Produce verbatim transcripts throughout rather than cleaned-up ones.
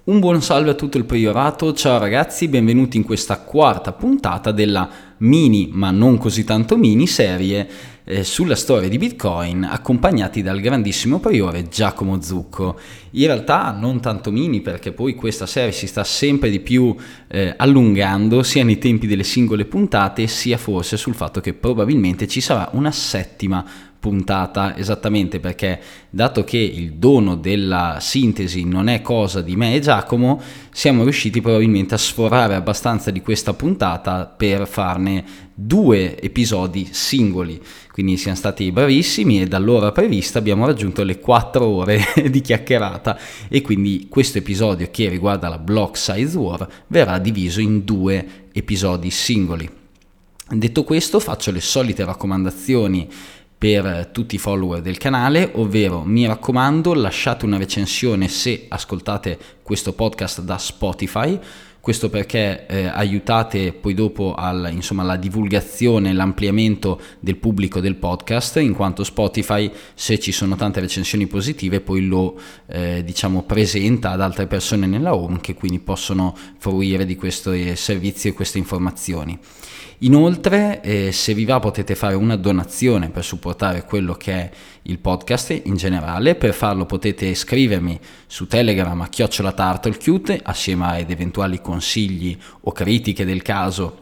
Un buon salve a tutto il priorato, ciao ragazzi, benvenuti in questa quarta puntata della mini, ma non così tanto mini, serie eh, sulla storia di Bitcoin, accompagnati dal grandissimo priore Giacomo Zucco. In realtà non tanto mini, perché poi questa serie si sta sempre di più eh, allungando, sia nei tempi delle singole puntate, sia forse sul fatto che probabilmente ci sarà una settima puntata, esattamente perché, dato che il dono della sintesi non è cosa di me e Giacomo, siamo riusciti probabilmente a sforare abbastanza di questa puntata per farne due episodi singoli. Quindi siamo stati bravissimi e dall'ora prevista abbiamo raggiunto le quattro ore di chiacchierata, e quindi questo episodio, che riguarda la Block Size War, verrà diviso in due episodi singoli. Detto questo, faccio le solite raccomandazioni per tutti i follower del canale, ovvero mi raccomando, lasciate una recensione se ascoltate questo podcast da Spotify. Questo perché eh, aiutate poi dopo al, insomma, la divulgazione e l'ampliamento del pubblico del podcast, in quanto Spotify, se ci sono tante recensioni positive, poi lo eh, diciamo presenta ad altre persone nella home, che quindi possono fruire di questo servizio e queste informazioni. Inoltre, eh, se vi va, potete fare una donazione per supportare quello che è il podcast in generale. Per farlo potete scrivermi su Telegram a chiocciola turtlecute assieme ad eventuali consigli o critiche del caso,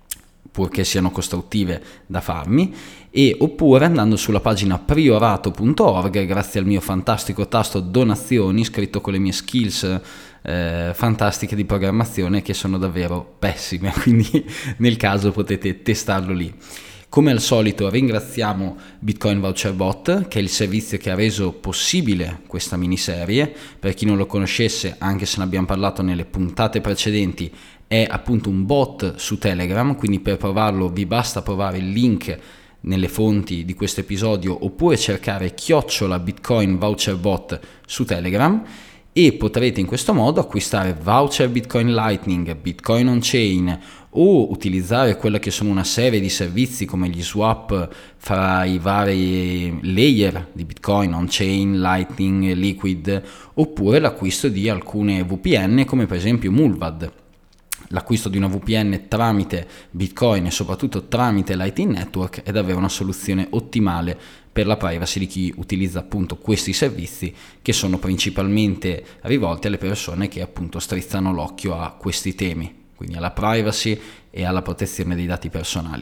purché siano costruttive, da farmi, e oppure andando sulla pagina priorato punto org, grazie al mio fantastico tasto donazioni scritto con le mie skills eh, fantastiche di programmazione, che sono davvero pessime, quindi nel caso potete testarlo lì. Come al solito ringraziamo Bitcoin Voucher Bot, che è il servizio che ha reso possibile questa miniserie. Per chi non lo conoscesse, anche se ne abbiamo parlato nelle puntate precedenti, è appunto un bot su Telegram, quindi per provarlo vi basta provare il link nelle fonti di questo episodio, oppure cercare chiocciola Bitcoin Voucher Bot su Telegram, e potrete in questo modo acquistare voucher Bitcoin Lightning, Bitcoin on-chain, o utilizzare quella che sono una serie di servizi come gli swap fra i vari layer di Bitcoin, on-chain, Lightning, Liquid, oppure l'acquisto di alcune V P N come per esempio Mullvad. L'acquisto di una V P N tramite Bitcoin e soprattutto tramite Lightning Network è davvero una soluzione ottimale per la privacy di chi utilizza appunto questi servizi, che sono principalmente rivolti alle persone che appunto strizzano l'occhio a questi temi, quindi alla privacy e alla protezione dei dati personali.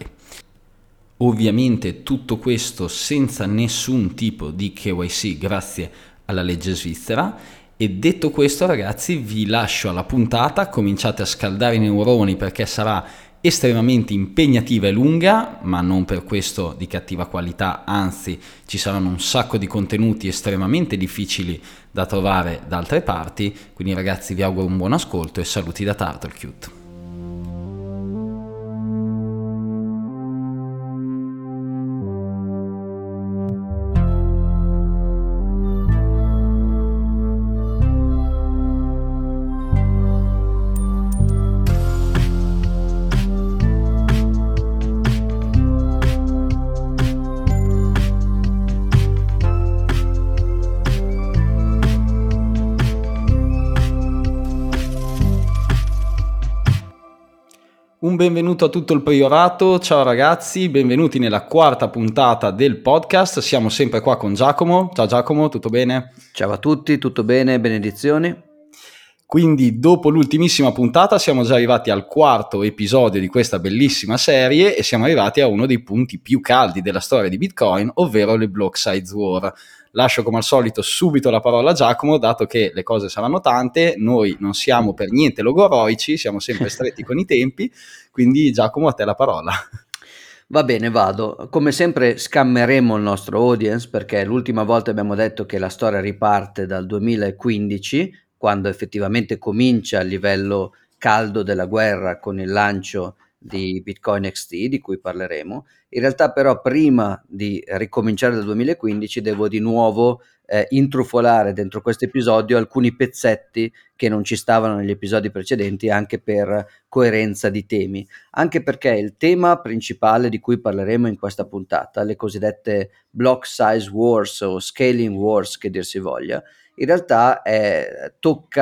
Ovviamente tutto questo senza nessun tipo di K Y C, grazie alla legge svizzera. E detto questo, ragazzi, vi lascio alla puntata, cominciate a scaldare i neuroni perché sarà estremamente impegnativa e lunga, ma non per questo di cattiva qualità, anzi ci saranno un sacco di contenuti estremamente difficili da trovare da altre parti. Quindi ragazzi, vi auguro un buon ascolto e saluti da Turtlecute. Un benvenuto a tutto il priorato, ciao ragazzi, benvenuti nella quarta puntata del podcast. Siamo sempre qua con Giacomo. Ciao Giacomo, tutto bene? Ciao a tutti, tutto bene, benedizioni. Quindi dopo l'ultimissima puntata siamo già arrivati al quarto episodio di questa bellissima serie e siamo arrivati a uno dei punti più caldi della storia di Bitcoin, ovvero le Block Size War. Lascio come al solito subito la parola a Giacomo, dato che le cose saranno tante, noi non siamo per niente logoroici, siamo sempre stretti con i tempi, quindi Giacomo, a te la parola. Va bene, vado. Come sempre scammeremo il nostro audience, perché l'ultima volta abbiamo detto che la storia riparte dal duemilaquindici, quando effettivamente comincia il livello caldo della guerra con il lancio di Bitcoin X T, di cui parleremo. In realtà però prima di ricominciare dal duemilaquindici devo di nuovo eh, intrufolare dentro questo episodio alcuni pezzetti che non ci stavano negli episodi precedenti, anche per coerenza di temi, anche perché il tema principale di cui parleremo in questa puntata, le cosiddette block size wars o scaling wars che dir si voglia, in realtà è, tocca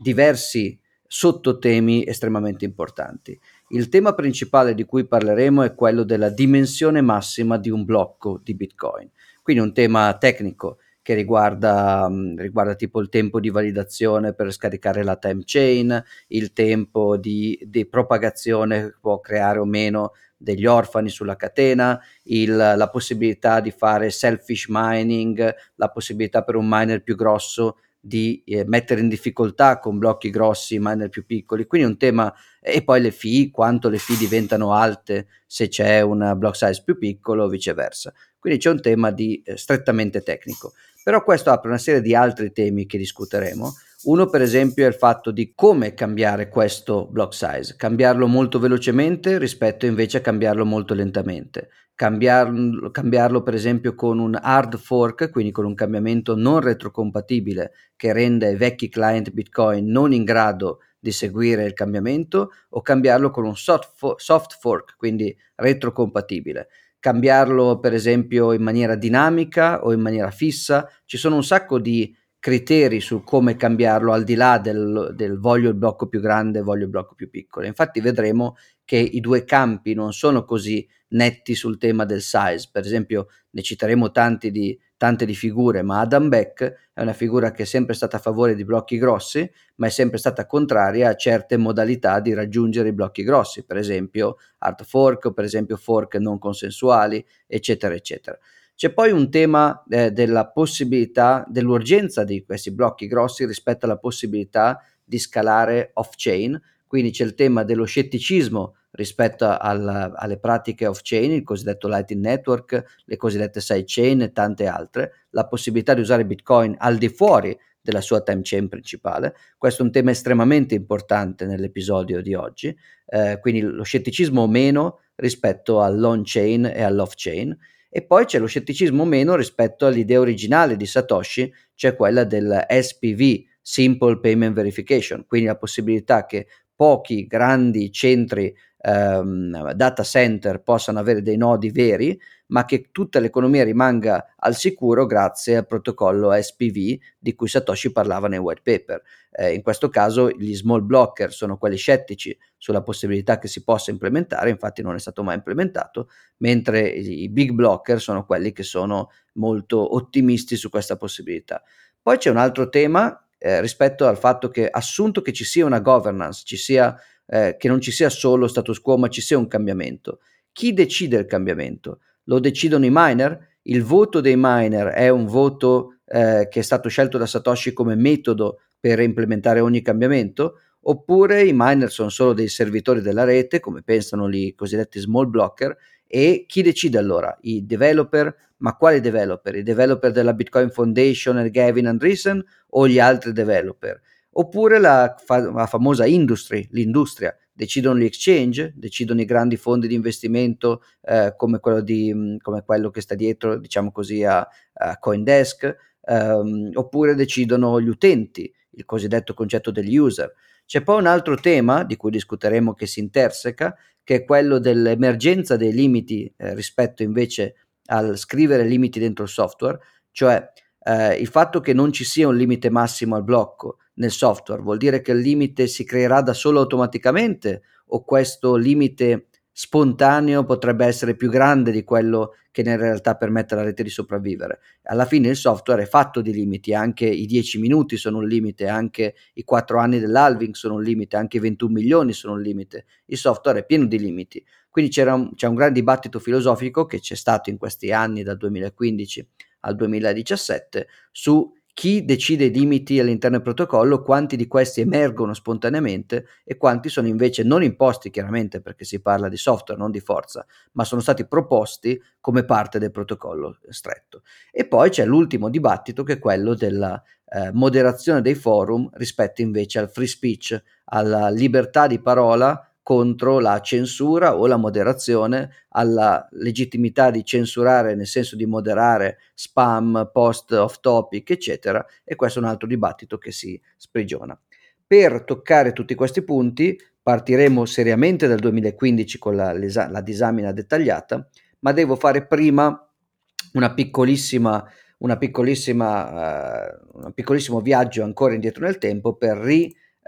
diversi sottotemi estremamente importanti. Il tema principale di cui parleremo è quello della dimensione massima di un blocco di Bitcoin, quindi un tema tecnico che riguarda, mh, riguarda tipo il tempo di validazione per scaricare la time chain, il tempo di, di propagazione che può creare o meno degli orfani sulla catena, il, la possibilità di fare selfish mining, la possibilità per un miner più grosso di eh, mettere in difficoltà con blocchi grossi i miner più piccoli, quindi un tema, e poi le fee, quanto le fee diventano alte se c'è un block size più piccolo o viceversa, quindi c'è un tema di eh, strettamente tecnico, però questo apre una serie di altri temi che discuteremo. Uno per esempio è il fatto di come cambiare questo block size, cambiarlo molto velocemente rispetto invece a cambiarlo molto lentamente, cambiarlo, cambiarlo per esempio con un hard fork, quindi con un cambiamento non retrocompatibile che rende i vecchi client Bitcoin non in grado di seguire il cambiamento, o cambiarlo con un soft, fo- soft fork, quindi retrocompatibile. Cambiarlo per esempio in maniera dinamica o in maniera fissa, ci sono un sacco di criteri su come cambiarlo al di là del, del voglio il blocco più grande, voglio il blocco più piccolo. Infatti vedremo che i due campi non sono così netti sul tema del size. Per esempio ne citeremo tanti di, tante di figure, ma Adam Beck è una figura che è sempre stata a favore di blocchi grossi, ma è sempre stata contraria a certe modalità di raggiungere i blocchi grossi, per esempio hard fork o per esempio fork non consensuali, eccetera, eccetera. C'è poi un tema eh, della possibilità, dell'urgenza di questi blocchi grossi rispetto alla possibilità di scalare off-chain, quindi c'è il tema dello scetticismo rispetto al, alle pratiche off-chain, il cosiddetto Lightning Network, le cosiddette sidechain e tante altre, la possibilità di usare Bitcoin al di fuori della sua time chain principale. Questo è un tema estremamente importante nell'episodio di oggi, eh, quindi lo scetticismo o meno rispetto all'on-chain e all'off-chain. E poi c'è lo scetticismo meno rispetto all'idea originale di Satoshi, cioè quella del S P V, Simple Payment Verification, quindi la possibilità che pochi grandi centri ehm, data center possano avere dei nodi veri, ma che tutta l'economia rimanga al sicuro grazie al protocollo S P V di cui Satoshi parlava nel white paper. Eh, in questo caso gli small blocker sono quelli scettici sulla possibilità che si possa implementare, infatti non è stato mai implementato, mentre i big blocker sono quelli che sono molto ottimisti su questa possibilità. Poi c'è un altro tema eh, rispetto al fatto che, assunto che ci sia una governance, ci sia, eh, che non ci sia solo status quo, ma ci sia un cambiamento. Chi decide il cambiamento? Lo decidono i miner? Il voto dei miner è un voto eh, che è stato scelto da Satoshi come metodo per implementare ogni cambiamento? Oppure i miner sono solo dei servitori della rete, come pensano i cosiddetti small blocker, e chi decide allora? I developer? Ma quali developer? I developer della Bitcoin Foundation e Gavin Andreessen o gli altri developer? Oppure la, fa- la famosa industry, l'industria? Decidono gli exchange? Decidono i grandi fondi di investimento eh, come, quello di, come quello che sta dietro, diciamo così, a, a CoinDesk? Ehm, oppure decidono gli utenti, il cosiddetto concetto degli user? C'è poi un altro tema di cui discuteremo che si interseca, che è quello dell'emergenza dei limiti eh, rispetto invece al scrivere limiti dentro il software, cioè eh, il fatto che non ci sia un limite massimo al blocco nel software vuol dire che il limite si creerà da solo automaticamente, o questo limite spontaneo potrebbe essere più grande di quello che in realtà permette alla rete di sopravvivere. Alla fine il software è fatto di limiti, anche i dieci minuti sono un limite, anche i quattro anni dell'halving sono un limite, anche i ventuno milioni sono un limite. Il software è pieno di limiti. Quindi c'era un, c'è un gran dibattito filosofico che c'è stato in questi anni, dal duemilaquindici al duemiladiciassette, su chi decide i limiti all'interno del protocollo, quanti di questi emergono spontaneamente e quanti sono invece non imposti, chiaramente perché si parla di software, non di forza, ma sono stati proposti come parte del protocollo stretto. E poi c'è l'ultimo dibattito, che è quello della eh, moderazione dei forum rispetto invece al free speech, alla libertà di parola contro la censura o la moderazione, alla legittimità di censurare nel senso di moderare spam, post off topic, eccetera, e questo è un altro dibattito che si sprigiona. Per toccare tutti questi punti partiremo seriamente dal duemilaquindici con la, la disamina dettagliata, ma devo fare prima una piccolissima una piccolissima uh, un piccolissimo viaggio ancora indietro nel tempo per ri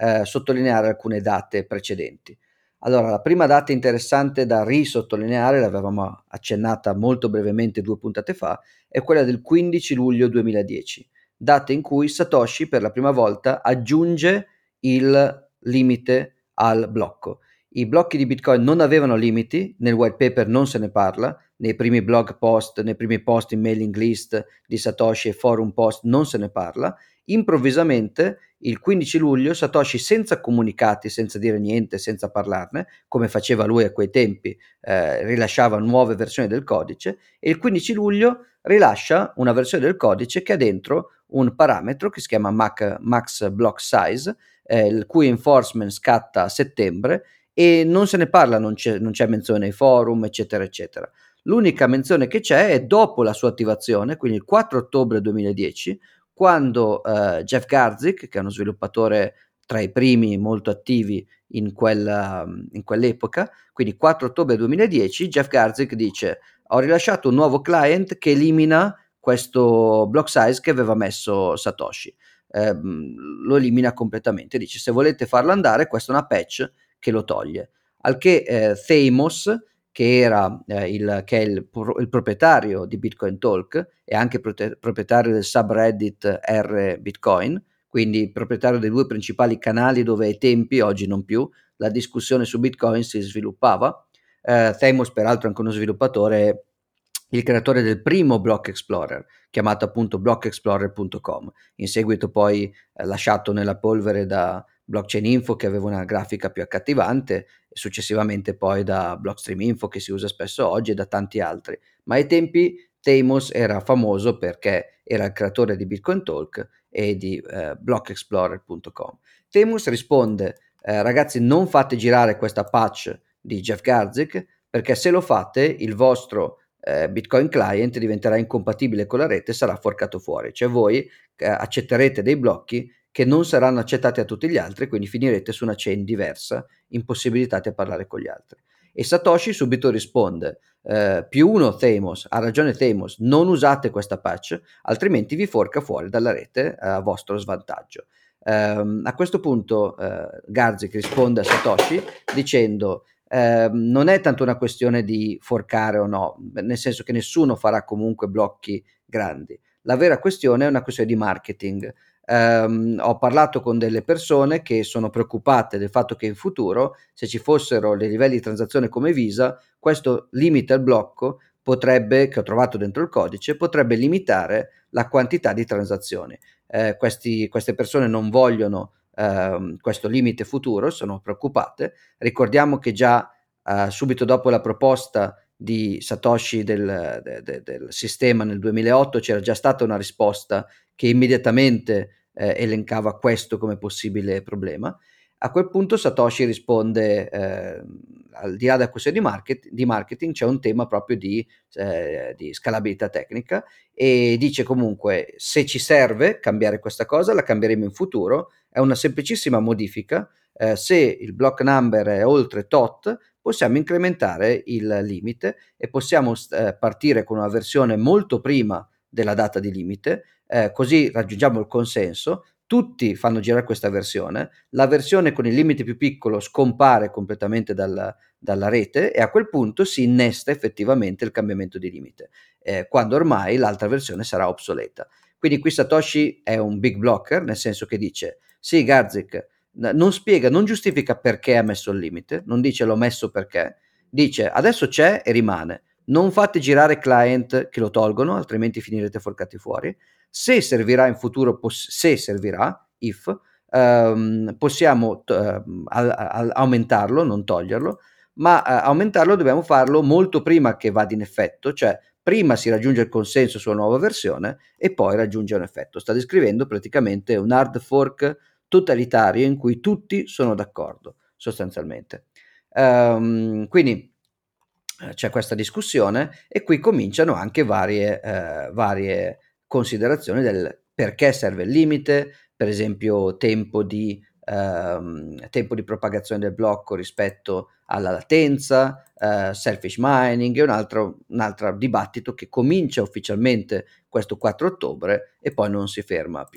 eh, sottolineare alcune date precedenti. Allora, la prima data interessante da risottolineare, l'avevamo accennata molto brevemente due puntate fa, è quella del quindici luglio duemiladieci, data in cui Satoshi per la prima volta aggiunge il limite al blocco. I blocchi di Bitcoin non avevano limiti, nel white paper non se ne parla, nei primi blog post, nei primi post in mailing list di Satoshi e forum post non se ne parla. Improvvisamente il quindici luglio Satoshi, senza comunicati, senza dire niente, senza parlarne, come faceva lui a quei tempi, eh, rilasciava nuove versioni del codice, e il quindici luglio rilascia una versione del codice che ha dentro un parametro che si chiama max block size, eh, il cui enforcement scatta a settembre, e non se ne parla, non c'è, non c'è menzione nei forum, eccetera, eccetera. L'unica menzione che c'è è dopo la sua attivazione, quindi il quattro ottobre duemiladieci, quando eh, Jeff Garzik, che è uno sviluppatore tra i primi molto attivi in, quella, in quell'epoca, quindi quattro ottobre duemiladieci, Jeff Garzik dice: ho rilasciato un nuovo client che elimina questo block size che aveva messo Satoshi. Eh, lo elimina completamente, dice: se volete farlo andare, questa è una patch che lo toglie. Al che eh, Theimos, che era eh, il, che è il, il proprietario di Bitcoin Talk e anche prote- proprietario del subreddit R Bitcoin, quindi proprietario dei due principali canali dove ai tempi, oggi non più, la discussione su Bitcoin si sviluppava. Eh, Theimos peraltro è anche uno sviluppatore, il creatore del primo Block Explorer, chiamato appunto block explorer punto com, in seguito poi eh, lasciato nella polvere da Blockchain Info, che aveva una grafica più accattivante, e successivamente poi da Blockstream Info, che si usa spesso oggi, e da tanti altri. Ma ai tempi Theimos era famoso perché era il creatore di Bitcoin Talk e di eh, block explorer punto com. Theimos risponde: eh, ragazzi, non fate girare questa patch di Jeff Garzik, perché se lo fate il vostro eh, Bitcoin client diventerà incompatibile con la rete e sarà forcato fuori, cioè voi eh, accetterete dei blocchi che non saranno accettati a tutti gli altri, quindi finirete su una chain diversa, impossibilitati a parlare con gli altri. E Satoshi subito risponde: eh, più uno Theimos, ha ragione Theimos, non usate questa patch, altrimenti vi forca fuori dalla rete a vostro svantaggio. Um, a questo punto uh, Garzik risponde a Satoshi dicendo: uh, non è tanto una questione di forcare o no, nel senso che nessuno farà comunque blocchi grandi, la vera questione è una questione di marketing. Um, ho parlato con delle persone che sono preoccupate del fatto che in futuro, se ci fossero dei livelli di transazione come Visa, questo limite al blocco potrebbe, che ho trovato dentro il codice, potrebbe limitare la quantità di transazioni. Eh, questi, queste persone non vogliono eh, questo limite futuro, sono preoccupate. Ricordiamo che già eh, subito dopo la proposta di Satoshi del, de, de, del sistema nel duemilaotto c'era già stata una risposta che immediatamente eh, elencava questo come possibile problema. A quel punto Satoshi risponde, eh, al di là della questione di, market, di marketing, c'è un tema proprio di, eh, di scalabilità tecnica, e dice comunque: se ci serve cambiare questa cosa la cambieremo in futuro, è una semplicissima modifica, eh, se il block number è oltre tot possiamo incrementare il limite e possiamo eh, partire con una versione molto prima della data di limite, eh, così raggiungiamo il consenso, tutti fanno girare questa versione, la versione con il limite più piccolo scompare completamente dalla, dalla rete, e a quel punto si innesta effettivamente il cambiamento di limite, eh, quando ormai l'altra versione sarà obsoleta. Quindi qui Satoshi è un big blocker, nel senso che dice: sì, Garzik non spiega, non giustifica perché ha messo il limite, non dice l'ho messo perché, dice adesso c'è e rimane, non fate girare client che lo tolgono, altrimenti finirete forcati fuori. Se servirà in futuro, poss- se servirà, if, um, possiamo uh, al- al- aumentarlo, non toglierlo, ma uh, aumentarlo dobbiamo farlo molto prima che vada in effetto, cioè prima si raggiunge il consenso sulla nuova versione e poi raggiunge un effetto. Sta descrivendo praticamente un hard fork totalitario in cui tutti sono d'accordo, sostanzialmente. Um, quindi c'è questa discussione e qui cominciano anche varie, eh, varie considerazioni del perché serve il limite, per esempio tempo di, ehm, tempo di propagazione del blocco rispetto alla latenza, eh, selfish mining, e un altro, un altro dibattito che comincia ufficialmente questo quattro ottobre e poi non si ferma più.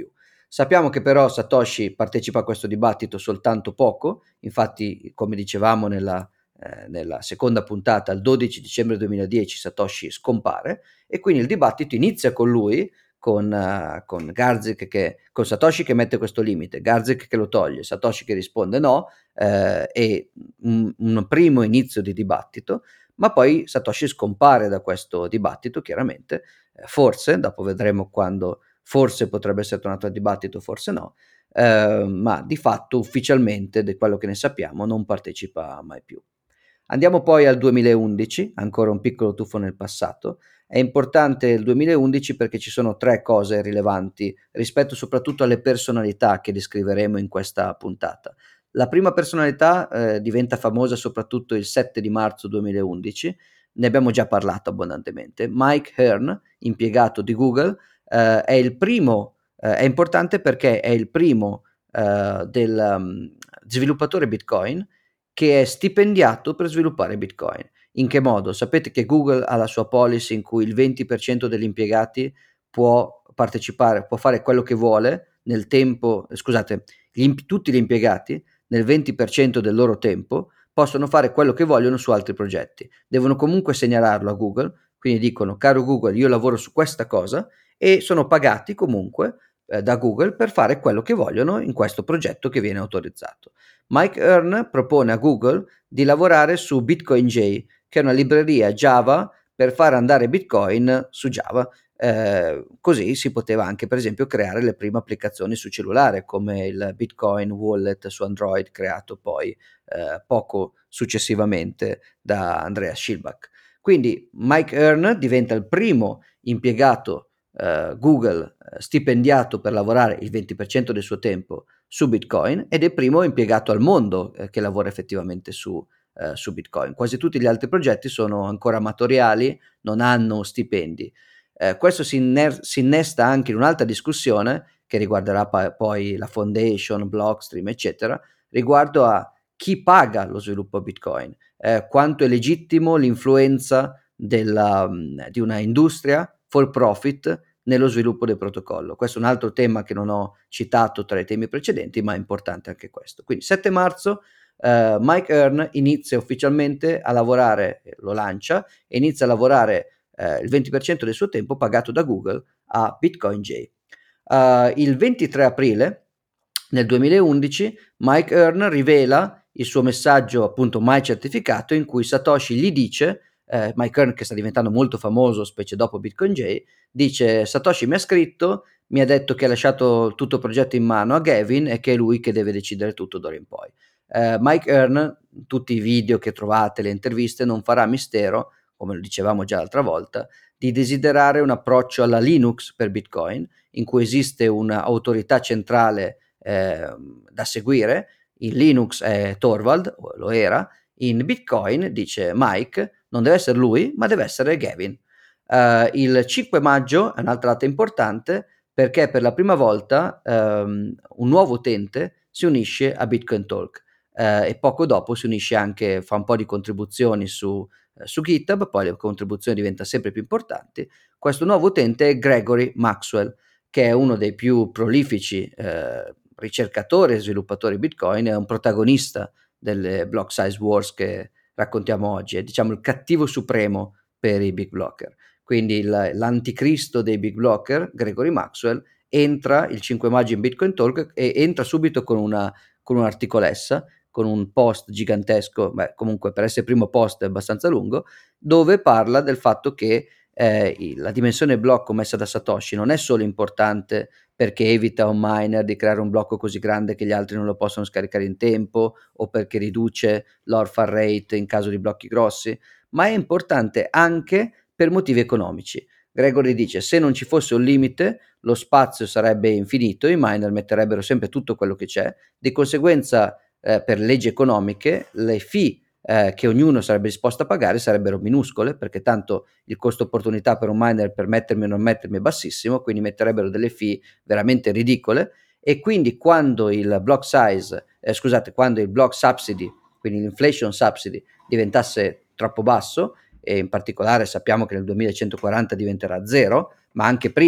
Sappiamo che però Satoshi partecipa a questo dibattito soltanto poco, infatti come dicevamo nella, eh, nella seconda puntata, il dodici dicembre duemiladieci Satoshi scompare e quindi il dibattito inizia con lui, con, uh, con Garzik che, con Satoshi che mette questo limite, Garzik che lo toglie, Satoshi che risponde no, eh, e un, un primo inizio di dibattito, ma poi Satoshi scompare da questo dibattito, chiaramente, eh, forse, dopo vedremo quando, forse potrebbe essere tornato al dibattito, forse no, eh, ma di fatto ufficialmente, di quello che ne sappiamo, non partecipa mai più. Andiamo poi al duemilaundici, ancora un piccolo tuffo nel passato. È importante il duemilaundici perché ci sono tre cose rilevanti rispetto soprattutto alle personalità che descriveremo in questa puntata. La prima personalità eh, diventa famosa soprattutto il sette di marzo duemilaundici, ne abbiamo già parlato abbondantemente. Mike Hearn, impiegato di Google, eh, è il primo, eh, è importante perché è il primo eh, del um, sviluppatore Bitcoin che è stipendiato per sviluppare Bitcoin. In che modo? Sapete che Google ha la sua policy in cui il venti per cento degli impiegati può partecipare, può fare quello che vuole nel tempo, scusate, gli, tutti gli impiegati nel venti per cento del loro tempo possono fare quello che vogliono su altri progetti. Devono comunque segnalarlo a Google, quindi dicono caro Google io lavoro su questa cosa e sono pagati comunque eh, da Google per fare quello che vogliono in questo progetto che viene autorizzato. Mike Hearn propone a Google di lavorare su Bitcoin J, che è una libreria Java per far andare Bitcoin su Java. Eh, così si poteva anche per esempio creare le prime applicazioni su cellulare come il Bitcoin Wallet su Android creato poi eh, poco successivamente da Andreas Schilbach. Quindi Mike Hearn diventa il primo impiegato eh, Google eh, stipendiato per lavorare il venti per cento del suo tempo su Bitcoin ed è il primo impiegato al mondo eh, che lavora effettivamente su, eh, su Bitcoin. Quasi tutti gli altri progetti sono ancora amatoriali, non hanno stipendi. Eh, questo si, inner- si innesta anche in un'altra discussione che riguarderà pa- poi la Foundation, Blockstream, eccetera, riguardo a chi paga lo sviluppo Bitcoin, eh, quanto è legittimo l'influenza della, di una industria for profit nello sviluppo del protocollo. Questo è un altro tema che non ho citato tra i temi precedenti, ma è importante anche questo. Quindi sette marzo eh, Mike Hearn inizia ufficialmente a lavorare, lo lancia, e inizia a lavorare eh, il venti per cento del suo tempo pagato da Google a Bitcoin J. Uh, il ventitré aprile nel duemilaundici Mike Hearn rivela il suo messaggio appunto mai certificato in cui Satoshi gli dice, eh, Mike Hearn che sta diventando molto famoso specie dopo Bitcoin J, dice Satoshi mi ha scritto, mi ha detto che ha lasciato tutto il progetto in mano a Gavin e che è lui che deve decidere tutto d'ora in poi. Eh, Mike Hearn, tutti i video che trovate, le interviste, non farà mistero, come lo dicevamo già l'altra volta, di desiderare un approccio alla Linux per Bitcoin, in cui esiste un'autorità centrale eh, da seguire. In Linux è Torvald, o lo era, in Bitcoin, dice Mike, non deve essere lui, ma deve essere Gavin. Uh, il cinque maggio è un'altra data importante perché per la prima volta um, un nuovo utente si unisce a Bitcoin Talk uh, e poco dopo si unisce anche, fa un po' di contribuzioni su, uh, su GitHub, poi le contribuzioni diventano sempre più importanti. Questo nuovo utente è Gregory Maxwell, che è uno dei più prolifici uh, ricercatori e sviluppatori Bitcoin, è un protagonista delle block size wars che raccontiamo oggi, è diciamo il cattivo supremo per i big blocker. Quindi il, l'anticristo dei big blocker, Gregory Maxwell, entra il cinque maggio in Bitcoin Talk e entra subito con una con un'articolessa, con un post gigantesco, beh, comunque per essere primo post è abbastanza lungo, dove parla del fatto che eh, la dimensione blocco messa da Satoshi non è solo importante perché evita a un miner di creare un blocco così grande che gli altri non lo possono scaricare in tempo o perché riduce l'orphan rate in caso di blocchi grossi, ma è importante anche per motivi economici. Gregory dice se non ci fosse un limite lo spazio sarebbe infinito, i miner metterebbero sempre tutto quello che c'è, di conseguenza eh, per leggi economiche le fee eh, che ognuno sarebbe disposto a pagare sarebbero minuscole perché tanto il costo opportunità per un miner per mettermi o non mettermi è bassissimo, quindi metterebbero delle fee veramente ridicole e quindi quando il block size, eh, scusate, quando il block subsidy, quindi l'inflation subsidy diventasse troppo basso, e in particolare sappiamo che nel duemilacentoquaranta diventerà zero, ma anche prima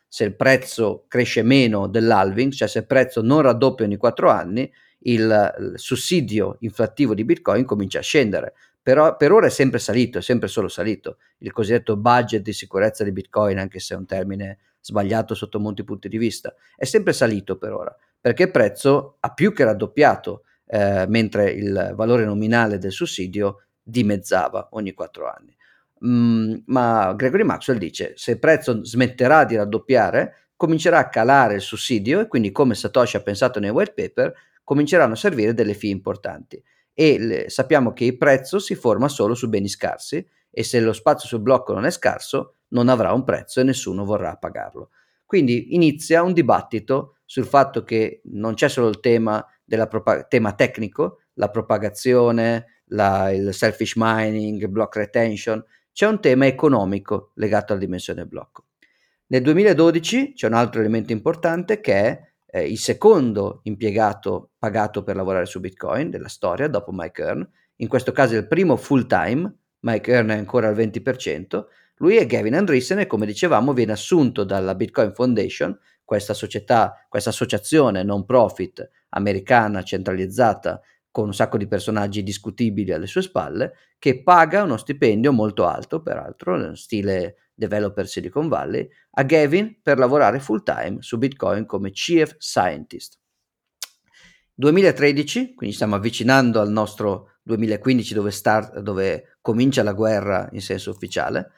se il prezzo cresce meno dell'halving, cioè se il prezzo non raddoppia ogni quattro anni, il, il sussidio inflattivo di Bitcoin comincia a scendere. Però per ora è sempre salito, è sempre solo salito. Il cosiddetto budget di sicurezza di Bitcoin, anche se è un termine sbagliato sotto molti punti di vista, è sempre salito per ora, perché il prezzo ha più che raddoppiato, eh, mentre il valore nominale del sussidio dimezzava ogni quattro anni. Mm, ma Gregory Maxwell dice: se il prezzo smetterà di raddoppiare, comincerà a calare il sussidio, e quindi, come Satoshi ha pensato nei white paper, cominceranno a servire delle fee importanti. E le, sappiamo che il prezzo si forma solo su beni scarsi, e se lo spazio sul blocco non è scarso, non avrà un prezzo e nessuno vorrà pagarlo. Quindi inizia un dibattito sul fatto che non c'è solo il tema, della propag- tema tecnico, la propagazione, la, il selfish mining, block retention, c'è un tema economico legato alla dimensione del blocco. Nel duemiladodici c'è un altro elemento importante, che è eh, il secondo impiegato pagato per lavorare su Bitcoin della storia, dopo Mike Hearn. In questo caso è il primo full time, Mike Hearn è ancora al venti per cento. Lui è Gavin Andreessen e, come dicevamo, viene assunto dalla Bitcoin Foundation, questa società, questa associazione non profit americana centralizzata con un sacco di personaggi discutibili alle sue spalle, che paga uno stipendio molto alto, peraltro, stile developer Silicon Valley, a Gavin per lavorare full time su Bitcoin come Chief Scientist. duemilatredici, quindi stiamo avvicinando al nostro duemilaquindici, dove, start, dove comincia la guerra in senso ufficiale.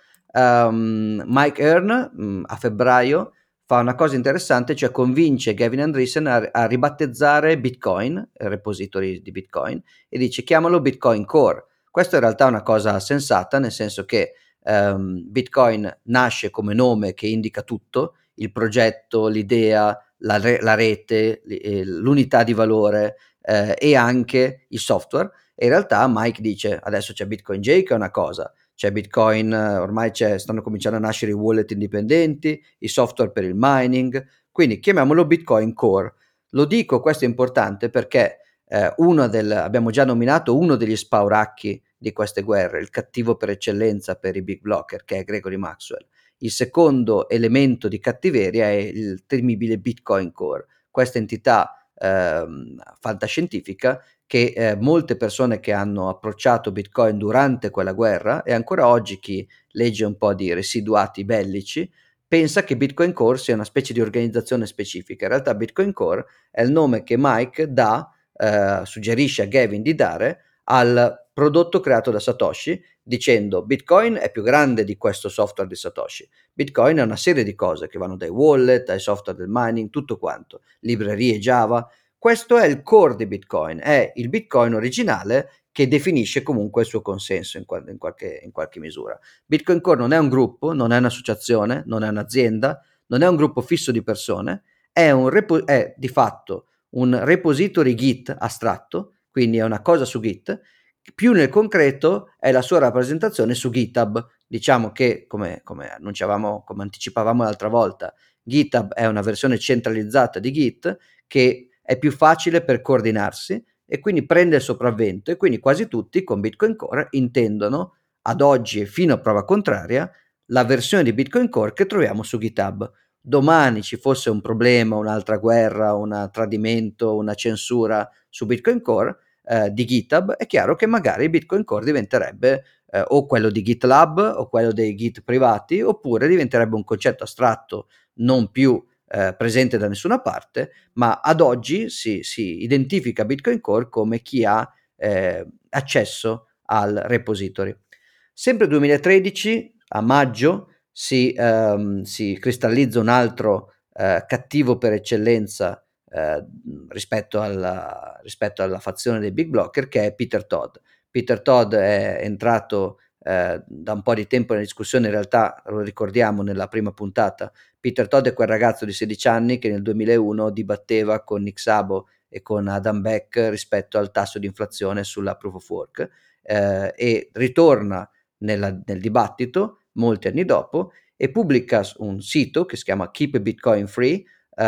Um, Mike Hearn um, a febbraio fa una cosa interessante, cioè convince Gavin Andreessen a, a ribattezzare Bitcoin, il repository di Bitcoin, e dice: chiamalo Bitcoin Core. Questo è in realtà una cosa sensata, nel senso che um, Bitcoin nasce come nome che indica tutto, il progetto, l'idea, la, re- la rete, l'unità di valore, eh, e anche il software. E in realtà Mike dice: adesso c'è Bitcoin J, che è una cosa, c'è Bitcoin, ormai c'è, stanno cominciando a nascere i wallet indipendenti, i software per il mining, quindi chiamiamolo Bitcoin Core. Lo dico, questo è importante perché eh, uno del, abbiamo già nominato uno degli spauracchi di queste guerre, il cattivo per eccellenza per i big blocker, che è Gregory Maxwell. Il secondo elemento di cattiveria è il temibile Bitcoin Core, questa entità eh, fantascientifica che eh, molte persone che hanno approcciato Bitcoin durante quella guerra, e ancora oggi chi legge un po' di residuati bellici, pensa che Bitcoin Core sia una specie di organizzazione specifica. In realtà Bitcoin Core è il nome che Mike dà, eh, suggerisce a Gavin di dare al prodotto creato da Satoshi, dicendo: Bitcoin è più grande di questo software di Satoshi. Bitcoin è una serie di cose che vanno dai wallet, ai software del mining, tutto quanto, librerie Java. Questo è il core di Bitcoin, è il Bitcoin originale che definisce comunque il suo consenso in, in, qualche, in qualche misura. Bitcoin Core non è un gruppo, non è un'associazione, non è un'azienda, non è un gruppo fisso di persone, è, un repo, è di fatto un repository Git astratto, quindi è una cosa su Git. Più nel concreto è la sua rappresentazione su GitHub. Diciamo che, come, come annunciavamo, come anticipavamo l'altra volta, GitHub è una versione centralizzata di Git che è più facile per coordinarsi e quindi prende il sopravvento, e quindi quasi tutti con Bitcoin Core intendono, ad oggi e fino a prova contraria, la versione di Bitcoin Core che troviamo su GitHub. Domani ci fosse un problema, un'altra guerra, un tradimento, una censura su Bitcoin Core eh, di GitHub, è chiaro che magari Bitcoin Core diventerebbe eh, o quello di GitLab o quello dei Git privati, oppure diventerebbe un concetto astratto non più eh, presente da nessuna parte, ma ad oggi si, si identifica Bitcoin Core come chi ha eh, accesso al repository. Sempre duemilatredici, a maggio, si, ehm, si cristallizza un altro eh, cattivo per eccellenza eh, rispetto, alla, rispetto alla fazione dei big blocker, che è Peter Todd. Peter Todd è entrato eh, da un po' di tempo nella discussione, in realtà lo ricordiamo nella prima puntata. Peter Todd è quel ragazzo di sedici anni che nel duemilauno dibatteva con Nick Szabo e con Adam Beck rispetto al tasso di inflazione sulla proof of work, eh, e ritorna nella, nel dibattito molti anni dopo e pubblica un sito che si chiama keep bitcoin free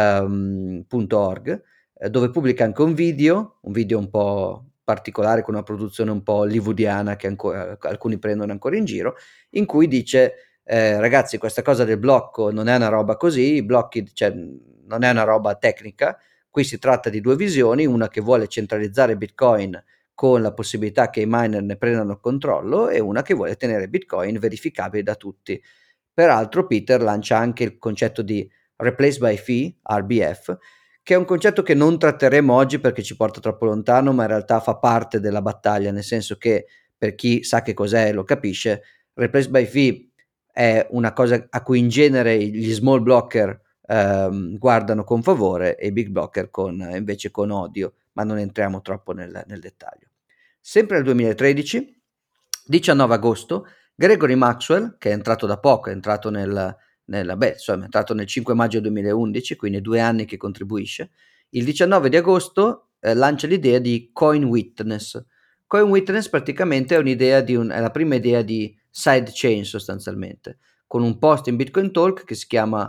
punto org, um, eh, dove pubblica anche un video, un video un po' particolare con una produzione un po' hollywoodiana che ancora, alcuni prendono ancora in giro, in cui dice: eh, ragazzi, questa cosa del blocco non è una roba così, i blocchi, cioè, non è una roba tecnica, qui si tratta di due visioni, una che vuole centralizzare Bitcoin con la possibilità che i miner ne prendano controllo e una che vuole tenere Bitcoin verificabile da tutti. Peraltro Peter lancia anche il concetto di Replace by Fee, R B F, che è un concetto che non tratteremo oggi perché ci porta troppo lontano, ma in realtà fa parte della battaglia, nel senso che per chi sa che cos'è e lo capisce, Replace by Fee è una cosa a cui in genere gli small blocker ehm, guardano con favore e i big blocker con, invece con odio, ma non entriamo troppo nel, nel dettaglio. Sempre nel duemilatredici, diciannove agosto, Gregory Maxwell, che è entrato da poco, è entrato nel, nel, beh, insomma, è entrato nel cinque maggio duemilaundici, quindi due anni che contribuisce, il diciannove di agosto eh, lancia l'idea di Coin Witness. Coin Witness praticamente è un'idea di un, è la prima idea di sidechain sostanzialmente, con un post in Bitcoin Talk che si chiama,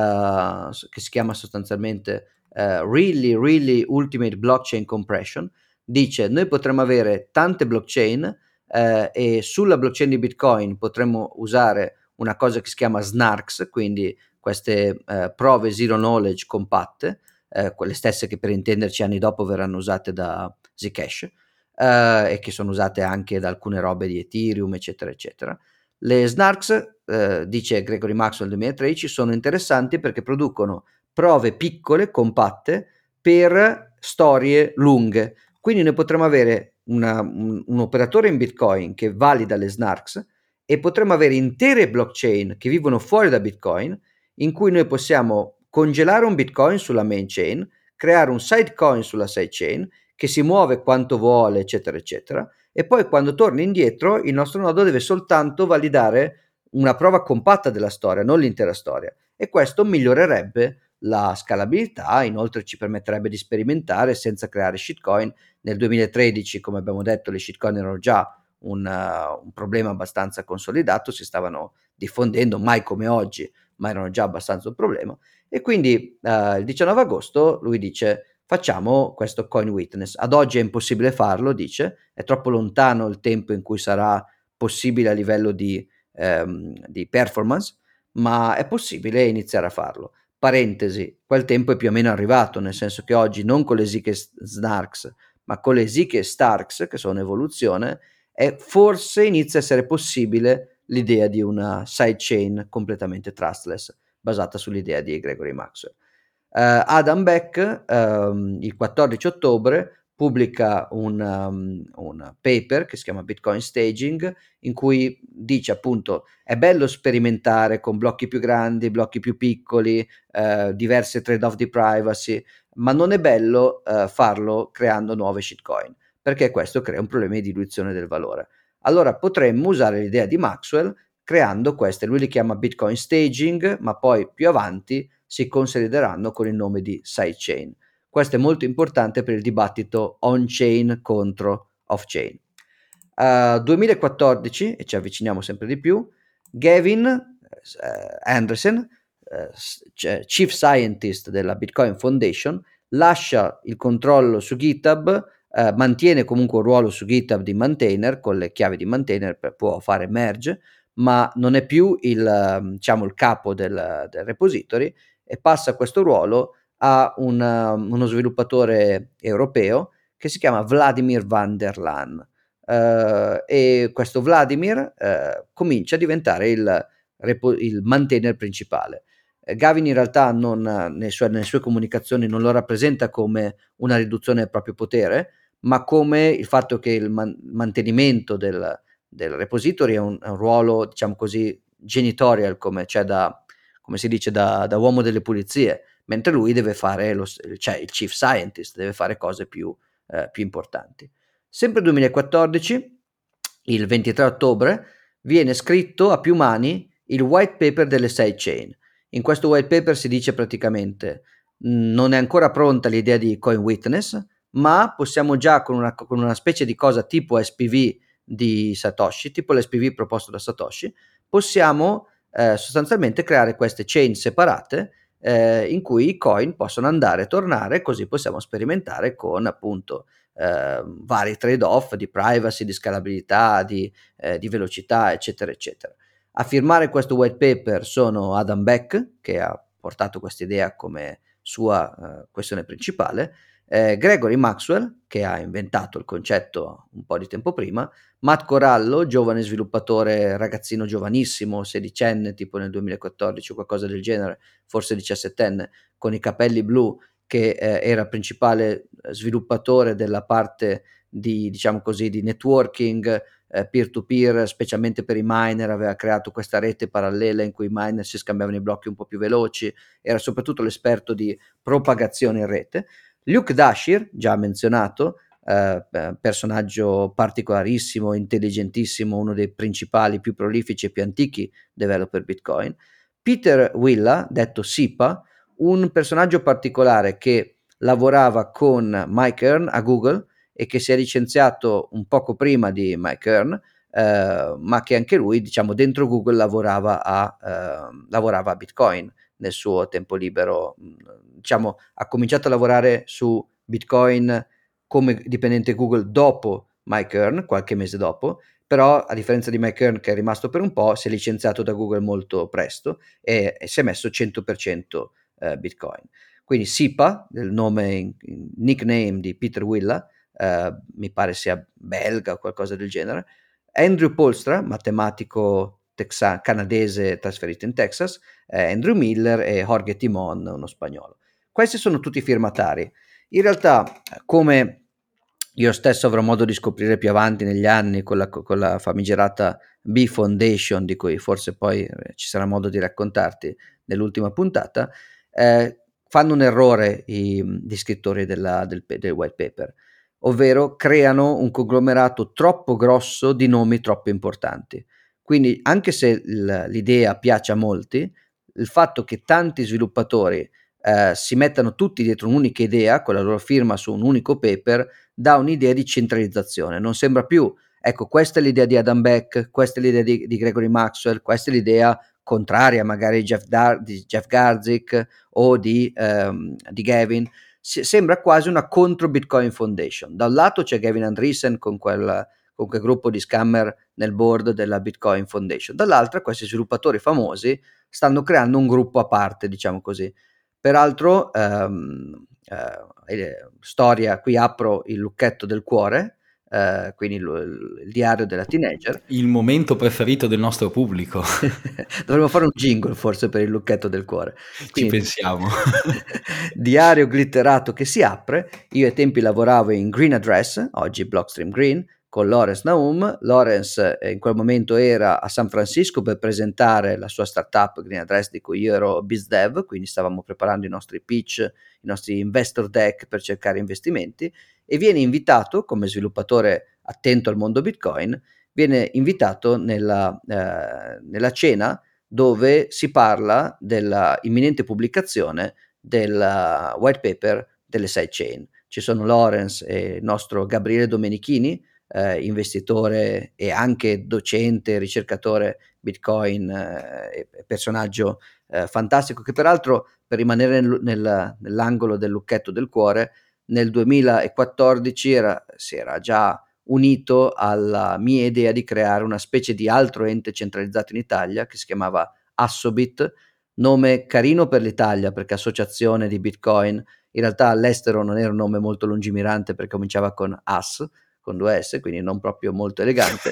uh, che si chiama sostanzialmente uh, Really, Really Ultimate Blockchain Compression. Dice, noi potremmo avere tante blockchain eh, e sulla blockchain di Bitcoin potremmo usare una cosa che si chiama snarks, quindi queste eh, prove zero knowledge compatte, eh, quelle stesse che per intenderci anni dopo verranno usate da Zcash eh, e che sono usate anche da alcune robe di Ethereum, eccetera, eccetera. Le snarks, eh, dice Gregory Maxwell nel duemilatredici, sono interessanti perché producono prove piccole, compatte, per storie lunghe. Quindi noi potremmo avere una, un, un operatore in Bitcoin che valida le snarks e potremmo avere intere blockchain che vivono fuori da Bitcoin, in cui noi possiamo congelare un Bitcoin sulla main chain, creare un sidecoin sulla sidechain che si muove quanto vuole, eccetera, eccetera, e poi quando torna indietro il nostro nodo deve soltanto validare una prova compatta della storia, non l'intera storia, e questo migliorerebbe la scalabilità, inoltre ci permetterebbe di sperimentare senza creare shitcoin. Nel duemilatredici, come abbiamo detto, le shitcoin erano già un, uh, un problema abbastanza consolidato, si stavano diffondendo, mai come oggi, ma erano già abbastanza un problema, e quindi uh, il diciannove agosto lui dice facciamo questo coin witness. Ad oggi è impossibile farlo, dice, è troppo lontano il tempo in cui sarà possibile a livello di, ehm, di performance, ma è possibile iniziare a farlo. Parentesi, quel tempo è più o meno arrivato, nel senso che oggi non con le Zk Snarks, ma con le Zk Starks, che sono evoluzione, e forse inizia a essere possibile l'idea di una sidechain completamente trustless, basata sull'idea di Gregory Maxwell. Uh, Adam Beck um, il quattordici ottobre pubblica un, um, un paper che si chiama Bitcoin Staging, in cui dice appunto è bello sperimentare con blocchi più grandi, blocchi più piccoli, uh, diverse trade-off di privacy, ma non è bello uh, farlo creando nuove shitcoin, perché questo crea un problema di diluizione del valore. Allora potremmo usare l'idea di Maxwell creando queste, lui li chiama Bitcoin Staging, ma poi più avanti si consolideranno con il nome di sidechain. Questo è molto importante per il dibattito on-chain contro off-chain. Uh, duemilaquattordici, e ci avviciniamo sempre di più, Gavin uh, Andresen, uh, Chief Scientist della Bitcoin Foundation, lascia il controllo su GitHub, uh, mantiene comunque un ruolo su GitHub di maintainer, con le chiavi di maintainer può fare merge, ma non è più il, diciamo, il capo del, del repository, e passa questo ruolo a un, uno sviluppatore europeo che si chiama Vladimir van der Laan. Uh, e questo Vladimir uh, comincia a diventare il, repo, il maintainer principale. Uh, Gavin in realtà non, nelle, sue, nelle sue comunicazioni non lo rappresenta come una riduzione del proprio potere, ma come il fatto che il man- mantenimento del, del repository è un, è un ruolo, diciamo così, genitorial, come, cioè da, come si dice, da, da uomo delle pulizie, mentre lui deve fare, lo, cioè il chief scientist, deve fare cose più, eh, più importanti. Sempre duemilaquattordici, il ventitré ottobre, viene scritto a più mani il white paper delle sidechain. In questo white paper si dice praticamente non è ancora pronta l'idea di coin witness, ma possiamo già con una, con una specie di cosa tipo S P V di Satoshi, tipo l'S P V proposto da Satoshi, possiamo eh, sostanzialmente creare queste chain separate eh, in cui i coin possono andare e tornare, così possiamo sperimentare con appunto eh, vari trade-off di privacy, di scalabilità, di, eh, di velocità, eccetera, eccetera. A firmare questo white paper sono Adam Beck, che ha portato questa idea come sua uh, questione principale, eh, Gregory Maxwell, che ha inventato il concetto un po' di tempo prima, Matt Corallo, giovane sviluppatore, ragazzino giovanissimo, sedicenne, tipo nel duemilaquattordici o qualcosa del genere, forse diciassettenne, con i capelli blu, che eh, era principale sviluppatore della parte di, diciamo così, di networking eh, peer-to-peer, specialmente per i miner, aveva creato questa rete parallela in cui i miner si scambiavano i blocchi un po' più veloci, era soprattutto l'esperto di propagazione in rete. Luke Dashir, già menzionato, eh, personaggio particolarissimo, intelligentissimo, uno dei principali, più prolifici e più antichi developer Bitcoin. Peter Willa, detto SIPA, un personaggio particolare che lavorava con Mike Hearn a Google e che si è licenziato un poco prima di Mike Hearn, eh, ma che anche lui, diciamo, dentro Google lavorava a, eh, lavorava a Bitcoin nel suo tempo libero. Diciamo, ha cominciato a lavorare su Bitcoin come dipendente Google dopo Mike Hearn, qualche mese dopo, però a differenza di Mike Hearn, che è rimasto per un po', si è licenziato da Google molto presto e, e si è messo cento per cento eh, Bitcoin. Quindi SIPA, del nome, in, in nickname di Peter Willa, eh, mi pare sia belga o qualcosa del genere. Andrew Polstra, matematico texa- canadese trasferito in Texas, eh, Andrew Miller e Jorge Timon, uno spagnolo. Questi sono tutti firmatari. In realtà, come io stesso avrò modo di scoprire più avanti negli anni con la, con la famigerata B Foundation, di cui forse poi eh, ci sarà modo di raccontarti nell'ultima puntata, eh, fanno un errore i, gli scrittori della, del, del white paper, ovvero creano un conglomerato troppo grosso di nomi troppo importanti. Quindi anche se il, l'idea piace a molti, il fatto che tanti sviluppatori eh, si mettano tutti dietro un'unica idea, con la loro firma su un unico paper, dà un'idea di centralizzazione. Non sembra più, ecco, questa è l'idea di Adam Beck, questa è l'idea di, di Gregory Maxwell, questa è l'idea contraria magari di Jeff, Dar- di Jeff Garzik o di, ehm, di Gavin. S- sembra quasi una contro Bitcoin Foundation. Da un lato c'è Gavin Andreessen con quel, con quel gruppo di scammer nel board della Bitcoin Foundation, dall'altra questi sviluppatori famosi stanno creando un gruppo a parte, diciamo così. Peraltro, ehm, eh, storia, qui apro il lucchetto del cuore, eh, quindi il, il diario della teenager. Il momento preferito del nostro pubblico. Dovremmo fare un jingle forse per il lucchetto del cuore. Ci Quindi, pensiamo. diario glitterato che si apre. Io ai tempi lavoravo in Green Address, oggi Blockstream Green, con Lawrence Naum. Lawrence eh, in quel momento era a San Francisco per presentare la sua startup Green Address, di cui io ero BizDev, quindi stavamo preparando i nostri pitch, i nostri investor deck per cercare investimenti, e viene invitato come sviluppatore attento al mondo Bitcoin, viene invitato nella, eh, nella cena dove si parla della imminente pubblicazione del white paper delle sidechain. Ci sono Lawrence e il nostro Gabriele Domenichini, eh, investitore e anche docente, ricercatore Bitcoin, eh, e personaggio eh, fantastico, che peraltro, per rimanere nel, nel, nell'angolo del lucchetto del cuore, nel duemilaquattordici era, si era già unito alla mia idea di creare una specie di altro ente centralizzato in Italia che si chiamava Assobit, nome carino per l'Italia perché associazione di Bitcoin. In realtà all'estero non era un nome molto lungimirante perché cominciava con As, con due S, quindi non proprio molto elegante.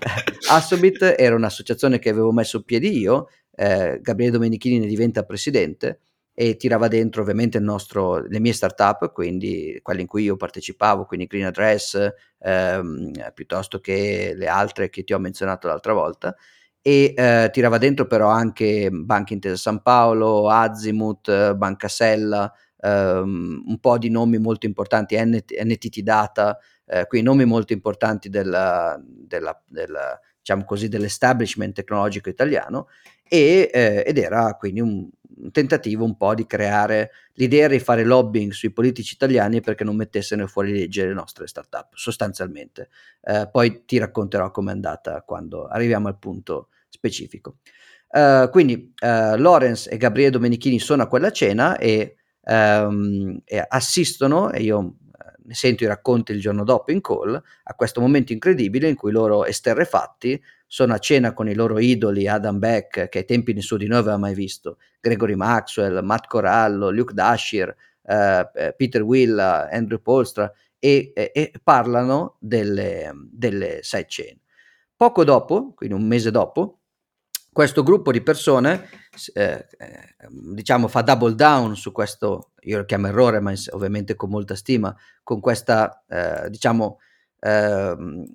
Assobit era un'associazione che avevo messo in piedi io, eh, Gabriele Domenichini ne diventa presidente e tirava dentro ovviamente il nostro, le mie startup, quindi quelle in cui io partecipavo, quindi Green Address, ehm, piuttosto che le altre che ti ho menzionato l'altra volta, e eh, tirava dentro però anche Banca Intesa San Paolo, Azimut, Banca Sella, ehm, un po' di nomi molto importanti, N T T Data, eh, quei nomi molto importanti della, della, della, diciamo così, dell'establishment tecnologico italiano, e, eh, ed era quindi un, un tentativo un po' di creare l'idea di fare lobbying sui politici italiani perché non mettessero fuori legge le nostre startup, sostanzialmente. Eh, poi ti racconterò com'è andata quando arriviamo al punto specifico. Uh, quindi uh, Lawrence e Gabriele Domenichini sono a quella cena e, um, e assistono, e io ne sento i racconti il giorno dopo in call, a questo momento incredibile in cui loro esterrefatti sono a cena con i loro idoli, Adam Beck, che ai tempi nessuno di noi aveva mai visto, Gregory Maxwell, Matt Corallo, Luke Dashier, eh, Peter Willa, Andrew Polstra, e, e, e parlano delle, delle sidechain. Poco dopo, quindi un mese dopo, questo gruppo di persone eh, eh, diciamo fa double down su questo, io lo chiamo errore, ma ovviamente con molta stima, con questa eh, diciamo eh,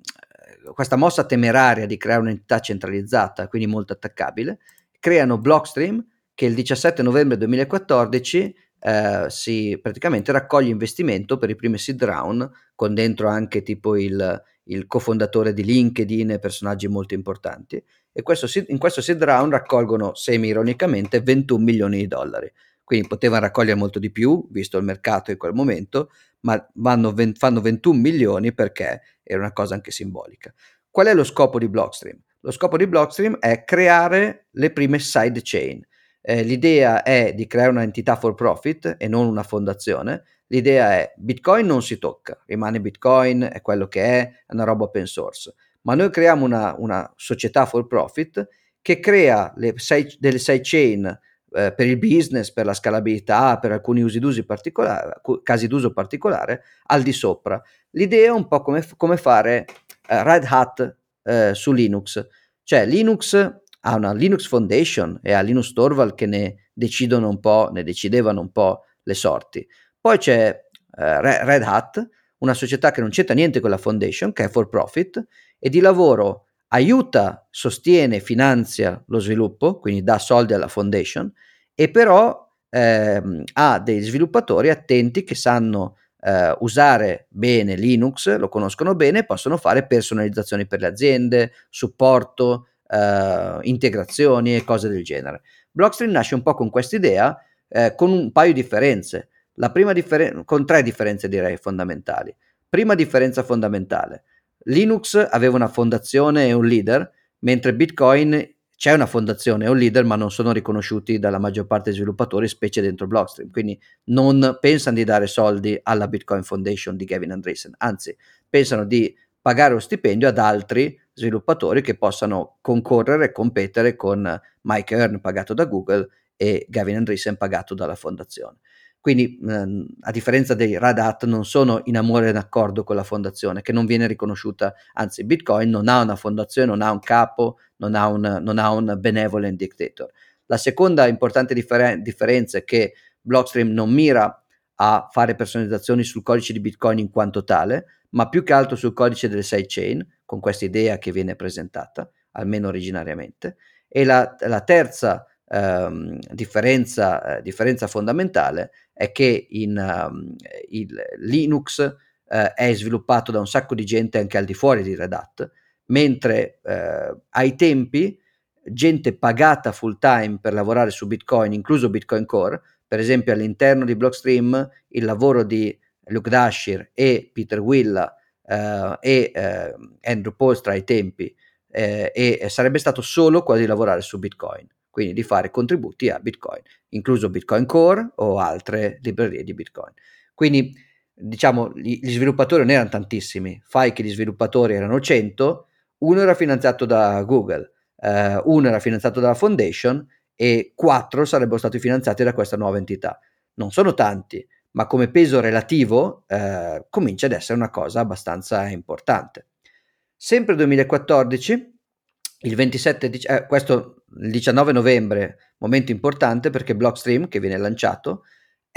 questa mossa temeraria di creare un'entità centralizzata, quindi molto attaccabile. Creano Blockstream, che il diciassette novembre duemilaquattordici eh, si praticamente raccoglie investimento per i primi seed round, con dentro anche tipo il, il cofondatore di LinkedIn e personaggi molto importanti. E questo, in questo seed round raccolgono semi-ironicamente ventuno milioni di dollari. Quindi potevano raccogliere molto di più, visto il mercato in quel momento, ma vanno, fanno ventuno milioni perché era una cosa anche simbolica. Qual è lo scopo di Blockstream? Lo scopo di Blockstream è creare le prime sidechain. Eh, l'idea è di creare un'entità for profit e non una fondazione. L'idea è Bitcoin non si tocca, rimane Bitcoin, è quello che è, è una roba open source. Ma noi creiamo una, una società for profit che crea le sei, delle sidechain eh, per il business, per la scalabilità, per alcuni usi d'usi particolari, casi d'uso particolare, al di sopra. L'idea è un po' come, come fare eh, Red Hat eh, su Linux. Cioè Linux ha una Linux Foundation e ha Linus Torvald che ne decidono un po', ne decidevano un po' le sorti. Poi c'è eh, Red Hat, una società che non c'entra niente con la foundation, che è for profit, e di lavoro aiuta, sostiene, finanzia lo sviluppo, quindi dà soldi alla foundation, e però ehm, ha dei sviluppatori attenti che sanno eh, usare bene Linux, lo conoscono bene, possono fare personalizzazioni per le aziende, supporto, eh, integrazioni e cose del genere. Blockstream nasce un po' con questa idea, eh, con un paio di differenze. La prima differenza, con tre differenze direi fondamentali. Prima differenza fondamentale: Linux aveva una fondazione e un leader, mentre Bitcoin c'è una fondazione e un leader, ma non sono riconosciuti dalla maggior parte dei sviluppatori, specie dentro Blockstream. Quindi non pensano di dare soldi alla Bitcoin Foundation di Gavin Andresen, anzi pensano di pagare lo stipendio ad altri sviluppatori che possano concorrere e competere con Mike Hearn pagato da Google e Gavin Andresen pagato dalla fondazione. Quindi ehm, a differenza dei Red Hat non sono in amore e in accordo con la fondazione, che non viene riconosciuta, anzi Bitcoin non ha una fondazione, non ha un capo, non ha un, non ha un benevolent dictator. La seconda importante differen- differenza è che Blockstream non mira a fare personalizzazioni sul codice di Bitcoin in quanto tale, ma più che altro sul codice delle sidechain, con questa idea che viene presentata, almeno originariamente. E la, la terza ehm, differenza, eh, differenza fondamentale è che in, um, il Linux eh, è sviluppato da un sacco di gente anche al di fuori di Red Hat, mentre eh, ai tempi gente pagata full time per lavorare su Bitcoin, incluso Bitcoin Core, per esempio all'interno di Blockstream il lavoro di Luke Dashier e Peter Willa eh, e eh, Andrew Polstra ai tempi eh, e sarebbe stato solo quello di lavorare su Bitcoin, quindi di fare contributi a Bitcoin, incluso Bitcoin Core o altre librerie di Bitcoin. Quindi diciamo gli, gli sviluppatori non erano tantissimi, fai che gli sviluppatori erano cento, uno era finanziato da Google, eh, uno era finanziato dalla foundation e quattro sarebbero stati finanziati da questa nuova entità. Non sono tanti, ma come peso relativo eh, comincia ad essere una cosa abbastanza importante. Sempre duemilaquattordici, il ventisette di, eh, questo il diciannove novembre, momento importante perché Blockstream, che viene lanciato,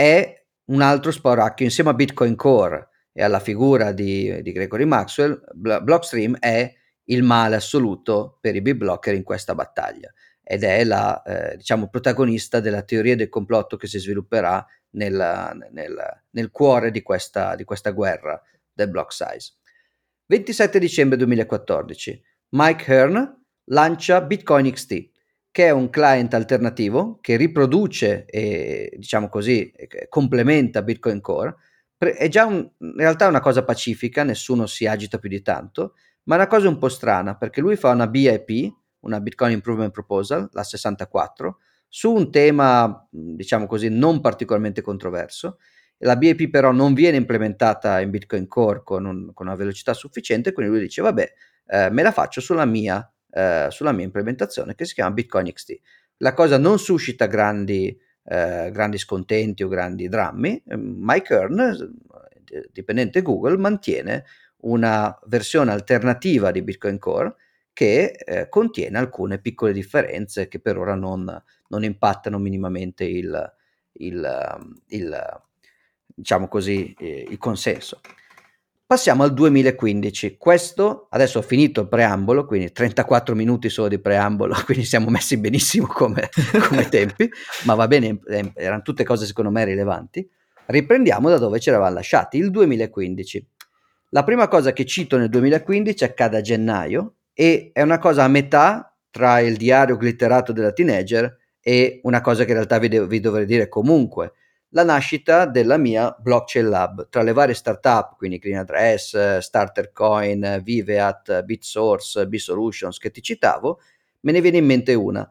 è un altro spauracchio insieme a Bitcoin Core e alla figura di, di Gregory Maxwell. Blockstream è il male assoluto per i BitBlocker in questa battaglia ed è la eh, diciamo protagonista della teoria del complotto che si svilupperà nel, nel, nel cuore di questa, di questa guerra del block size. ventisette dicembre duemilaquattordici, Mike Hearn lancia Bitcoin X T, che è un client alternativo che riproduce e diciamo così complementa Bitcoin Core. È già un, in realtà una cosa pacifica, nessuno si agita più di tanto, ma è una cosa un po' strana perché lui fa una B I P, una Bitcoin Improvement Proposal, la sessantaquattro, su un tema diciamo così non particolarmente controverso, La B A P però non viene implementata in Bitcoin Core con, un, con una velocità sufficiente, quindi lui dice vabbè, eh, me la faccio sulla mia, eh, sulla mia implementazione che si chiama Bitcoin X T. La cosa non suscita grandi, eh, grandi scontenti o grandi drammi. MyKern, dipendente Google, mantiene una versione alternativa di Bitcoin Core che eh, contiene alcune piccole differenze che per ora non, non impattano minimamente il, il, il diciamo così, eh, il consenso. Passiamo al duemilaquindici. Questo, adesso ho finito il preambolo, quindi trentaquattro minuti solo di preambolo, quindi siamo messi benissimo come, come tempi, ma va bene, erano tutte cose secondo me rilevanti. Riprendiamo da dove ci eravamo lasciati, il duemilaquindici. La prima cosa che cito nel duemilaquindici accade a gennaio e è una cosa a metà tra il diario glitterato della teenager e una cosa che in realtà vi, de- vi dovrei dire comunque, la nascita della mia blockchain lab. Tra le varie startup, quindi Green Address, Startercoin, Viveat, BitSource, B-Solutions che ti citavo, me ne viene in mente una.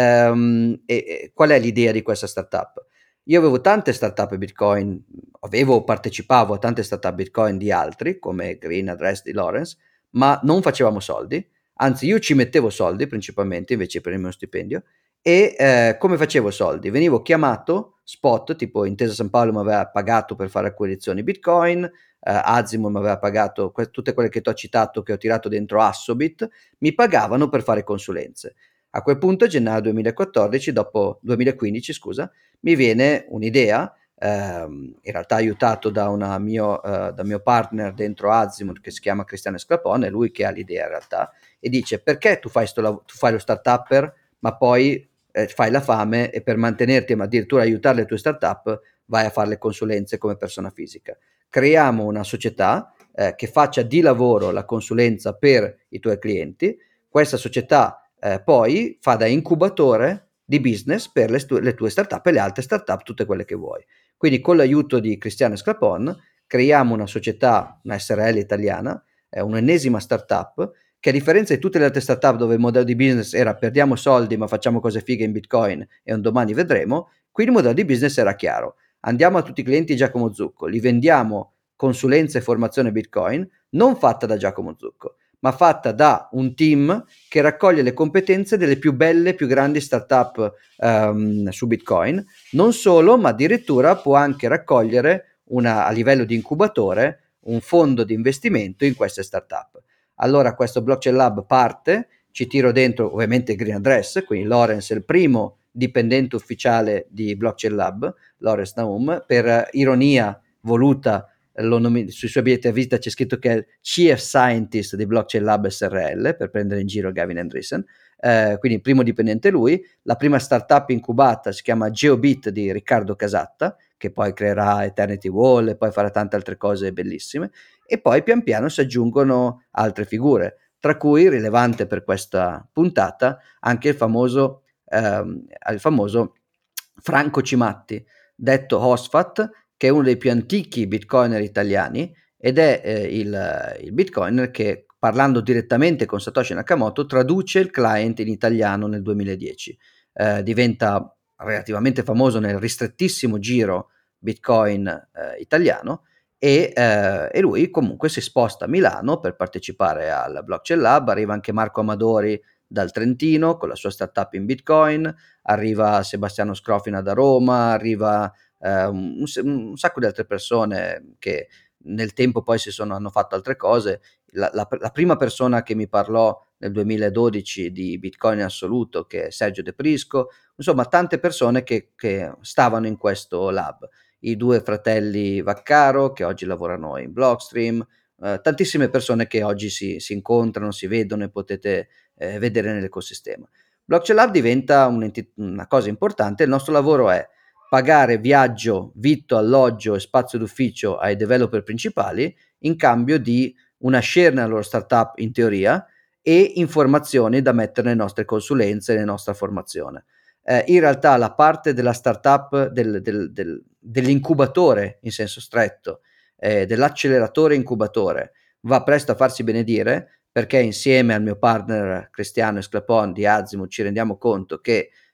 Um, e, e qual è l'idea di questa startup? Io avevo tante startup Bitcoin, avevo partecipavo a tante startup Bitcoin di altri, come Green Address di Lawrence, ma non facevamo soldi, anzi io ci mettevo soldi principalmente invece per il mio stipendio. E eh, come facevo soldi? Venivo chiamato spot, tipo Intesa San Paolo mi aveva pagato per fare acquisizioni Bitcoin, eh, Azimut mi aveva pagato que- tutte quelle che ti ho citato, che ho tirato dentro Assobit, mi pagavano per fare consulenze. A quel punto, gennaio duemilaquattordici, dopo duemilaquindici, scusa, mi viene un'idea, ehm, in realtà aiutato da, una mio, eh, da mio partner dentro Azimut che si chiama Cristiano Sclapon, è lui che ha l'idea in realtà, e dice perché tu fai, sto lav- tu fai lo start-upper ma poi eh, fai la fame e per mantenerti ma addirittura aiutare le tue startup vai a fare le consulenze come persona fisica. Creiamo una società eh, che faccia di lavoro la consulenza per i tuoi clienti. Questa società eh, poi fa da incubatore di business per le, stu- le tue startup e le altre startup, tutte quelle che vuoi. Quindi con l'aiuto di Cristiano Sclapon creiamo una società, una S R L italiana, è un'ennesima startup che a differenza di tutte le altre startup dove il modello di business era perdiamo soldi ma facciamo cose fighe in Bitcoin e un domani vedremo, qui il modello di business era chiaro. Andiamo a tutti i clienti di Giacomo Zucco, li vendiamo consulenza e formazione Bitcoin, non fatta da Giacomo Zucco, ma fatta da un team che raccoglie le competenze delle più belle, più grandi startup um, su Bitcoin. Non solo, ma addirittura può anche raccogliere una, a livello di incubatore un fondo di investimento in queste startup. Allora questo Blockchain Lab parte, ci tiro dentro ovviamente Green Address, quindi Lawrence è il primo dipendente ufficiale di Blockchain Lab, Lawrence Naum, per ironia voluta Nomi- sui suoi biglietti a visita c'è scritto che è il Chief Scientist di Blockchain Lab S R L per prendere in giro Gavin Andreessen, eh, quindi il primo dipendente è lui. La prima startup incubata si chiama Geobit di Riccardo Casatta, che poi creerà Eternity Wall e poi farà tante altre cose bellissime, e poi pian piano si aggiungono altre figure, tra cui rilevante per questa puntata anche il famoso, ehm, il famoso Franco Cimatti, detto Hosfat, che è uno dei più antichi bitcoiner italiani ed è eh, il, il bitcoiner che, parlando direttamente con Satoshi Nakamoto, traduce il client in italiano nel duemiladieci. Eh, diventa relativamente famoso nel ristrettissimo giro bitcoin eh, italiano e, eh, e lui comunque si sposta a Milano per partecipare al Blockchain Lab. Arriva anche Marco Amadori dal Trentino con la sua startup in bitcoin, arriva Sebastiano Scrofina da Roma, arriva eh, un, un sacco di altre persone che nel tempo poi si sono, hanno fatto altre cose. La, la, la prima persona che mi parlò nel duemiladodici di Bitcoin in assoluto, che è Sergio De Prisco, insomma tante persone che, che stavano in questo lab. I due fratelli Vaccaro che oggi lavorano in Blockstream, eh, tantissime persone che oggi si, si incontrano, si vedono e potete eh, vedere nell'ecosistema. Blockchain Lab diventa una cosa importante. Il nostro lavoro è pagare viaggio, vitto, alloggio e spazio d'ufficio ai developer principali in cambio di una share nella loro startup in teoria e informazioni da mettere nelle nostre consulenze e nella nostra formazione. Eh, in realtà la parte della startup, del, del, del, dell'incubatore in senso stretto, eh, dell'acceleratore incubatore, va presto a farsi benedire perché insieme al mio partner Cristiano Esclapon di Azimut ci rendiamo conto che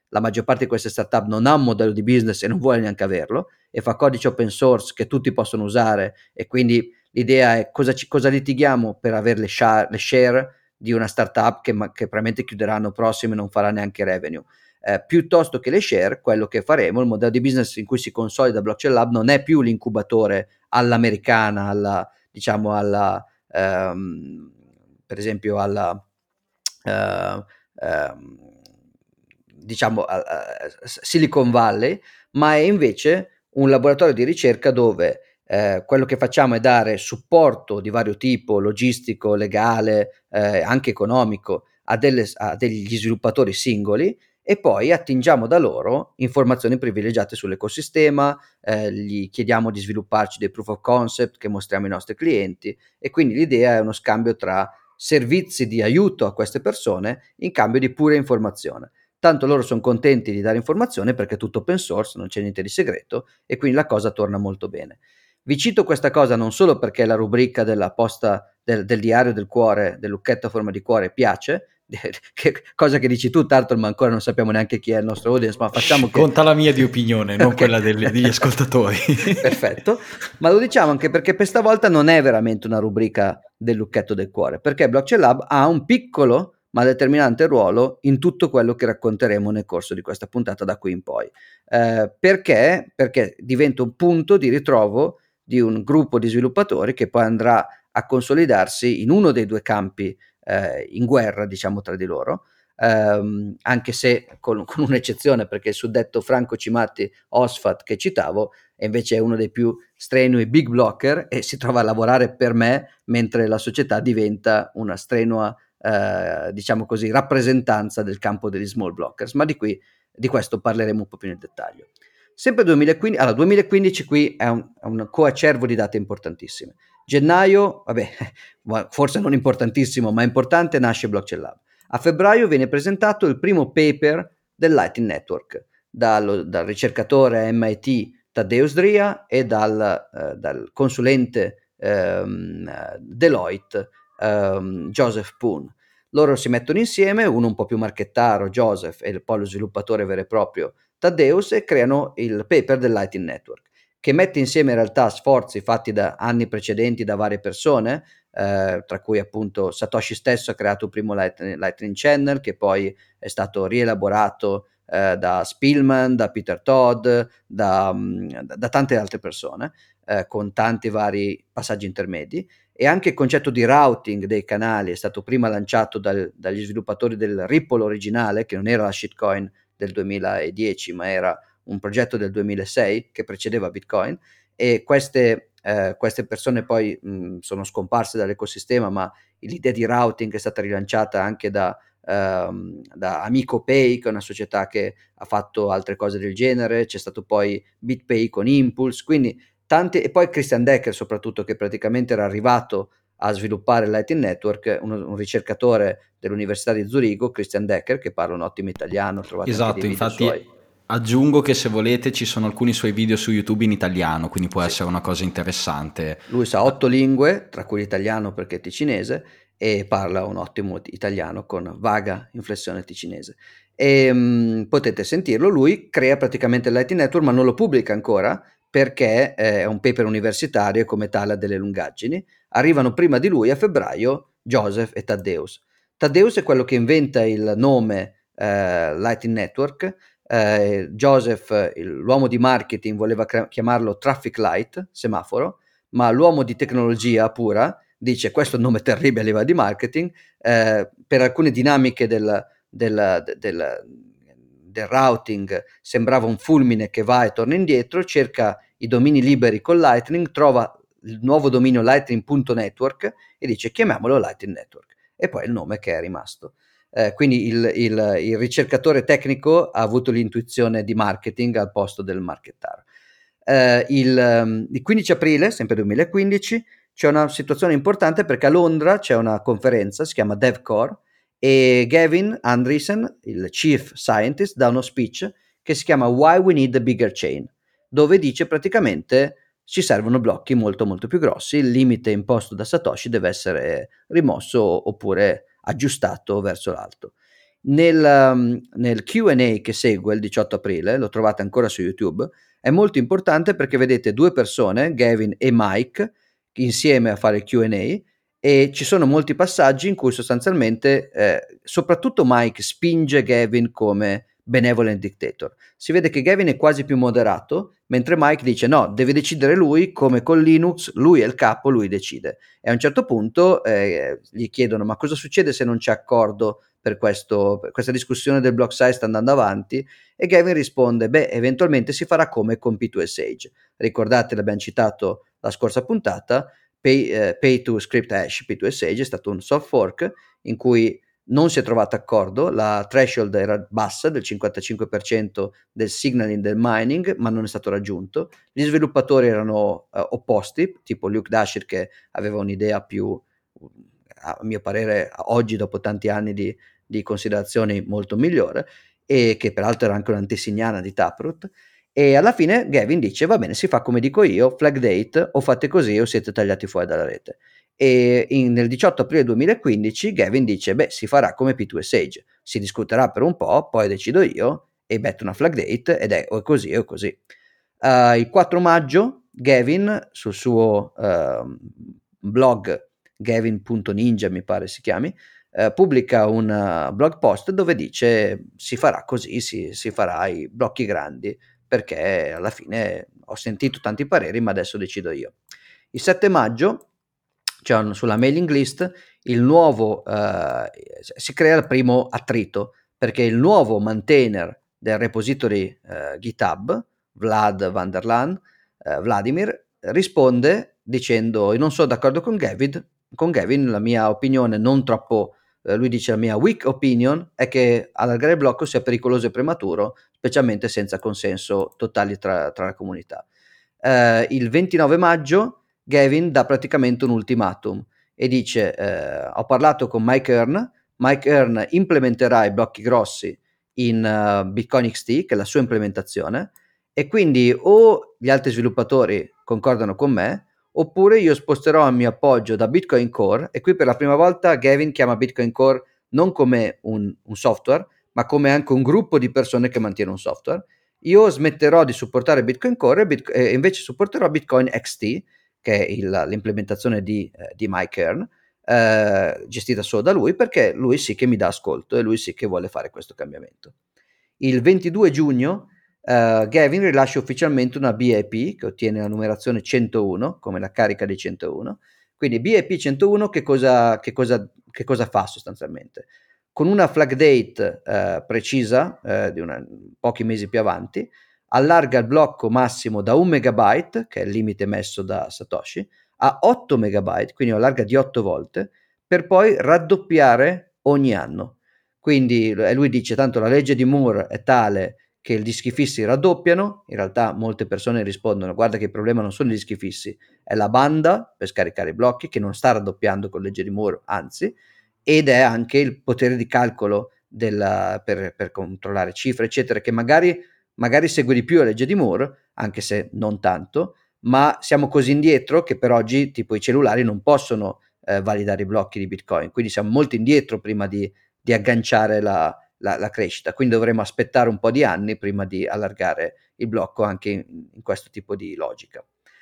la maggior parte di queste startup non ha un modello di business e non vuole neanche averlo, e fa codice open source che tutti possono usare, e quindi l'idea è cosa, ci, cosa litighiamo per avere le share, le share di una startup che, ma, che probabilmente chiuderà l'anno prossimo e non farà neanche revenue. Eh, piuttosto che le share, quello che faremo, il modello di business in cui si consolida Blockchain Lab non è più l'incubatore all'americana, alla, diciamo alla, ehm, per esempio alla, eh, ehm, diciamo a, a Silicon Valley, ma è invece un laboratorio di ricerca dove eh, quello che facciamo è dare supporto di vario tipo, logistico, legale, eh, anche economico, a, delle, a degli sviluppatori singoli, e poi attingiamo da loro informazioni privilegiate sull'ecosistema, eh, gli chiediamo di svilupparci dei proof of concept che mostriamo ai nostri clienti, e quindi l'idea è uno scambio tra servizi di aiuto a queste persone in cambio di pura informazione. Tanto loro sono contenti di dare informazione perché è tutto open source, non c'è niente di segreto, e quindi la cosa torna molto bene. Vi cito questa cosa non solo perché la rubrica della posta del, del diario del cuore, del lucchetto a forma di cuore, piace, che, cosa che dici tu, Tartle, ma ancora non sappiamo neanche chi è il nostro audience, ma facciamo che... Conta la mia di opinione, non okay. quella delle, degli ascoltatori. Perfetto, ma lo diciamo anche perché per stavolta non è veramente una rubrica del lucchetto del cuore, perché Blockchain Lab ha un piccolo ma determinante ruolo in tutto quello che racconteremo nel corso di questa puntata da qui in poi. Eh, perché? Perché diventa un punto di ritrovo di un gruppo di sviluppatori che poi andrà a consolidarsi in uno dei due campi eh, in guerra, diciamo, tra di loro, ehm, anche se con, con un'eccezione, perché il suddetto Franco Cimatti Osfat che citavo è invece uno dei più strenui big blocker e si trova a lavorare per me mentre la società diventa una strenua eh, diciamo così rappresentanza del campo degli small blockers, ma di qui di questo parleremo un po' più nel dettaglio. Sempre duemilaquindici, allora duemilaquindici qui è un, è un coacervo di date importantissime. Gennaio, vabbè, forse non importantissimo, ma importante, nasce Blockchain Lab. A febbraio viene presentato il primo paper del Lightning Network dal, dal ricercatore M I T Tadeusz Dria e dal, eh, dal consulente ehm, Deloitte ehm, Joseph Poon. Loro si mettono insieme, uno un po' più marchettaro, Joseph, e poi lo sviluppatore vero e proprio Tadeusz, e creano il paper del Lightning Network, che mette insieme in realtà sforzi fatti da anni precedenti da varie persone, eh, tra cui appunto Satoshi stesso ha creato il primo Lightning, Lightning Channel, che poi è stato rielaborato eh, da Spillman, da Peter Todd, da, da, da tante altre persone, eh, con tanti vari passaggi intermedi. E anche il concetto di routing dei canali è stato prima lanciato dal, dagli sviluppatori del Ripple originale, che non era la shitcoin del duemiladieci, ma era un progetto del duemilasei che precedeva Bitcoin, e queste, eh, queste persone poi mh, sono scomparse dall'ecosistema, ma l'idea di routing è stata rilanciata anche da, ehm, da Amico Pay, che è una società che ha fatto altre cose del genere, c'è stato poi BitPay con Impulse, quindi tanti, e poi Christian Decker soprattutto, che praticamente era arrivato a sviluppare il Lightning Network, un, un ricercatore dell'Università di Zurigo, Christian Decker, che parla un ottimo italiano, trovate Esatto, anche dei video infatti suoi. aggiungo che se volete ci sono alcuni suoi video su YouTube in italiano, quindi può Sì. essere una cosa interessante. Lui sa otto lingue, tra cui l'italiano perché è ticinese, e parla un ottimo italiano con vaga inflessione ticinese. E, mh, potete sentirlo, lui crea praticamente il Lightning Network, ma non lo pubblica ancora perché eh, è un paper universitario e come tale ha delle lungaggini. Arrivano prima di lui a febbraio Joseph e Tadeusz. Tadeusz è quello che inventa il nome eh, Lightning Network. Eh, Joseph, il, l'uomo di marketing, voleva cre- chiamarlo Traffic Light, semaforo, ma l'uomo di tecnologia pura dice questo è un nome terribile a livello di marketing, eh, per alcune dinamiche del, del, del, del routing sembrava un fulmine che va e torna indietro, cerca i domini liberi con Lightning, trova il nuovo dominio lightning punto network e dice chiamiamolo Lightning Network, e poi il nome che è rimasto. Eh, quindi il, il, il ricercatore tecnico ha avuto l'intuizione di marketing al posto del marchettaro. Eh, il, um, il quindici aprile, sempre duemilaquindici, c'è una situazione importante perché a Londra c'è una conferenza, si chiama DevCore, e Gavin Andresen, il chief scientist, dà uno speech che si chiama Why We Need a Bigger Chain, dove dice praticamente ci servono blocchi molto molto più grossi, il limite imposto da Satoshi deve essere rimosso oppure aggiustato verso l'alto. Nel, um, nel Q and A che segue il diciotto aprile, lo trovate ancora su YouTube, è molto importante perché vedete due persone, Gavin e Mike, insieme a fare il Q and A, e ci sono molti passaggi in cui sostanzialmente eh, soprattutto Mike spinge Gavin come benevolent dictator. Si vede che Gavin è quasi più moderato, mentre Mike dice no, deve decidere lui, come con Linux, lui è il capo, lui decide. E a un certo punto eh, gli chiedono ma cosa succede se non c'è accordo per, questo, per questa discussione del block size sta andando avanti, e Gavin risponde beh, eventualmente si farà come con P due Sage. Ricordate, l'abbiamo citato la scorsa puntata, Pay, eh, pay to Script Hash P due Sage è stato un soft fork in cui non si è trovato accordo, la threshold era bassa del cinquantacinque per cento del signaling del mining, ma non è stato raggiunto. Gli sviluppatori erano uh, opposti, tipo Luke Dashir che aveva un'idea più, a mio parere, oggi dopo tanti anni di, di considerazioni molto migliore, e che peraltro era anche un'antesignana di Taproot. E alla fine Gavin dice va bene, si fa come dico io, flag date, o fate così o siete tagliati fuori dalla rete. E in, nel diciotto aprile duemilaquindici Gavin dice beh, si farà come P due Sage, si discuterà per un po', poi decido io, e metto una flag date ed è o è così o è così. Uh, il quattro maggio Gavin sul suo uh, blog gavin punto ninja mi pare si chiami, uh, pubblica un uh, blog post dove dice si farà così, si, si farà i blocchi grandi, perché alla fine ho sentito tanti pareri ma adesso decido io. Il sette maggio c'è sulla mailing list il nuovo, uh, si crea il primo attrito perché il nuovo maintainer del repository uh, GitHub, Vlad van der Laan, uh, Vladimir, risponde dicendo io non sono d'accordo con Gavin, con Gavin la mia opinione non troppo, uh, lui dice la mia weak opinion è che allargare il blocco sia pericoloso e prematuro, specialmente senza consenso totale tra, tra la comunità. Uh, il ventinove maggio Gavin dà praticamente un ultimatum e dice eh, ho parlato con Mike Earn, Mike Earn implementerà i blocchi grossi in uh, Bitcoin X T, che è la sua implementazione, e quindi o gli altri sviluppatori concordano con me oppure io sposterò il mio appoggio da Bitcoin Core, e qui per la prima volta Gavin chiama Bitcoin Core non come un, un software ma come anche un gruppo di persone che mantiene un software. Io smetterò di supportare Bitcoin Core e, Bit- e invece supporterò Bitcoin X T, che è il, l'implementazione di, eh, di Mike Earn, eh, gestita solo da lui, perché lui sì che mi dà ascolto e lui sì che vuole fare questo cambiamento. Il ventidue giugno eh, Gavin rilascia ufficialmente una B I P che ottiene la numerazione centouno, come la carica dei centouno. Quindi B I P centouno che cosa, che cosa, che cosa fa sostanzialmente? Con una flag date eh, precisa, eh, di una, pochi mesi più avanti, allarga il blocco massimo da un megabyte, che è il limite messo da Satoshi, a otto megabyte, quindi allarga di otto volte, per poi raddoppiare ogni anno. Quindi lui dice tanto la legge di Moore è tale che i dischi fissi raddoppiano, in realtà molte persone rispondono guarda che il problema non sono i dischi fissi, è la banda per scaricare i blocchi che non sta raddoppiando con legge di Moore, anzi, ed è anche il potere di calcolo della, per, per controllare cifre eccetera, che magari magari segue di più la legge di Moore, anche se non tanto, ma siamo così indietro che per oggi tipo i cellulari non possono eh, validare i blocchi di Bitcoin, quindi siamo molto indietro prima di, di agganciare la, la, la crescita, quindi dovremo aspettare un po' di anni prima di allargare il blocco anche in, in questo tipo di logica.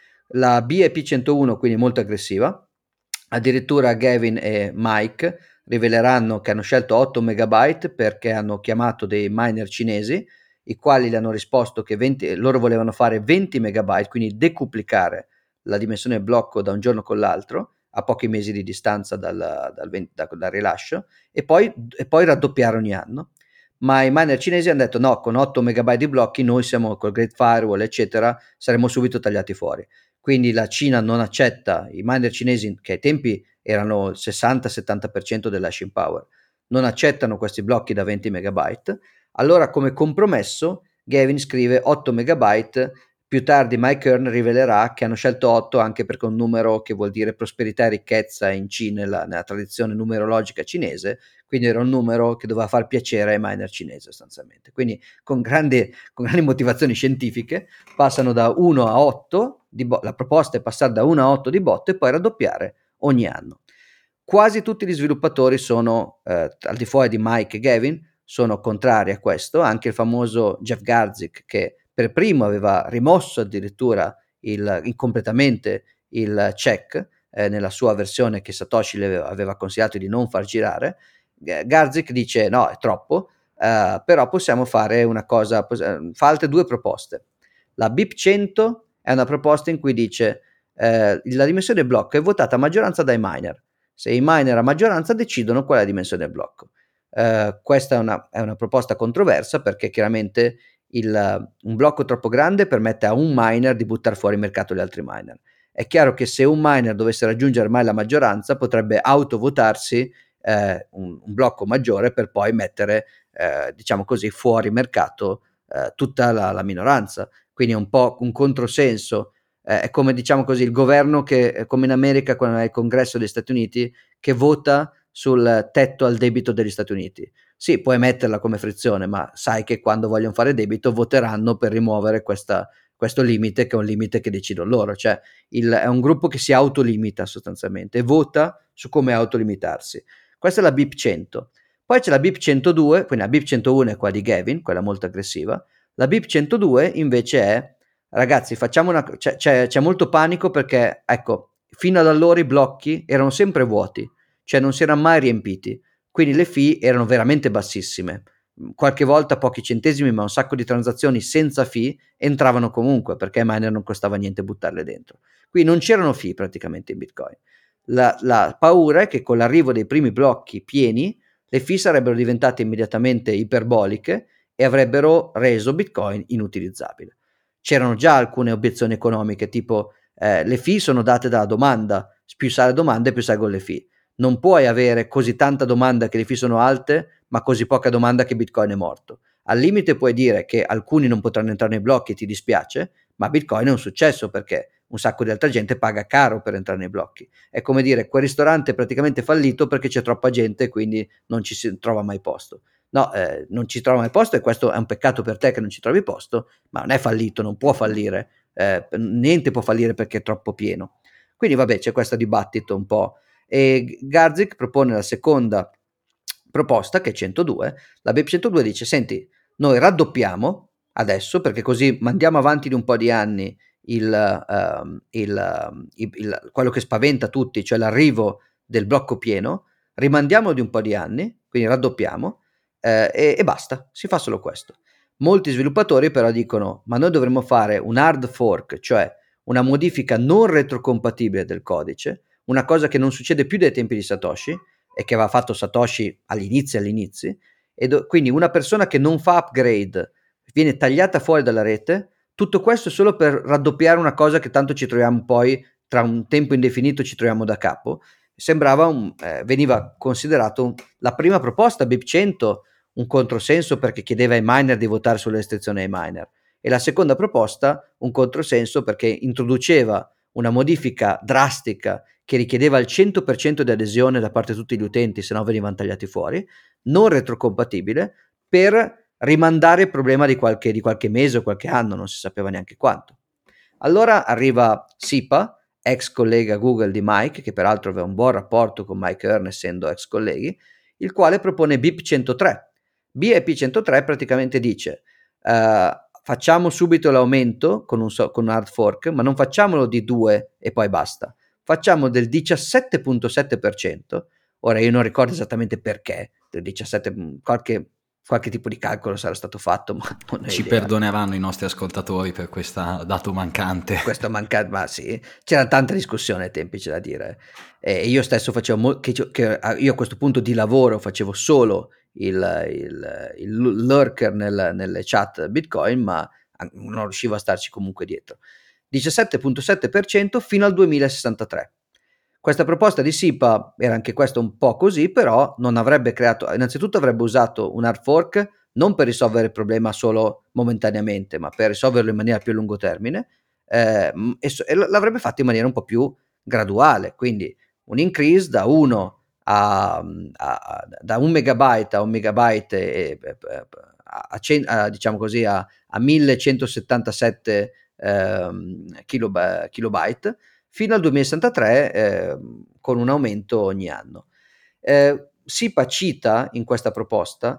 La B I P centouno quindi molto aggressiva, addirittura Gavin e Mike riveleranno che hanno scelto otto megabyte perché hanno chiamato dei miner cinesi i quali gli hanno risposto che venti, loro volevano fare venti megabyte, quindi decuplicare la dimensione del blocco da un giorno con l'altro, a pochi mesi di distanza dal, dal, venti, da, dal rilascio, e poi, e poi raddoppiare ogni anno. Ma i miner cinesi hanno detto no, con otto megabyte di blocchi noi siamo col Great Firewall, eccetera, saremmo subito tagliati fuori. Quindi la Cina non accetta, i miner cinesi che ai tempi erano il sessanta settanta per cento dell'hashing power, non accettano questi blocchi da venti megabyte. Allora come compromesso Gavin scrive otto megabyte, più tardi Mike Earn rivelerà che hanno scelto otto anche perché è un numero che vuol dire prosperità e ricchezza in Cina, nella, nella tradizione numerologica cinese, quindi era un numero che doveva far piacere ai miner cinesi sostanzialmente. Quindi con grandi, con grandi motivazioni scientifiche passano da uno a otto, di bo- la proposta è passare da uno a otto di bot e poi raddoppiare ogni anno. Quasi tutti gli sviluppatori sono, eh, al di fuori di Mike e Gavin, sono contrari a questo, anche il famoso Jeff Garzik, che per primo aveva rimosso addirittura il, completamente il check eh, nella sua versione che Satoshi le aveva, aveva consigliato di non far girare. Garzik dice no, è troppo, uh, però possiamo fare una cosa, fa altre due proposte. La B I P cento è una proposta in cui dice eh, la dimensione blocco è votata a maggioranza dai miner, se i miner a maggioranza decidono qual è la dimensione blocco. Uh, questa è una, è una proposta controversa perché chiaramente il, un blocco troppo grande permette a un miner di buttare fuori il mercato gli altri miner. È chiaro che se un miner dovesse raggiungere mai la maggioranza potrebbe autovotarsi eh, un, un blocco maggiore per poi mettere, eh, diciamo così, fuori mercato eh, tutta la, la minoranza. Quindi è un po' un controsenso. Eh, è come, diciamo così, il governo che, come in America, quando è il congresso degli Stati Uniti, che vota sul tetto al debito degli Stati Uniti. Sì, puoi metterla come frizione, ma sai che quando vogliono fare debito voteranno per rimuovere questa, questo limite, che è un limite che decidono loro. Cioè il, è un gruppo che si autolimita sostanzialmente e vota su come autolimitarsi. Questa è la B I P cento. Poi c'è la B I P centodue, quindi la B I P centouno è quella di Gavin, quella molto aggressiva. La B I P centodue invece è, ragazzi, facciamo una, c'è, c'è, c'è molto panico perché, ecco, fino ad allora i blocchi erano sempre vuoti, cioè non si erano mai riempiti, quindi le fee erano veramente bassissime. Qualche volta pochi centesimi, ma un sacco di transazioni senza fee entravano comunque perché ai miner non costava niente buttarle dentro. Qui non c'erano fee praticamente in Bitcoin. La, la paura è che con l'arrivo dei primi blocchi pieni le fee sarebbero diventate immediatamente iperboliche e avrebbero reso Bitcoin inutilizzabile. C'erano già alcune obiezioni economiche, tipo eh, le fee sono date dalla domanda, più sale domanda e più salgono le fee. Non puoi avere così tanta domanda che le fee sono alte, ma così poca domanda che Bitcoin è morto. Al limite puoi dire che alcuni non potranno entrare nei blocchi e ti dispiace, ma Bitcoin è un successo perché un sacco di altra gente paga caro per entrare nei blocchi. È come dire, quel ristorante è praticamente fallito perché c'è troppa gente e quindi non ci si trova mai posto. No, eh, non ci trova mai posto e questo è un peccato per te che non ci trovi posto, ma non è fallito, non può fallire, eh, niente può fallire perché è troppo pieno. Quindi vabbè, c'è questo dibattito un po'. E Garzik propone la seconda proposta, che è centodue. La B I P centodue dice, senti, noi raddoppiamo adesso, perché così mandiamo avanti di un po' di anni il, uh, il, uh, il, il, quello che spaventa tutti, cioè l'arrivo del blocco pieno, rimandiamo di un po' di anni, quindi raddoppiamo, eh, e, e basta, si fa solo questo. Molti sviluppatori però dicono, ma noi dovremmo fare un hard fork, cioè una modifica non retrocompatibile del codice, una cosa che non succede più dai tempi di Satoshi e che aveva fatto Satoshi all'inizio all'inizio, e do- quindi una persona che non fa upgrade viene tagliata fuori dalla rete. Tutto questo solo per raddoppiare una cosa che tanto ci troviamo poi, tra un tempo indefinito ci troviamo da capo. Sembrava un, eh, veniva considerato un, la prima proposta B I P cento un controsenso perché chiedeva ai miner di votare sulle restrizioni ai miner, e la seconda proposta un controsenso perché introduceva una modifica drastica che richiedeva il cento per cento di adesione da parte di tutti gli utenti, se no venivano tagliati fuori, non retrocompatibile, per rimandare il problema di qualche, di qualche mese o qualche anno, non si sapeva neanche quanto. Allora arriva Sipa, ex collega Google di Mike, che peraltro aveva un buon rapporto con Mike Hearn essendo ex colleghi, il quale propone B I P centotré. B I P centotré praticamente dice uh, facciamo subito l'aumento con un, so- con un hard fork, ma non facciamolo di due e poi basta. Facciamo del diciassette virgola sette per cento. Ora io non ricordo esattamente perché, del diciassette, qualche qualche tipo di calcolo sarà stato fatto, ma non ho Ci idea. perdoneranno i nostri ascoltatori per questo dato mancante. Questo manca, ma sì, c'era tanta discussione ai tempi, c'è da dire. E io stesso facevo, mo- che, che io a questo punto di lavoro facevo solo il, il, il lurker nel, nelle chat Bitcoin, ma non riuscivo a starci comunque dietro. diciassette virgola sette per cento fino al duemilasessantatré. Questa proposta di Sipa era anche questa un po' così, però non avrebbe creato, innanzitutto avrebbe usato un hard fork non per risolvere il problema solo momentaneamente, ma per risolverlo in maniera più a lungo termine, eh, e, e l'avrebbe fatto in maniera un po' più graduale, quindi un increase da uno a, a da un megabyte a un megabyte e, a, a, a diciamo così a, a millecentosettantasette eh, kilob- kilobyte fino al duemilasessantatré eh, con un aumento ogni anno. Eh, Sipa cita in questa proposta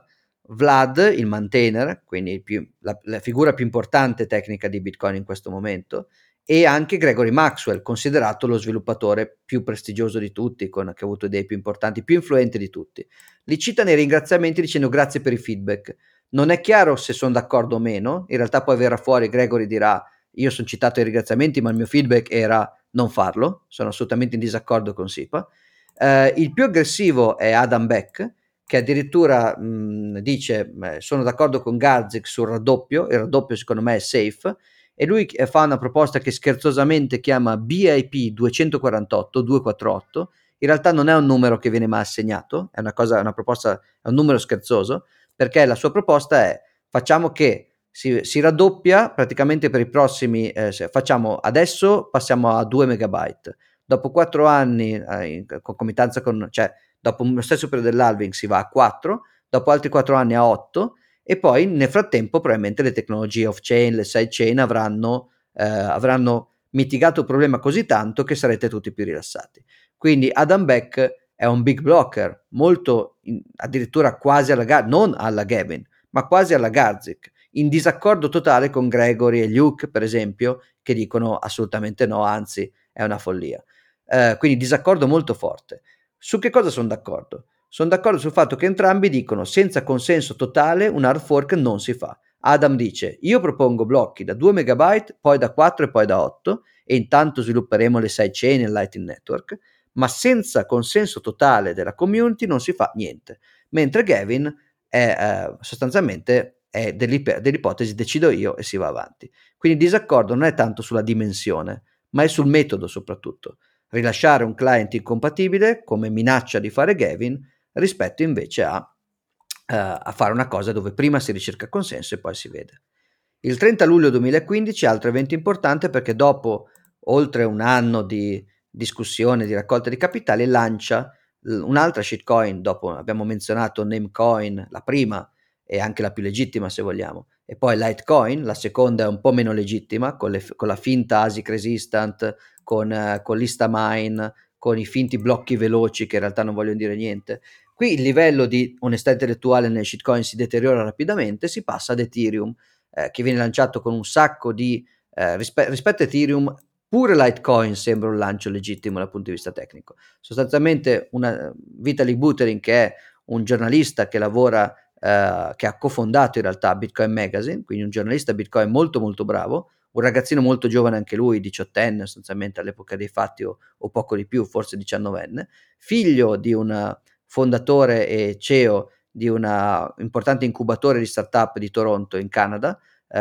Vlad, il maintainer, quindi il più, la, la figura più importante tecnica di Bitcoin in questo momento, e anche Gregory Maxwell, considerato lo sviluppatore più prestigioso di tutti, con, che ha avuto idee più importanti, più influenti di tutti. Li cita nei ringraziamenti dicendo grazie per i feedback. Non è chiaro se sono d'accordo o meno, in realtà poi verrà fuori, Gregory dirà io sono citato ai ringraziamenti ma il mio feedback era non farlo, sono assolutamente in disaccordo con SIPA. Eh, il più aggressivo è Adam Beck, che addirittura mh, dice eh, sono d'accordo con Garzik sul raddoppio, il raddoppio secondo me è safe, e lui fa una proposta che scherzosamente chiama B I P duecentoquarantotto, duecentoquarantotto, in realtà non è un numero che viene mai assegnato, è una cosa, una proposta, è un numero scherzoso, perché la sua proposta è facciamo che si, si raddoppia praticamente per i prossimi, eh, facciamo adesso passiamo a due megabyte, dopo quattro anni eh, in concomitanza con, cioè dopo lo stesso periodo dell'halving si va a quattro, dopo altri quattro anni a otto, e poi nel frattempo probabilmente le tecnologie off-chain, le sidechain avranno, eh, avranno mitigato il problema così tanto che sarete tutti più rilassati. Quindi Adam Beck è un big blocker, molto in, addirittura quasi alla Gar- non alla Gavin, ma quasi alla Garzik, in disaccordo totale con Gregory e Luke, per esempio, che dicono assolutamente no, anzi è una follia. Eh, quindi disaccordo molto forte. Su che cosa sono d'accordo? Sono d'accordo sul fatto che entrambi dicono senza consenso totale un hard fork non si fa. Adam dice io propongo blocchi da due megabyte, poi da quattro e poi da otto, e intanto svilupperemo le sidechain e il Lightning Network, ma senza consenso totale della community non si fa niente. Mentre Gavin è eh, sostanzialmente è dell'ipotesi decido io e si va avanti. Quindi il disaccordo non è tanto sulla dimensione, ma è sul metodo soprattutto. Rilasciare un client incompatibile come minaccia di fare Gavin rispetto invece a, uh, a fare una cosa dove prima si ricerca consenso e poi si vede. Il trenta luglio duemilaquindici, altro evento importante perché dopo oltre un anno di discussione, di raccolta di capitali, lancia un'altra shitcoin, dopo abbiamo menzionato Namecoin, la prima e anche la più legittima se vogliamo, e poi Litecoin, la seconda è un po' meno legittima, con, le, con la finta A S I C resistant, con, uh, con l'Istamine, con i finti blocchi veloci che in realtà non vogliono dire niente. Qui il livello di onestà intellettuale nelle shitcoin si deteriora rapidamente, si passa ad Ethereum, eh, che viene lanciato con un sacco di... Eh, rispe- rispetto a Ethereum, pure Litecoin sembra un lancio legittimo dal punto di vista tecnico. Sostanzialmente una, Vitalik Buterin, che è un giornalista che lavora, eh, che ha cofondato in realtà Bitcoin Magazine, quindi un giornalista Bitcoin molto molto bravo, un ragazzino molto giovane anche lui, diciottenne sostanzialmente all'epoca dei fatti o, o poco di più, forse diciannovenne, figlio di un fondatore e C E O di un importante incubatore di startup di Toronto in Canada,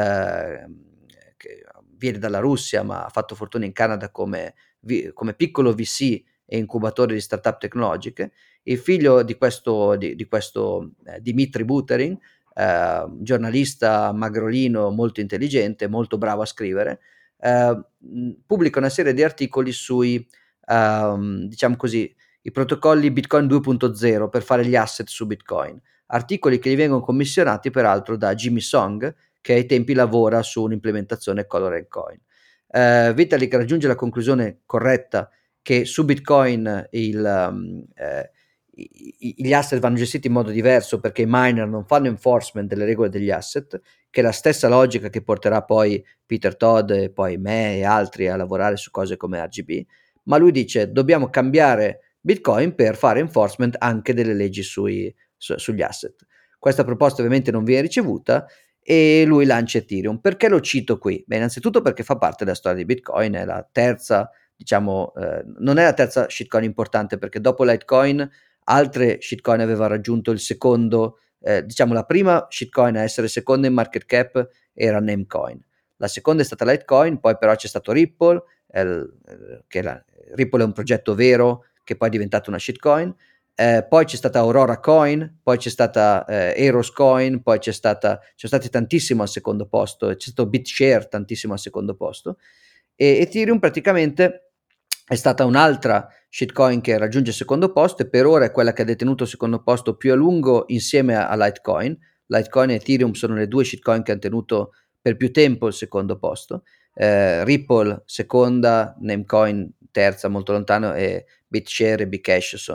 eh, che viene dalla Russia ma ha fatto fortuna in Canada come, come piccolo V C e incubatore di startup tecnologiche. Il figlio di questo, di, di questo eh, Dmitry Buterin, eh, giornalista magrolino molto intelligente, molto bravo a scrivere, eh, pubblica una serie di articoli sui, eh, diciamo così, i protocolli Bitcoin due punto zero per fare gli asset su Bitcoin, articoli che gli vengono commissionati peraltro da Jimmy Song, che ai tempi lavora su un'implementazione Colored Coin. Eh, Vitalik raggiunge la conclusione corretta che su Bitcoin il, um, eh, gli asset vanno gestiti in modo diverso perché i miner non fanno enforcement delle regole degli asset, che è la stessa logica che porterà poi Peter Todd e poi me e altri a lavorare su cose come R G B, ma lui dice dobbiamo cambiare Bitcoin per fare enforcement anche delle leggi sui, su, sugli asset. Questa proposta ovviamente non viene ricevuta e lui lancia Ethereum. Perché lo cito qui? Beh, innanzitutto perché fa parte della storia di Bitcoin, è la terza, diciamo, eh, non è la terza shitcoin importante perché dopo Litecoin altre shitcoin avevano raggiunto il secondo, eh, diciamo la prima shitcoin a essere seconda in market cap era Namecoin, la seconda è stata Litecoin, poi però c'è stato Ripple, eh, che la, Ripple è un progetto vero che poi è diventato una shitcoin, eh, poi c'è stata Aurora Coin, poi c'è stata eh, Eros Coin, poi c'è stata, c'è stati tantissimo al secondo posto, c'è stato BitShare tantissimo al secondo posto, e Ethereum praticamente è stata un'altra shitcoin che raggiunge il secondo posto e per ora è quella che ha detenuto il secondo posto più a lungo insieme a, a Litecoin. Litecoin e Ethereum sono le due shitcoin che hanno tenuto per più tempo il secondo posto. Eh, Ripple seconda, Namecoin terza molto lontano e BitShare e Bcash sono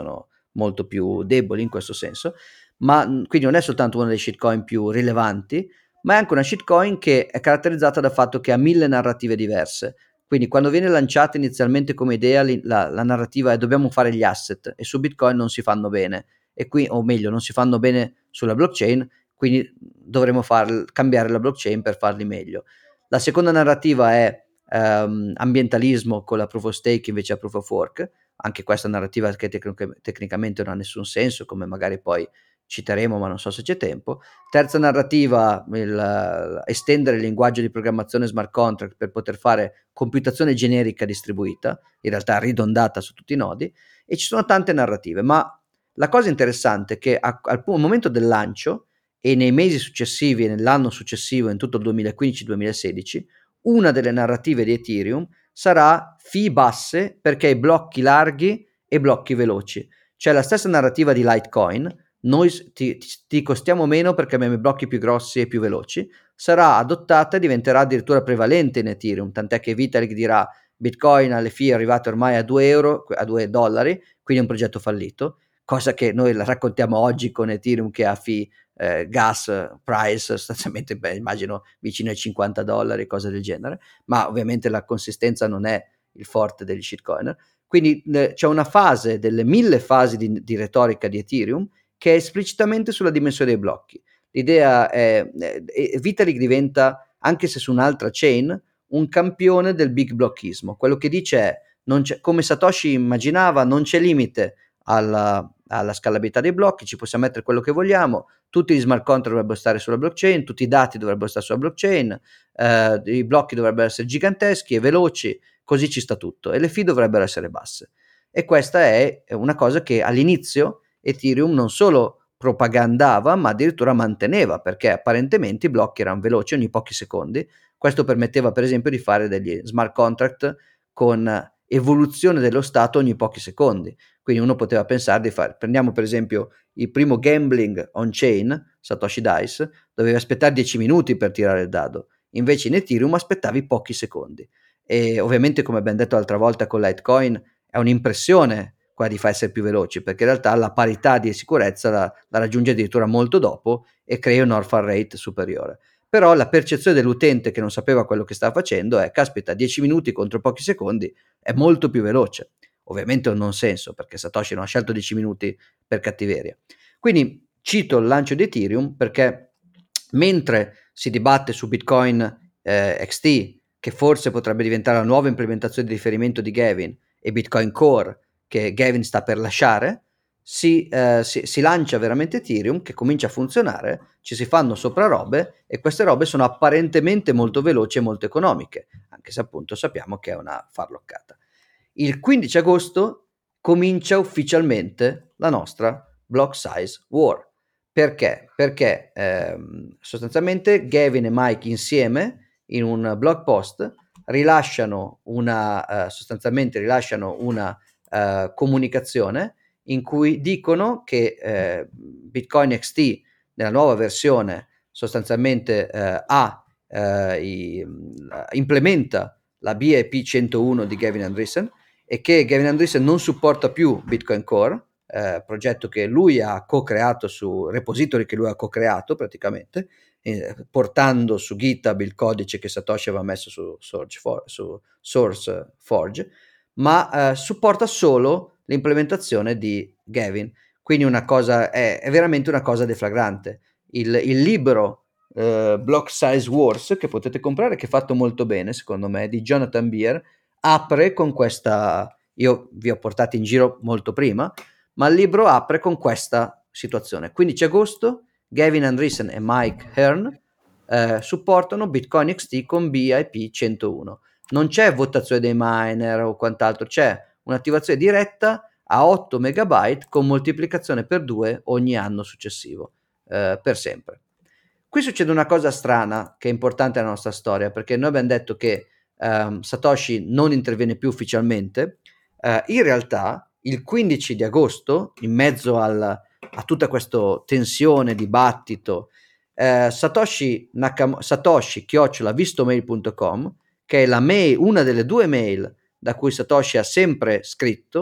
molto più deboli in questo senso, ma quindi non è soltanto una delle shitcoin più rilevanti, ma è anche una shitcoin che è caratterizzata dal fatto che ha mille narrative diverse. Quindi quando viene lanciata inizialmente come idea, la, la narrativa è dobbiamo fare gli asset e su Bitcoin non si fanno bene, e qui, o meglio, non si fanno bene sulla blockchain, quindi dovremo far, cambiare la blockchain per farli meglio. La seconda narrativa è um, ambientalismo con la proof of stake invece a proof of work, anche questa narrativa che tec- tecnicamente non ha nessun senso, come magari poi citeremo, ma non so se c'è tempo. Terza narrativa, il, estendere il linguaggio di programmazione smart contract per poter fare computazione generica distribuita, in realtà ridondata su tutti i nodi, e ci sono tante narrative, ma la cosa interessante è che a, al momento del lancio e nei mesi successivi e nell'anno successivo, in tutto il duemilaquindici duemilasedici, una delle narrative di Ethereum sarà fee basse perché hai blocchi larghi e blocchi veloci. C'è la stessa narrativa di Litecoin, noi ti, ti costiamo meno perché abbiamo i blocchi più grossi e più veloci, sarà adottata e diventerà addirittura prevalente in Ethereum, tant'è che Vitalik dirà Bitcoin alle fee è arrivato ormai a due euro, a due dollari, quindi è un progetto fallito, cosa che noi la raccontiamo oggi con Ethereum che ha fee eh, gas price sostanzialmente, beh, immagino vicino ai cinquanta dollari, cose del genere, ma ovviamente la consistenza non è il forte degli shitcoiner. Quindi eh, c'è una fase delle mille fasi di, di retorica di Ethereum che è esplicitamente sulla dimensione dei blocchi. L'idea è, eh, Vitalik diventa, anche se su un'altra chain, un campione del big blockismo. Quello che dice è, non c'è, come Satoshi immaginava, non c'è limite alla, alla scalabilità dei blocchi, ci possiamo mettere quello che vogliamo, tutti gli smart contract dovrebbero stare sulla blockchain, tutti i dati dovrebbero stare sulla blockchain, eh, i blocchi dovrebbero essere giganteschi e veloci, così ci sta tutto, e le fee dovrebbero essere basse. E questa è una cosa che all'inizio Ethereum non solo propagandava, ma addirittura manteneva, perché apparentemente i blocchi erano veloci ogni pochi secondi. Questo permetteva per esempio di fare degli smart contract con evoluzione dello stato ogni pochi secondi. Quindi uno poteva pensare di fare, prendiamo per esempio il primo gambling on-chain, Satoshi Dice, dovevi aspettare dieci minuti per tirare il dado, invece in Ethereum aspettavi pochi secondi. E ovviamente, come abbiamo detto l'altra volta con Litecoin, è un'impressione quella di far essere più veloci, perché in realtà la parità di sicurezza la, la raggiunge addirittura molto dopo e crea un orphan rate superiore. Però la percezione dell'utente che non sapeva quello che stava facendo è, caspita, dieci minuti contro pochi secondi è molto più veloce. Ovviamente è un non senso, perché Satoshi non ha scelto dieci minuti per cattiveria. Quindi cito il lancio di Ethereum perché mentre si dibatte su Bitcoin eh, X T, che forse potrebbe diventare la nuova implementazione di riferimento di Gavin, e Bitcoin Core, che Gavin sta per lasciare, si, eh, si, si lancia veramente Ethereum, che comincia a funzionare, ci si fanno sopra robe, e queste robe sono apparentemente molto veloci e molto economiche, anche se appunto sappiamo che è una farloccata. Il quindici agosto comincia ufficialmente la nostra block size war. Perché? Perché ehm, sostanzialmente Gavin e Mike insieme in un blog post rilasciano una, eh, sostanzialmente rilasciano una eh, comunicazione in cui dicono che eh, Bitcoin X T nella nuova versione sostanzialmente eh, ha, eh, i, implementa la B I P centouno di Gavin Andresen e che Gavin Andresen non supporta più Bitcoin Core, eh, progetto che lui ha co-creato su repository che lui ha co-creato praticamente, eh, portando su GitHub il codice che Satoshi aveva messo su, SourceForge, su SourceForge, ma eh, supporta solo l'implementazione di Gavin. Quindi una cosa è, è veramente una cosa deflagrante. Il, il libro eh, Block Size Wars che potete comprare, che è fatto molto bene secondo me, di Jonathan Beer, apre con questa, io vi ho portati in giro molto prima, ma il libro apre con questa situazione. quindici agosto, Gavin Andresen e Mike Hearn eh, supportano Bitcoin X T con B I P centouno. Non c'è votazione dei miner o quant'altro, c'è un'attivazione diretta a otto megabyte con moltiplicazione per due ogni anno successivo, eh, per sempre. Qui succede una cosa strana che è importante nella nostra storia, perché noi abbiamo detto che um, Satoshi non interviene più ufficialmente. Uh, in realtà il quindici di agosto, in mezzo al, a tutta questa tensione, dibattito, uh, Satoshi, Nakam- Satoshi chiocciola vistomail punto com, che è la mail, una delle due mail da cui Satoshi ha sempre scritto,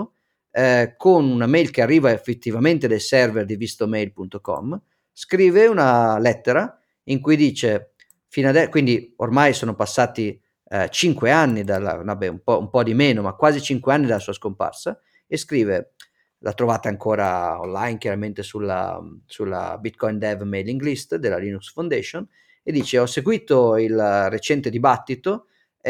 eh, con una mail che arriva effettivamente dai server di vistomail punto com, scrive una lettera in cui dice, fino adesso, quindi ormai sono passati eh, cinque anni, dalla, vabbè, un po', un po' di meno, ma quasi cinque anni dalla sua scomparsa, e scrive, la trovate ancora online chiaramente sulla, sulla Bitcoin Dev mailing list della Linux Foundation, e dice: ho seguito il recente dibattito,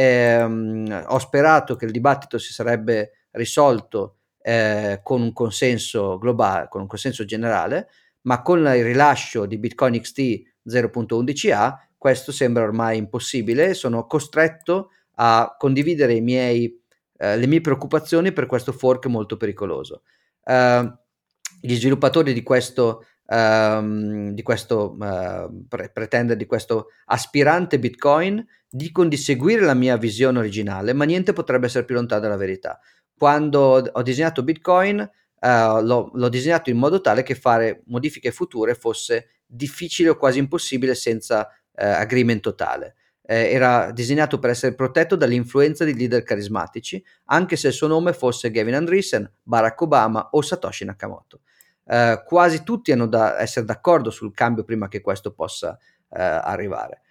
ehm, ho sperato che il dibattito si sarebbe risolto eh, con un consenso globale, con un consenso generale, ma con il rilascio di Bitcoin X T zero punto undici A questo sembra ormai impossibile. Sono costretto a condividere i miei, eh, le mie preoccupazioni per questo fork molto pericoloso. Uh, gli sviluppatori di questo, uh, di questo uh, pre- pretender, di questo aspirante Bitcoin dicono di seguire la mia visione originale, ma niente potrebbe essere più lontano dalla verità. Quando ho disegnato Bitcoin, uh, l'ho, l'ho disegnato in modo tale che fare modifiche future fosse difficile o quasi impossibile senza uh, agreement totale. Eh, era disegnato per essere protetto dall'influenza di leader carismatici, anche se il suo nome fosse Gavin Andresen, Barack Obama o Satoshi Nakamoto. Eh, quasi tutti hanno da essere d'accordo sul cambio prima che questo possa eh, arrivare.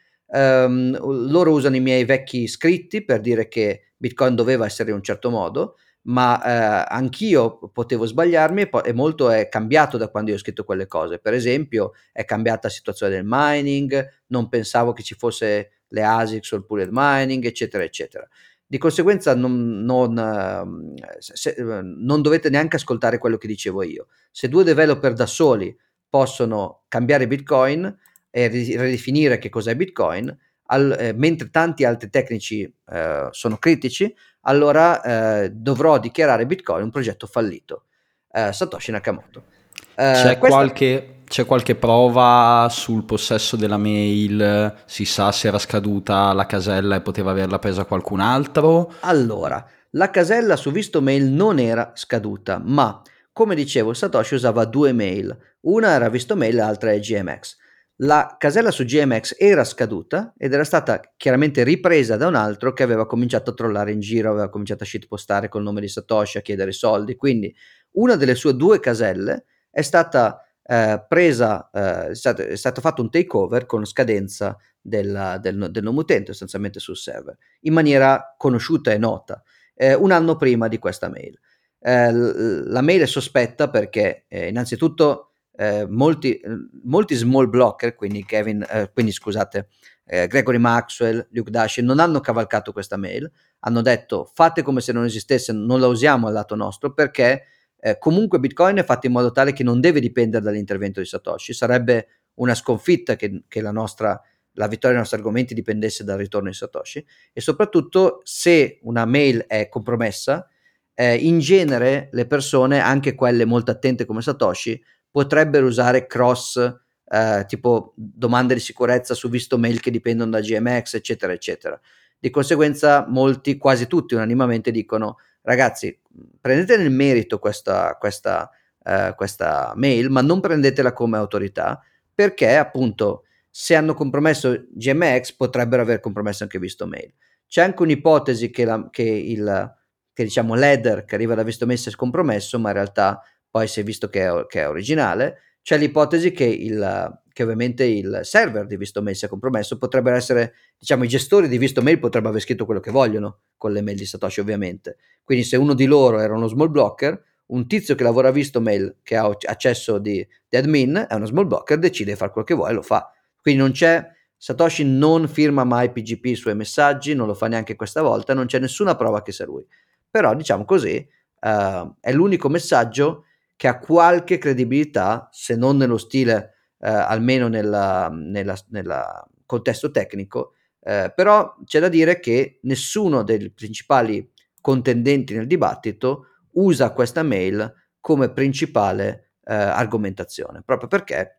Um, loro usano i miei vecchi scritti per dire che Bitcoin doveva essere in un certo modo, ma eh, anch'io potevo sbagliarmi, e, po- e molto è cambiato da quando io ho scritto quelle cose. Per esempio, è cambiata la situazione del mining, non pensavo che ci fosse le A S I C o il pooled mining, eccetera, eccetera. Di conseguenza non, non, se, non dovete neanche ascoltare quello che dicevo io. Se due developer da soli possono cambiare Bitcoin e ridefinire che cos'è Bitcoin, al, eh, mentre tanti altri tecnici eh, sono critici, allora eh, dovrò dichiarare Bitcoin un progetto fallito. Eh, Satoshi Nakamoto. Eh, C'è questa... qualche, c'è qualche prova sul possesso della mail? Si sa se era scaduta la casella e poteva averla presa qualcun altro? Allora, la casella su Vistomail non era scaduta, ma come dicevo, Satoshi usava due mail, una era Vistomail e l'altra è G M X. La casella su G M X era scaduta ed era stata chiaramente ripresa da un altro che aveva cominciato a trollare in giro, aveva cominciato a shitpostare col nome di Satoshi, a chiedere soldi, quindi una delle sue due caselle è stata eh, presa, eh, è, stato, è stato fatto un takeover con scadenza del, del, del nome utente sostanzialmente sul server, in maniera conosciuta e nota, eh, un anno prima di questa mail. Eh, la mail è sospetta perché eh, innanzitutto eh, molti, molti small blocker, quindi Kevin, eh, quindi scusate, eh, Gregory Maxwell, Luke Dash, non hanno cavalcato questa mail, hanno detto fate come se non esistesse, non la usiamo al lato nostro perché eh, comunque Bitcoin è fatto in modo tale che non deve dipendere dall'intervento di Satoshi, sarebbe una sconfitta che, che la nostra la vittoria dei nostri argomenti dipendesse dal ritorno di Satoshi, e soprattutto se una mail è compromessa, eh, in genere le persone, anche quelle molto attente come Satoshi, potrebbero usare cross eh, tipo domande di sicurezza su visto mail che dipendono da G M X, eccetera, eccetera. Di conseguenza molti, quasi tutti unanimamente dicono ragazzi, prendete nel merito questa, questa, eh, questa mail, ma non prendetela come autorità, perché appunto se hanno compromesso G M X potrebbero aver compromesso anche Vistomail. C'è anche un'ipotesi che, la, che il che diciamo l'header che arriva da Vistomail sia scompromesso, ma in realtà poi si è visto che è, che è originale. C'è l'ipotesi che, il, che ovviamente il server di Vistomail sia compromesso, potrebbero essere, diciamo, i gestori di Vistomail potrebbero aver scritto quello che vogliono con le mail di Satoshi ovviamente. Quindi se uno di loro era uno small blocker, un tizio che lavora a Vistomail che ha accesso di, di admin è uno small blocker, decide di fare quello che vuole e lo fa. Quindi non c'è, Satoshi non firma mai P G P sui messaggi, non lo fa neanche questa volta, non c'è nessuna prova che sia lui. Però diciamo così, uh, è l'unico messaggio che ha qualche credibilità, se non nello stile, uh, almeno nella, nella, nella contesto tecnico, uh, però c'è da dire che nessuno dei principali contendenti nel dibattito usa questa mail come principale uh, argomentazione, proprio perché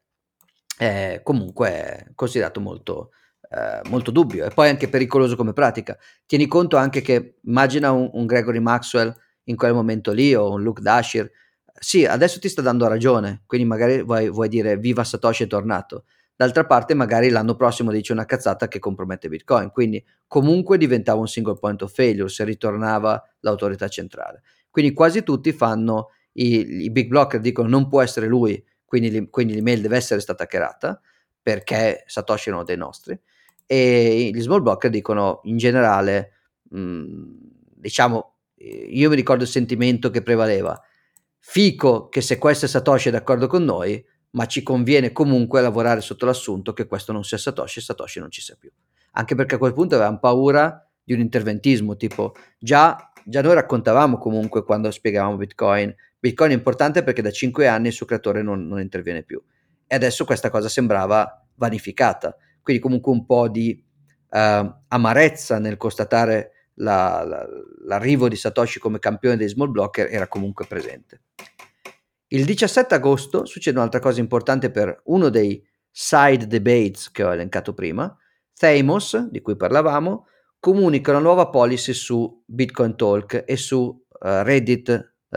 è comunque considerato molto, eh, molto dubbio e poi anche pericoloso come pratica. Tieni conto anche che immagina un, un Gregory Maxwell in quel momento lì o un Luke Dashir, sì, adesso ti sta dando ragione, quindi magari vuoi, vuoi dire viva Satoshi è tornato. D'altra parte magari l'anno prossimo dice una cazzata che compromette Bitcoin, quindi comunque diventava un single point of failure se ritornava l'autorità centrale. Quindi quasi tutti fanno, i, i big blocker dicono non può essere lui, quindi, li, quindi l'email deve essere stata hackerata, perché Satoshi è uno dei nostri, e gli small blocker dicono in generale, mh, diciamo, io mi ricordo il sentimento che prevaleva, fico che se questo è Satoshi è d'accordo con noi, ma ci conviene comunque lavorare sotto l'assunto che questo non sia Satoshi e Satoshi non ci sia più. Anche perché a quel punto avevamo paura di un interventismo, tipo già, già noi raccontavamo comunque quando spiegavamo Bitcoin, Bitcoin è importante perché da cinque anni il suo creatore non, non interviene più. E adesso questa cosa sembrava vanificata. Quindi comunque un po' di uh, amarezza nel constatare la, la, l'arrivo di Satoshi come campione dei small blocker era comunque presente. Il diciassette agosto succede un'altra cosa importante per uno dei side debates che ho elencato prima. Theymos, di cui parlavamo, comunica una nuova policy su Bitcoin Talk e su uh, Reddit uh,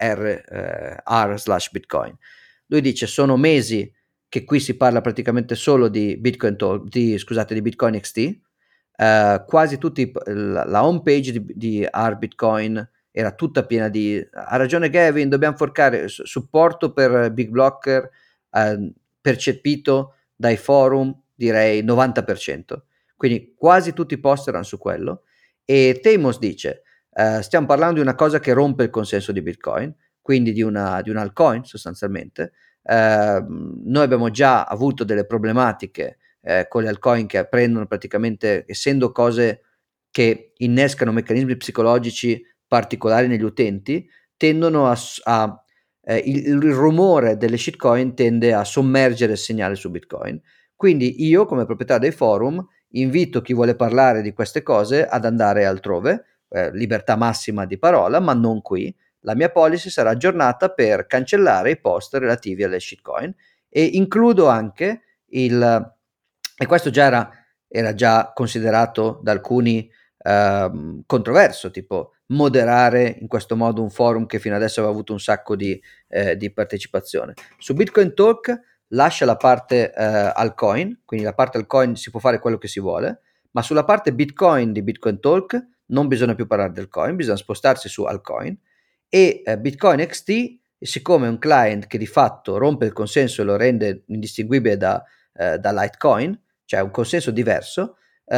r, uh, r slash Bitcoin. Lui dice sono mesi che qui si parla praticamente solo di Bitcoin Talk, di, scusate, di Bitcoin X T. Uh, quasi tutti la, la home page di, di R Bitcoin era tutta piena di ha ragione Gavin, dobbiamo forcare supporto per big blocker eh, percepito dai forum, direi novanta per cento, quindi quasi tutti i post erano su quello. E Theymos dice eh, stiamo parlando di una cosa che rompe il consenso di Bitcoin, quindi di una di un altcoin sostanzialmente. Eh, noi abbiamo già avuto delle problematiche eh, con le altcoin che prendono praticamente, essendo cose che innescano meccanismi psicologici particolari negli utenti, tendono a, a eh, il, il rumore delle shitcoin tende a sommergere il segnale su Bitcoin. Quindi io, come proprietario dei forum, invito chi vuole parlare di queste cose ad andare altrove, eh, libertà massima di parola, ma non qui. La mia policy sarà aggiornata per cancellare i post relativi alle shitcoin e includo anche il, e questo già era, era già considerato da alcuni eh, controverso, tipo moderare in questo modo un forum che fino adesso aveva avuto un sacco di, eh, di partecipazione. Su Bitcoin Talk lascia la parte eh, altcoin, quindi la parte altcoin si può fare quello che si vuole, ma sulla parte Bitcoin di Bitcoin Talk non bisogna più parlare del coin, bisogna spostarsi su altcoin e eh, Bitcoin X T, siccome è un client che di fatto rompe il consenso e lo rende indistinguibile da, eh, da Litecoin, cioè un consenso diverso,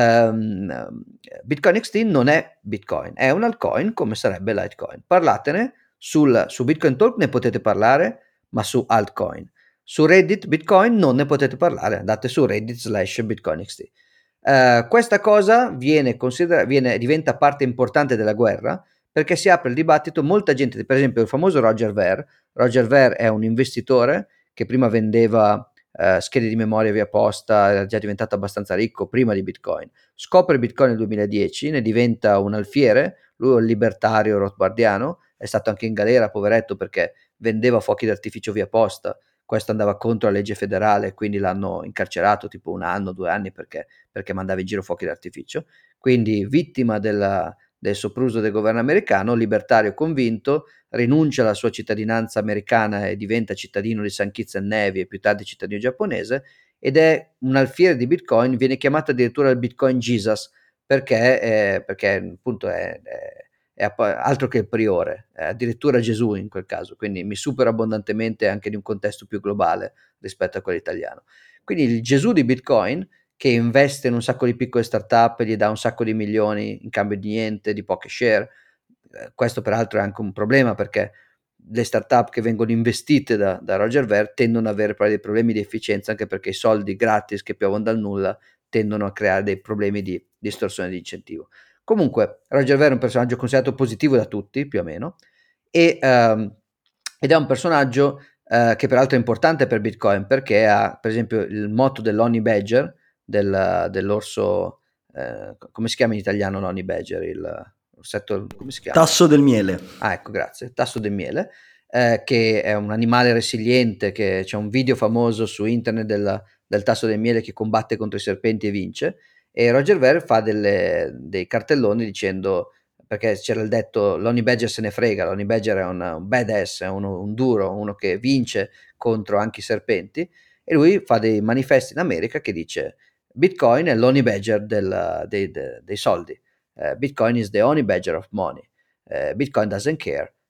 um, Bitcoin X T non è Bitcoin, è un altcoin come sarebbe Litecoin. Parlatene sul, su Bitcoin Talk, ne potete parlare, ma su altcoin. Su Reddit Bitcoin non ne potete parlare, andate su Reddit slash Bitcoin X T. Uh, questa cosa viene considera- viene, diventa parte importante della guerra perché si apre il dibattito, molta gente, per esempio il famoso Roger Ver, Roger Ver è un investitore che prima vendeva Uh, schede di memoria via posta, era già diventato abbastanza ricco prima di Bitcoin, scopre Bitcoin nel duemiladieci, ne diventa un alfiere, lui è un libertario rothbardiano, è stato anche in galera poveretto perché vendeva fuochi d'artificio via posta, questo andava contro la legge federale, quindi l'hanno incarcerato tipo un anno, due anni perché, perché mandava in giro fuochi d'artificio, quindi vittima della, del sopruso del governo americano, libertario convinto, rinuncia alla sua cittadinanza americana e diventa cittadino di San Kitts and Nevis e più tardi cittadino giapponese, ed è un alfiere di Bitcoin, viene chiamato addirittura il Bitcoin Jesus perché, eh, perché appunto è, è, è altro che il priore, è addirittura Gesù in quel caso, quindi mi supera abbondantemente anche di un contesto più globale rispetto a quello italiano. Quindi il Gesù di Bitcoin, che investe in un sacco di piccole startup, gli dà un sacco di milioni in cambio di niente, di poche share. Eh, questo peraltro è anche un problema perché le startup che vengono investite da, da Roger Ver tendono ad avere dei problemi di efficienza, anche perché i soldi gratis che piovono dal nulla tendono a creare dei problemi di distorsione di incentivo. Comunque Roger Ver è un personaggio considerato positivo da tutti, più o meno, e, um, ed è un personaggio uh, che peraltro è importante per Bitcoin perché ha per esempio il motto dell'Honey Badger, del, dell'orso, eh, come si chiama in italiano l'Honey Badger? Il, orsetto, come si chiama? Tasso del miele. Ah, ecco, grazie. Tasso del miele, eh, che è un animale resiliente, che c'è un video famoso su internet del, del tasso del miele che combatte contro i serpenti e vince. E Roger Ver fa delle, dei cartelloni dicendo, perché c'era il detto l'Honey Badger se ne frega, l'Honey Badger è un, un badass, è uno, un duro, uno che vince contro anche i serpenti, e lui fa dei manifesti in America che dice Bitcoin è l'Honey Badger del, dei, dei, dei soldi, uh, Bitcoin is the Honey Badger of money. Uh, Bitcoin doesn't care,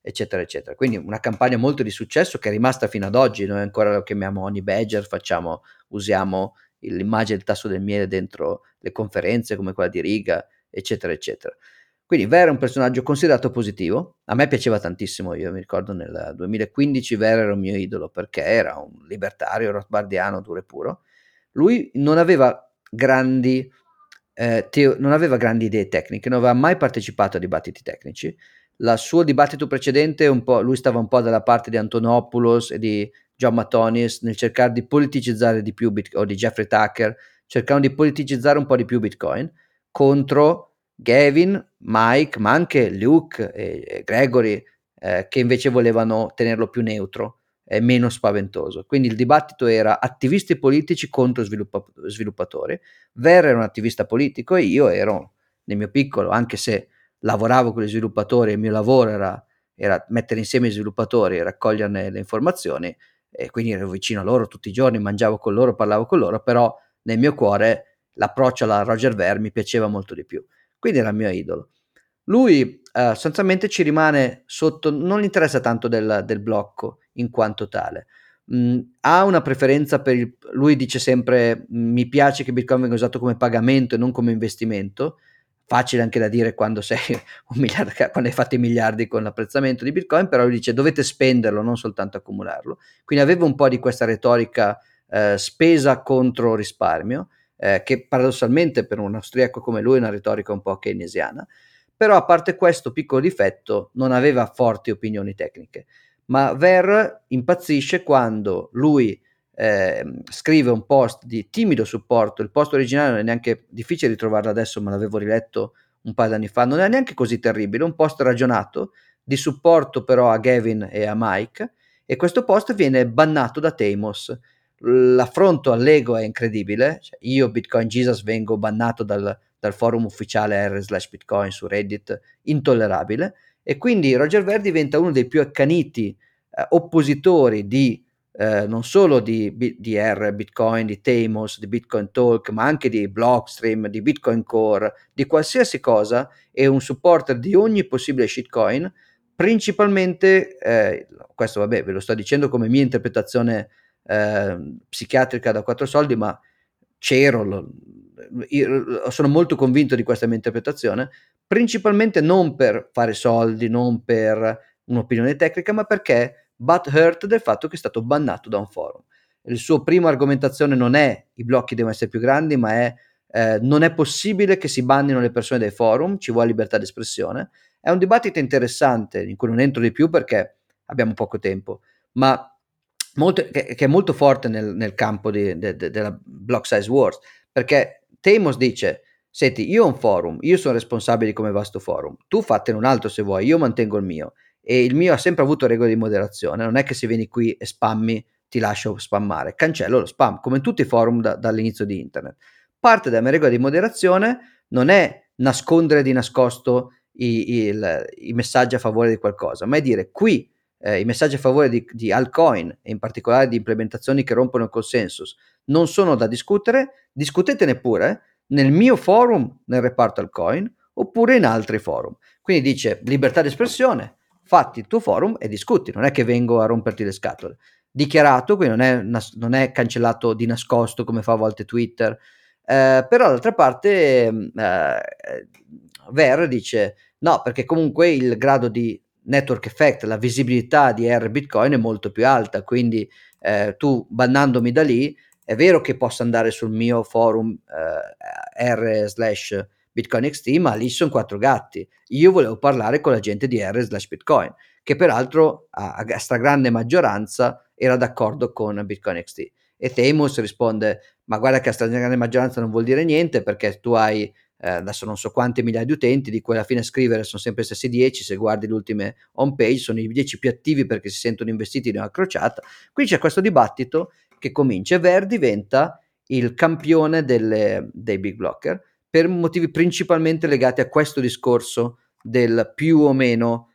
eccetera eccetera. Quindi una campagna molto di successo che è rimasta fino ad oggi. Noi ancora lo chiamiamo Honey Badger, facciamo, usiamo l'immagine del tasso del miele dentro le conferenze come quella di Riga, eccetera eccetera. Quindi Ver è un personaggio considerato positivo, a me piaceva tantissimo, io mi ricordo nel duemilaquindici Ver era un mio idolo perché era un libertario rothbardiano duro e puro. Lui non aveva grandi eh, teo- non aveva grandi idee tecniche, non aveva mai partecipato a dibattiti tecnici. Il suo dibattito precedente, un po', lui stava un po' dalla parte di Antonopoulos e di John Matonis nel cercare di politicizzare di più Bit- o di Jeffrey Tucker, cercando di politicizzare un po' di più Bitcoin contro Gavin, Mike, ma anche Luke e, e Gregory, eh, che invece volevano tenerlo più neutro e meno spaventoso. Quindi il dibattito era attivisti politici contro sviluppa- sviluppatori. Ver era un attivista politico e io ero nel mio piccolo, anche se lavoravo con gli sviluppatori e il mio lavoro era, era mettere insieme gli sviluppatori e raccoglierne le informazioni, e quindi ero vicino a loro tutti i giorni, mangiavo con loro, parlavo con loro, però nel mio cuore l'approccio alla Roger Ver mi piaceva molto di più, quindi era il mio idolo. Lui eh, sostanzialmente ci rimane sotto, non gli interessa tanto del, del blocco in quanto tale. Mm, ha una preferenza per il, lui dice sempre mi piace che Bitcoin venga usato come pagamento e non come investimento, facile anche da dire quando sei un miliardo, quando hai fatto i miliardi con l'apprezzamento di Bitcoin, però lui dice dovete spenderlo, non soltanto accumularlo. Quindi aveva un po' di questa retorica eh, spesa contro risparmio, eh, che paradossalmente per un austriaco come lui è una retorica un po' keynesiana, però a parte questo piccolo difetto non aveva forti opinioni tecniche. Ma Ver impazzisce quando lui eh, scrive un post di timido supporto, il post originale non è neanche difficile di trovarlo adesso, ma l'avevo riletto un paio di anni fa, non è neanche così terribile, un post ragionato di supporto però a Gavin e a Mike, e questo post viene bannato da Teimos. L'affronto all'ego è incredibile, cioè, io Bitcoin Jesus vengo bannato dal, dal forum ufficiale r slash bitcoin su Reddit, intollerabile, e quindi Roger Ver diventa uno dei più accaniti eh, oppositori di eh, non solo di, di R, Bitcoin, di Teimos, di Bitcoin Talk, ma anche di Blockstream, di Bitcoin Core, di qualsiasi cosa, e un supporter di ogni possibile shitcoin, principalmente, eh, questo vabbè ve lo sto dicendo come mia interpretazione eh, psichiatrica da quattro soldi, ma c'ero, lo, io sono molto convinto di questa mia interpretazione, principalmente non per fare soldi, non per un'opinione tecnica, ma perché butthurt del fatto che è stato bannato da un forum. Il suo primo argomentazione non è i blocchi devono essere più grandi, ma è eh, non è possibile che si bannino le persone dai forum, ci vuole libertà di espressione. È un dibattito interessante in cui non entro di più perché abbiamo poco tempo, ma molto, che, che è molto forte nel, nel campo di, de, de, della block size wars, perché Teimos dice senti, io ho un forum, io sono responsabile di come va sto forum, tu fatene un altro se vuoi, io mantengo il mio, e il mio ha sempre avuto regole di moderazione, non è che se vieni qui e spammi ti lascio spammare, cancello lo spam, come in tutti i forum da, dall'inizio di internet. Parte della mia regola di moderazione non è nascondere di nascosto i, il, i messaggi a favore di qualcosa, ma è dire qui eh, i messaggi a favore di, di altcoin e in particolare di implementazioni che rompono il consensus non sono da discutere, discutetene pure nel mio forum nel reparto altcoin oppure in altri forum. Quindi dice libertà di espressione, fatti il tuo forum e discuti, non è che vengo a romperti le scatole. Dichiarato, quindi non è, nas- non è cancellato di nascosto come fa a volte Twitter, eh, però d'altra parte eh, Ver dice no, perché comunque il grado di network effect, la visibilità di R Bitcoin è molto più alta, quindi eh, tu bannandomi da lì è vero che posso andare sul mio forum eh, r slash bitcoin x t, ma lì sono quattro gatti, io volevo parlare con la gente di r slash bitcoin, che peraltro a, a stragrande maggioranza era d'accordo con bitcoin x t, e Teimos risponde ma guarda che a stragrande maggioranza non vuol dire niente perché tu hai eh, adesso non so quante migliaia di utenti, di cui alla fine a scrivere sono sempre gli stessi dieci, se guardi le ultime home page sono i dieci più attivi perché si sentono investiti in una crociata. Qui c'è questo dibattito che comincia e Ver diventa il campione delle, dei big blocker per motivi principalmente legati a questo discorso del più o meno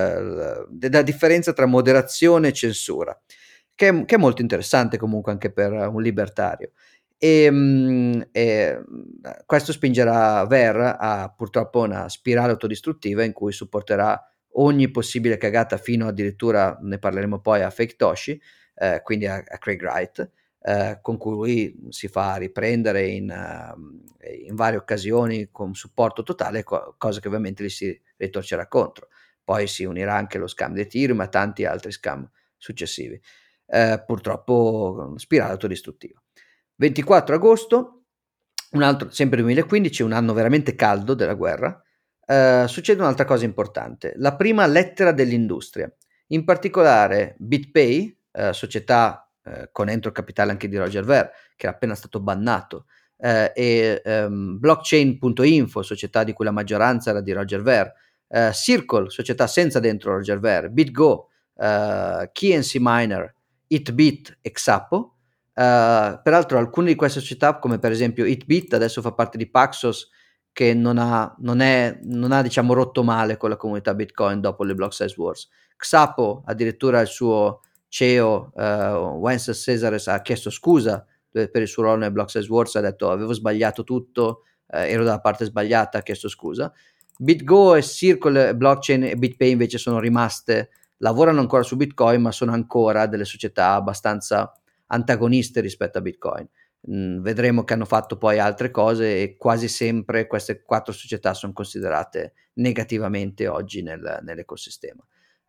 eh, della differenza tra moderazione e censura, che è, che è molto interessante comunque anche per un libertario. E, mh, e questo spingerà Ver a purtroppo una spirale autodistruttiva in cui supporterà ogni possibile cagata fino addirittura, ne parleremo poi, a Fake Toshi, eh, quindi a, a Craig Wright, eh, con cui lui si fa riprendere in, uh, in varie occasioni con supporto totale, co- cosa che ovviamente gli si ritorcerà contro. Poi si unirà anche lo scam di Ethereum e tanti altri scam successivi. Eh, purtroppo spirale autodistruttiva. ventiquattro agosto, un altro, sempre duemilaquindici, un anno veramente caldo della guerra, eh, succede un'altra cosa importante, la prima lettera dell'industria, in particolare BitPay, eh, società eh, con entro capitale anche di Roger Ver, che era appena stato bannato, eh, e ehm, blockchain punto info, società di cui la maggioranza era di Roger Ver, eh, Circle, società senza dentro Roger Ver, BitGo, eh, K N C Miner, Hitbit e Xapo. Uh, peraltro alcune di queste società, come per esempio Hitbit, adesso fa parte di Paxos, che non ha, non è, non ha diciamo rotto male con la comunità Bitcoin dopo le Block Size Wars. Xapo, addirittura il suo C E O, uh, Wences Cesares, ha chiesto scusa per il suo ruolo nelle Block Size Wars, ha detto avevo sbagliato tutto, eh, ero dalla parte sbagliata, ha chiesto scusa. BitGo e Circle Blockchain e BitPay invece sono rimaste, lavorano ancora su Bitcoin, ma sono ancora delle società abbastanza antagoniste rispetto a Bitcoin. Mm, vedremo che hanno fatto poi altre cose e quasi sempre queste quattro società sono considerate negativamente oggi nel, nell'ecosistema.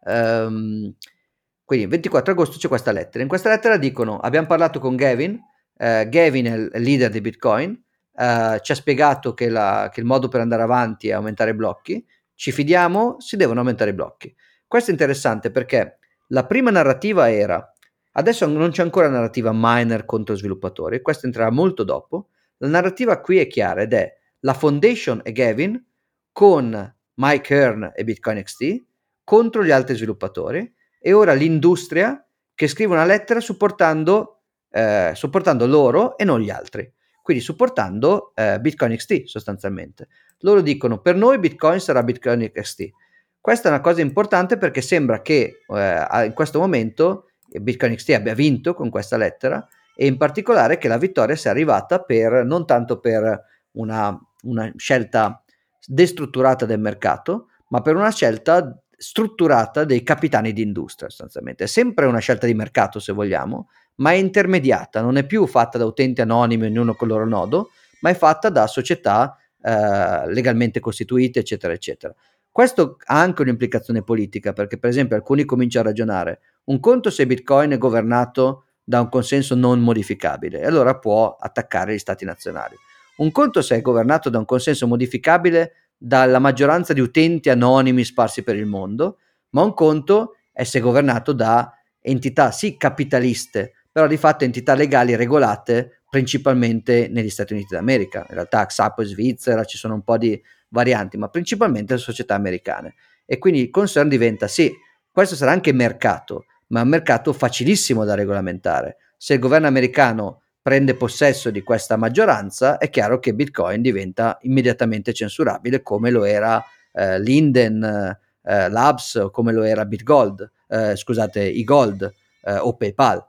Um, quindi il ventiquattro agosto c'è questa lettera. In questa lettera dicono abbiamo parlato con Gavin, eh, Gavin è il leader di Bitcoin, eh, ci ha spiegato che, la, che il modo per andare avanti è aumentare i blocchi, ci fidiamo, si devono aumentare i blocchi. Questo è interessante perché la prima narrativa era adesso non c'è ancora narrativa miner contro sviluppatori, questo entrerà molto dopo. La narrativa qui è chiara ed è la Foundation e Gavin con Mike Hearn e Bitcoin X T contro gli altri sviluppatori e ora l'industria che scrive una lettera supportando, eh, supportando loro e non gli altri, quindi supportando eh, Bitcoin X T sostanzialmente. Loro dicono per noi Bitcoin sarà Bitcoin X T. Questa è una cosa importante perché sembra che eh, in questo momento Bitcoin X T abbia vinto con questa lettera e in particolare che la vittoria sia arrivata per non tanto per una, una scelta destrutturata del mercato, ma per una scelta strutturata dei capitani di industria sostanzialmente. È sempre una scelta di mercato se vogliamo, ma è intermediata, non è più fatta da utenti anonimi ognuno con il loro nodo, ma è fatta da società eh, legalmente costituite eccetera eccetera. Questo ha anche un'implicazione politica perché per esempio alcuni cominciano a ragionare un conto se Bitcoin è governato da un consenso non modificabile e allora può attaccare gli stati nazionali. Un conto se è governato da un consenso modificabile dalla maggioranza di utenti anonimi sparsi per il mondo, ma un conto è se è governato da entità sì capitaliste, però di fatto entità legali regolate principalmente negli Stati Uniti d'America. In realtà Xapo e Svizzera, ci sono un po' di varianti, ma principalmente le società americane. E quindi il concern diventa sì, questo sarà anche mercato, ma è un mercato facilissimo da regolamentare. Se il governo americano prende possesso di questa maggioranza, è chiaro che Bitcoin diventa immediatamente censurabile, come lo era eh, Linden eh, Labs o come lo era BitGold, eh, scusate, iGold eh, o PayPal.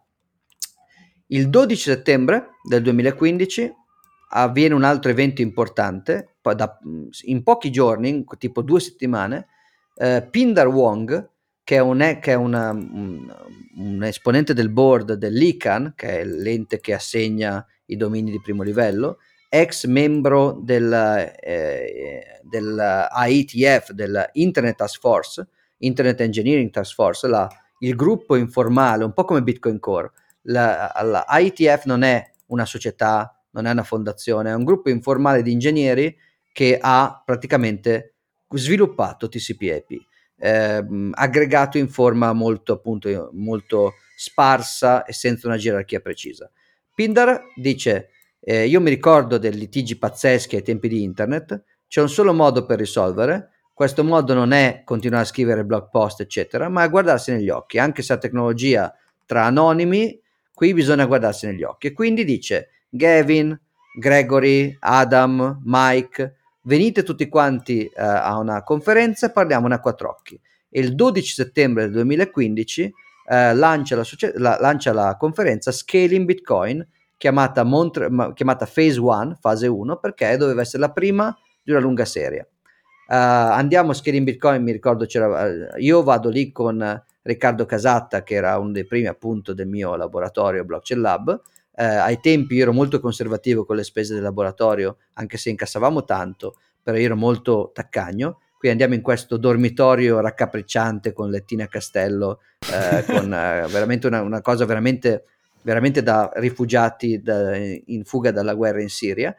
Il dodici settembre del duemilaquindici avviene un altro evento importante, da, in pochi giorni, tipo due settimane, eh, Pindar Wong, che è, un, che è una, un, un esponente del board dell'I C A N, che è l'ente che assegna i domini di primo livello, ex membro del, eh, del A I T F, del Internet Task Force, Internet Engineering Task Force, la, il gruppo informale, un po' come Bitcoin Core. La, la A I T F non è una società, non è una fondazione, è un gruppo informale di ingegneri che ha praticamente sviluppato T C P I P. Eh, aggregato in forma molto appunto molto sparsa e senza una gerarchia precisa. Pindar dice eh, io mi ricordo dei litigi pazzeschi ai tempi di internet, c'è un solo modo per risolvere, questo modo non è continuare a scrivere blog post eccetera, ma è guardarsi negli occhi, anche se la tecnologia tra anonimi qui bisogna guardarsi negli occhi e quindi dice Gavin, Gregory, Adam, Mike, venite tutti quanti uh, a una conferenza e parliamone a quattro occhi. E il dodici settembre del duemilaquindici uh, lancia, la socia- la, lancia la conferenza Scaling Bitcoin, chiamata, Montre- chiamata Phase uno, fase uno, perché doveva essere la prima di una lunga serie. andiamo a Scaling Bitcoin, mi ricordo c'era, io vado lì con Riccardo Casatta, che era uno dei primi appunto del mio laboratorio Blockchain Lab. Eh, ai tempi io ero molto conservativo con le spese del laboratorio, anche se incassavamo tanto, però io ero molto taccagno. Qui andiamo in questo dormitorio raccapricciante con lettine a castello, eh, con eh, veramente una, una cosa veramente, veramente da rifugiati da, in fuga dalla guerra in Siria.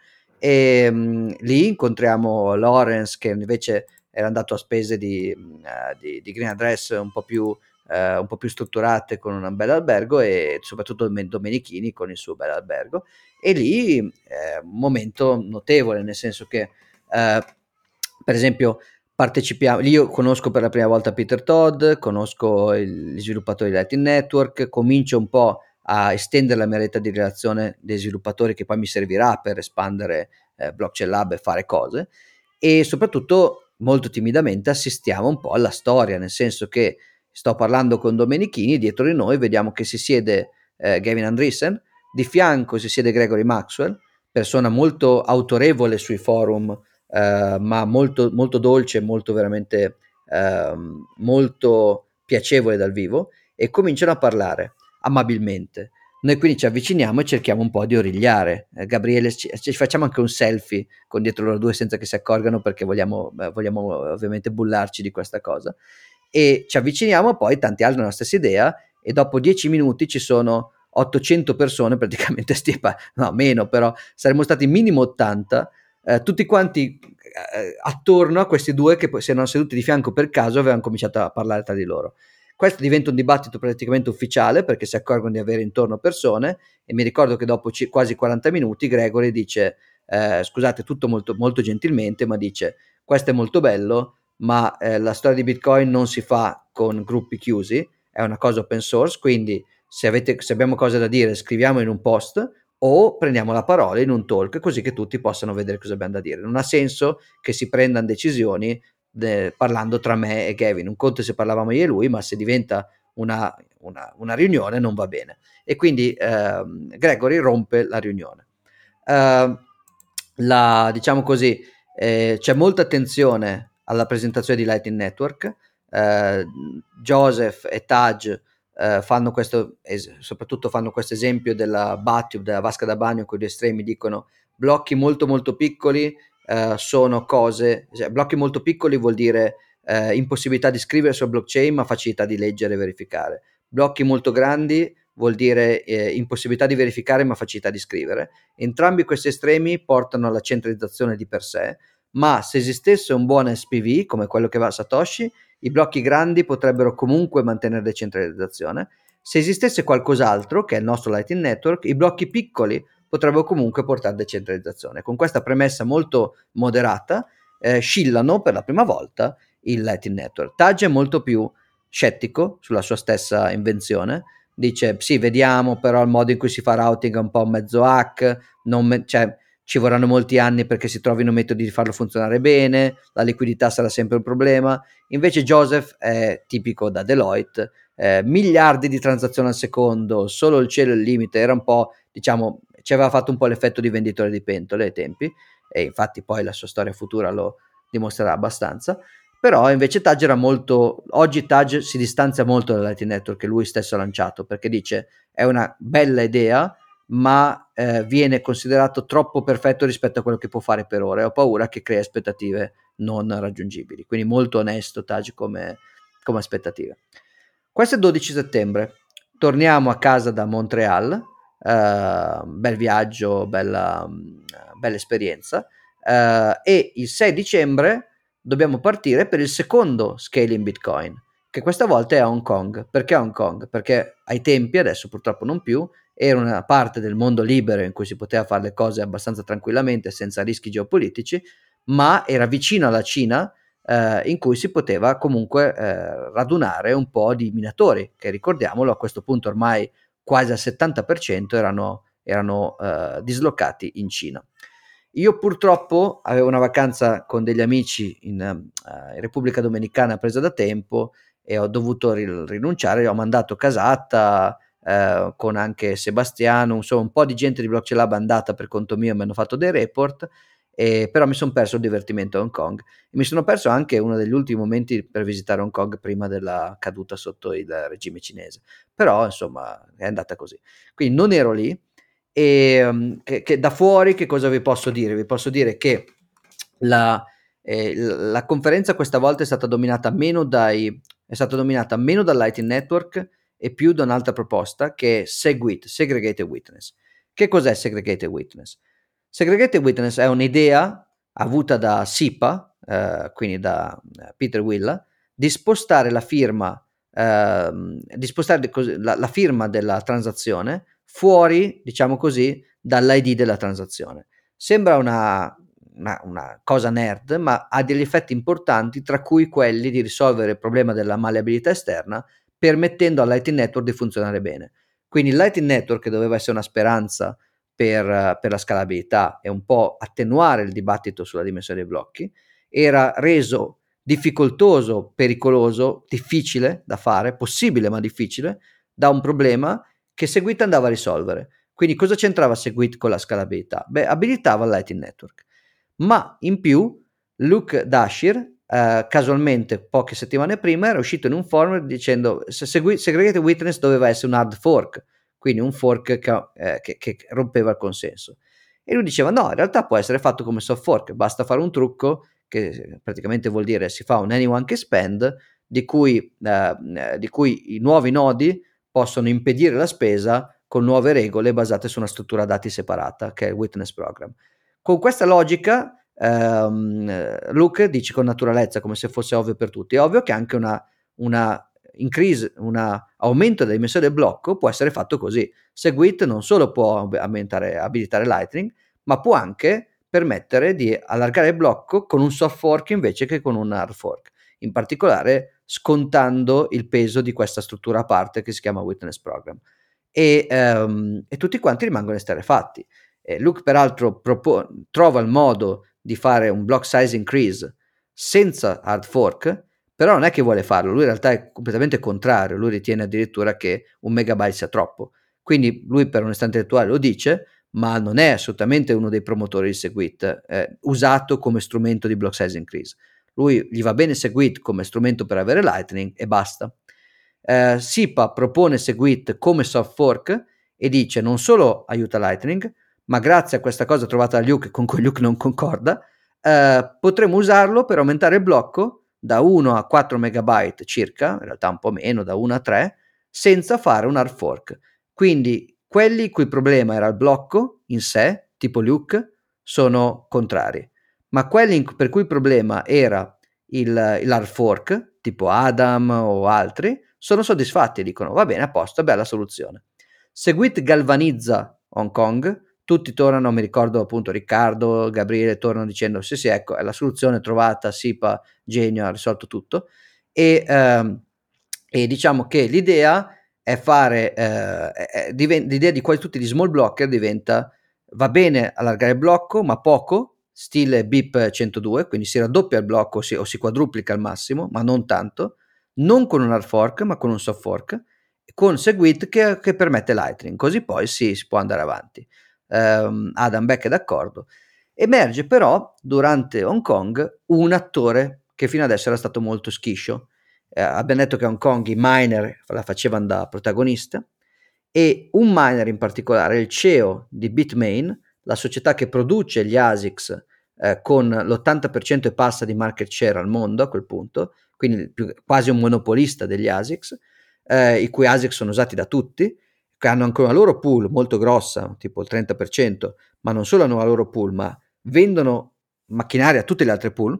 E mh, lì incontriamo Lawrence, che invece era andato a spese di, uh, di, di green address un po' più uh, un po' più strutturate, con un bel albergo, e soprattutto Domenichini con il suo bel albergo. E lì eh, un momento notevole, nel senso che uh, per esempio partecipiamo, io conosco per la prima volta Peter Todd, conosco il, gli sviluppatori di Lightning Network, comincio un po' a estendere la mia rete di relazione dei sviluppatori, che poi mi servirà per espandere eh, Blockchain Lab e fare cose. E soprattutto molto timidamente assistiamo un po' alla storia, nel senso che sto parlando con Domenichini, dietro di noi vediamo che si siede eh, Gavin Andreessen, di fianco si siede Gregory Maxwell, persona molto autorevole sui forum, eh, ma molto, molto dolce, molto veramente eh, molto piacevole dal vivo, e cominciano a parlare amabilmente. Noi quindi ci avviciniamo e cerchiamo un po' di origliare. Eh, Gabriele, ci, ci facciamo anche un selfie con dietro loro due senza che si accorgano, perché vogliamo, eh, vogliamo ovviamente bullarci di questa cosa. E ci avviciniamo, poi tanti altri hanno la stessa idea, e dopo dieci minuti ci sono ottocento persone praticamente, stipa, no meno, però saremmo stati minimo ottanta, eh, tutti quanti eh, attorno a questi due che si erano seduti di fianco per caso, avevano cominciato a parlare tra di loro. Questo diventa un dibattito praticamente ufficiale, perché si accorgono di avere intorno persone, e mi ricordo che dopo c- quasi quaranta minuti Gregory dice eh, scusate, tutto molto, molto gentilmente, ma dice: questo è molto bello, ma eh, la storia di Bitcoin non si fa con gruppi chiusi, è una cosa open source, quindi se, avete, se abbiamo cose da dire scriviamo in un post o prendiamo la parola in un talk, così che tutti possano vedere cosa abbiamo da dire. Non ha senso che si prendano decisioni de, parlando tra me e Gavin. Un conto se parlavamo io e lui, ma se diventa una, una, una riunione non va bene. E quindi eh, Gregory rompe la riunione. Uh, la, diciamo così, eh, c'è molta attenzione alla presentazione di Lightning Network. eh, Joseph e Taj eh, fanno questo, es- soprattutto fanno questo esempio della Batube, della vasca da bagno, con gli estremi dicono blocchi molto molto piccoli eh, sono cose, cioè, blocchi molto piccoli vuol dire eh, impossibilità di scrivere sul blockchain ma facilità di leggere e verificare. Blocchi molto grandi vuol dire eh, impossibilità di verificare ma facilità di scrivere. Entrambi questi estremi portano alla centralizzazione di per sé, ma se esistesse un buon S P V come quello che va a Satoshi, i blocchi grandi potrebbero comunque mantenere decentralizzazione. Se esistesse qualcos'altro, che è il nostro Lightning Network, i blocchi piccoli potrebbero comunque portare decentralizzazione. Con questa premessa molto moderata, eh, scillano per la prima volta il Lightning Network. Taj è molto più scettico sulla sua stessa invenzione, dice sì, vediamo, però il modo in cui si fa routing è un po' mezzo hack, non me- cioè, ci vorranno molti anni perché si trovino metodi di farlo funzionare bene, la liquidità sarà sempre un problema. Invece Joseph è tipico da Deloitte, eh, miliardi di transazioni al secondo, solo il cielo è il limite, era un po', diciamo, ci aveva fatto un po' l'effetto di venditore di pentole ai tempi, e infatti poi la sua storia futura lo dimostrerà abbastanza. Però invece Taj era molto, oggi Taj si distanzia molto dal Lightning Network che lui stesso ha lanciato, perché dice è una bella idea, ma eh, viene considerato troppo perfetto rispetto a quello che può fare per ora, e ho paura che crei aspettative non raggiungibili. Quindi molto onesto Taj come, come aspettative. Questo è il dodici settembre, torniamo a casa da Montreal, eh, bel viaggio, bella, bella esperienza, eh, e il sei dicembre dobbiamo partire per il secondo Scaling Bitcoin, che questa volta è a Hong Kong. Perché a Hong Kong? Perché ai tempi, adesso purtroppo non più, era una parte del mondo libero in cui si poteva fare le cose abbastanza tranquillamente senza rischi geopolitici, ma era vicino alla Cina, eh, in cui si poteva comunque eh, radunare un po' di minatori, che ricordiamolo a questo punto ormai quasi al settanta per cento erano, erano eh, dislocati in Cina. Io purtroppo avevo una vacanza con degli amici in, uh, in Repubblica Dominicana presa da tempo, e ho dovuto ri- rinunciare. Ho mandato Casatta uh, con anche Sebastiano, insomma un po' di gente di Blockchain Lab è andata per conto mio, mi hanno fatto dei report, E, però mi sono perso il divertimento a Hong Kong e mi sono perso anche uno degli ultimi momenti per visitare Hong Kong prima della caduta sotto il regime cinese, però insomma è andata così, quindi non ero lì. E um, che, che da fuori che cosa vi posso dire? Vi posso dire che la, eh, la conferenza questa volta è stata dominata meno dai è stata dominata meno dal Lightning Network e più da un'altra proposta che è SegWit, Segregated Witness. Che cos'è Segregated Witness? Segregated Witness è un'idea avuta da SIPA, eh, quindi da eh, Peter Willa, di spostare la firma, eh, di spostare la, la firma della transazione fuori, diciamo così, dall'I D della transazione. Sembra una, una, una cosa nerd, ma ha degli effetti importanti, tra cui quelli di risolvere il problema della malleabilità esterna, permettendo al Lightning Network di funzionare bene. Quindi il Lightning Network, che doveva essere una speranza per, per la scalabilità e un po' attenuare il dibattito sulla dimensione dei blocchi, era reso difficoltoso, pericoloso, difficile da fare, possibile ma difficile, da un problema che Segwit andava a risolvere. Quindi cosa c'entrava Segwit con la scalabilità? Beh, abilitava il Lightning Network. Ma in più Luke Dashir, eh, casualmente poche settimane prima, era uscito in un forum dicendo se Segui- Segregated Witness doveva essere un hard fork, quindi un fork che, eh, che, che rompeva il consenso. E lui diceva no, in realtà può essere fatto come soft fork, basta fare un trucco che praticamente vuol dire si fa un anyone can spend, di cui, eh, di cui i nuovi nodi possono impedire la spesa con nuove regole basate su una struttura dati separata, che è il witness program. Con questa logica, ehm, Luke dice con naturalezza, come se fosse ovvio per tutti, è ovvio che anche una, una increase, un aumento della dimensione del blocco può essere fatto così. Segwit non solo può aumentare, abilitare Lightning, ma può anche permettere di allargare il blocco con un soft fork invece che con un hard fork, in particolare scontando il peso di questa struttura a parte che si chiama witness program. E, um, e tutti quanti rimangono esterrefatti. Eh, Luke peraltro propo- trova il modo di fare un block size increase senza hard fork, però non è che vuole farlo, lui in realtà è completamente contrario, lui ritiene addirittura che un megabyte sia troppo. Quindi lui per onestà intellettuale lo dice, ma non è assolutamente uno dei promotori di Segwit, eh, usato come strumento di block size increase. Lui gli va bene Segwit come strumento per avere Lightning e basta. Eh, SIPA propone Segwit come soft fork e dice non solo aiuta Lightning, ma grazie a questa cosa trovata da Luke con cui Luke non concorda, eh, potremo usarlo per aumentare il blocco da uno a quattro megabyte circa, in realtà un po' meno, da uno a tre, senza fare un hard fork. Quindi quelli cui problema era il blocco in sé, tipo Luke, sono contrari, ma quelli per cui il problema era il, il hard fork, tipo Adam o altri, sono soddisfatti e dicono va bene, a posto, è bella soluzione. Segwit galvanizza Hong Kong, tutti tornano, mi ricordo appunto Riccardo, Gabriele tornano dicendo sì sì ecco è la soluzione trovata, SIPA, genio, ha risolto tutto e, ehm, e diciamo che l'idea è fare, eh, è, diventa, l'idea di quasi tutti gli small blocker diventa va bene allargare il blocco ma poco, stile B I P centodue, quindi si raddoppia il blocco si, o si quadruplica al massimo, ma non tanto, non con un hard fork ma con un soft fork, con Segwit che, che permette Lightning, così poi si, si può andare avanti. Um, Adam Beck è d'accordo. Emerge però durante Hong Kong un attore che fino adesso era stato molto schiscio. Eh, abbiamo detto che a Hong Kong i miner la facevano da protagonista e un miner in particolare, il C E O di Bitmain, la società che produce gli A S I Cs eh, con l'ottanta per cento e passa di market share al mondo a quel punto, quindi più, quasi un monopolista degli A S I Cs, eh, i cui A S I C sono usati da tutti, che hanno anche una loro pool molto grossa, tipo il trenta per cento, ma non solo hanno la loro pool, ma vendono macchinari a tutte le altre pool,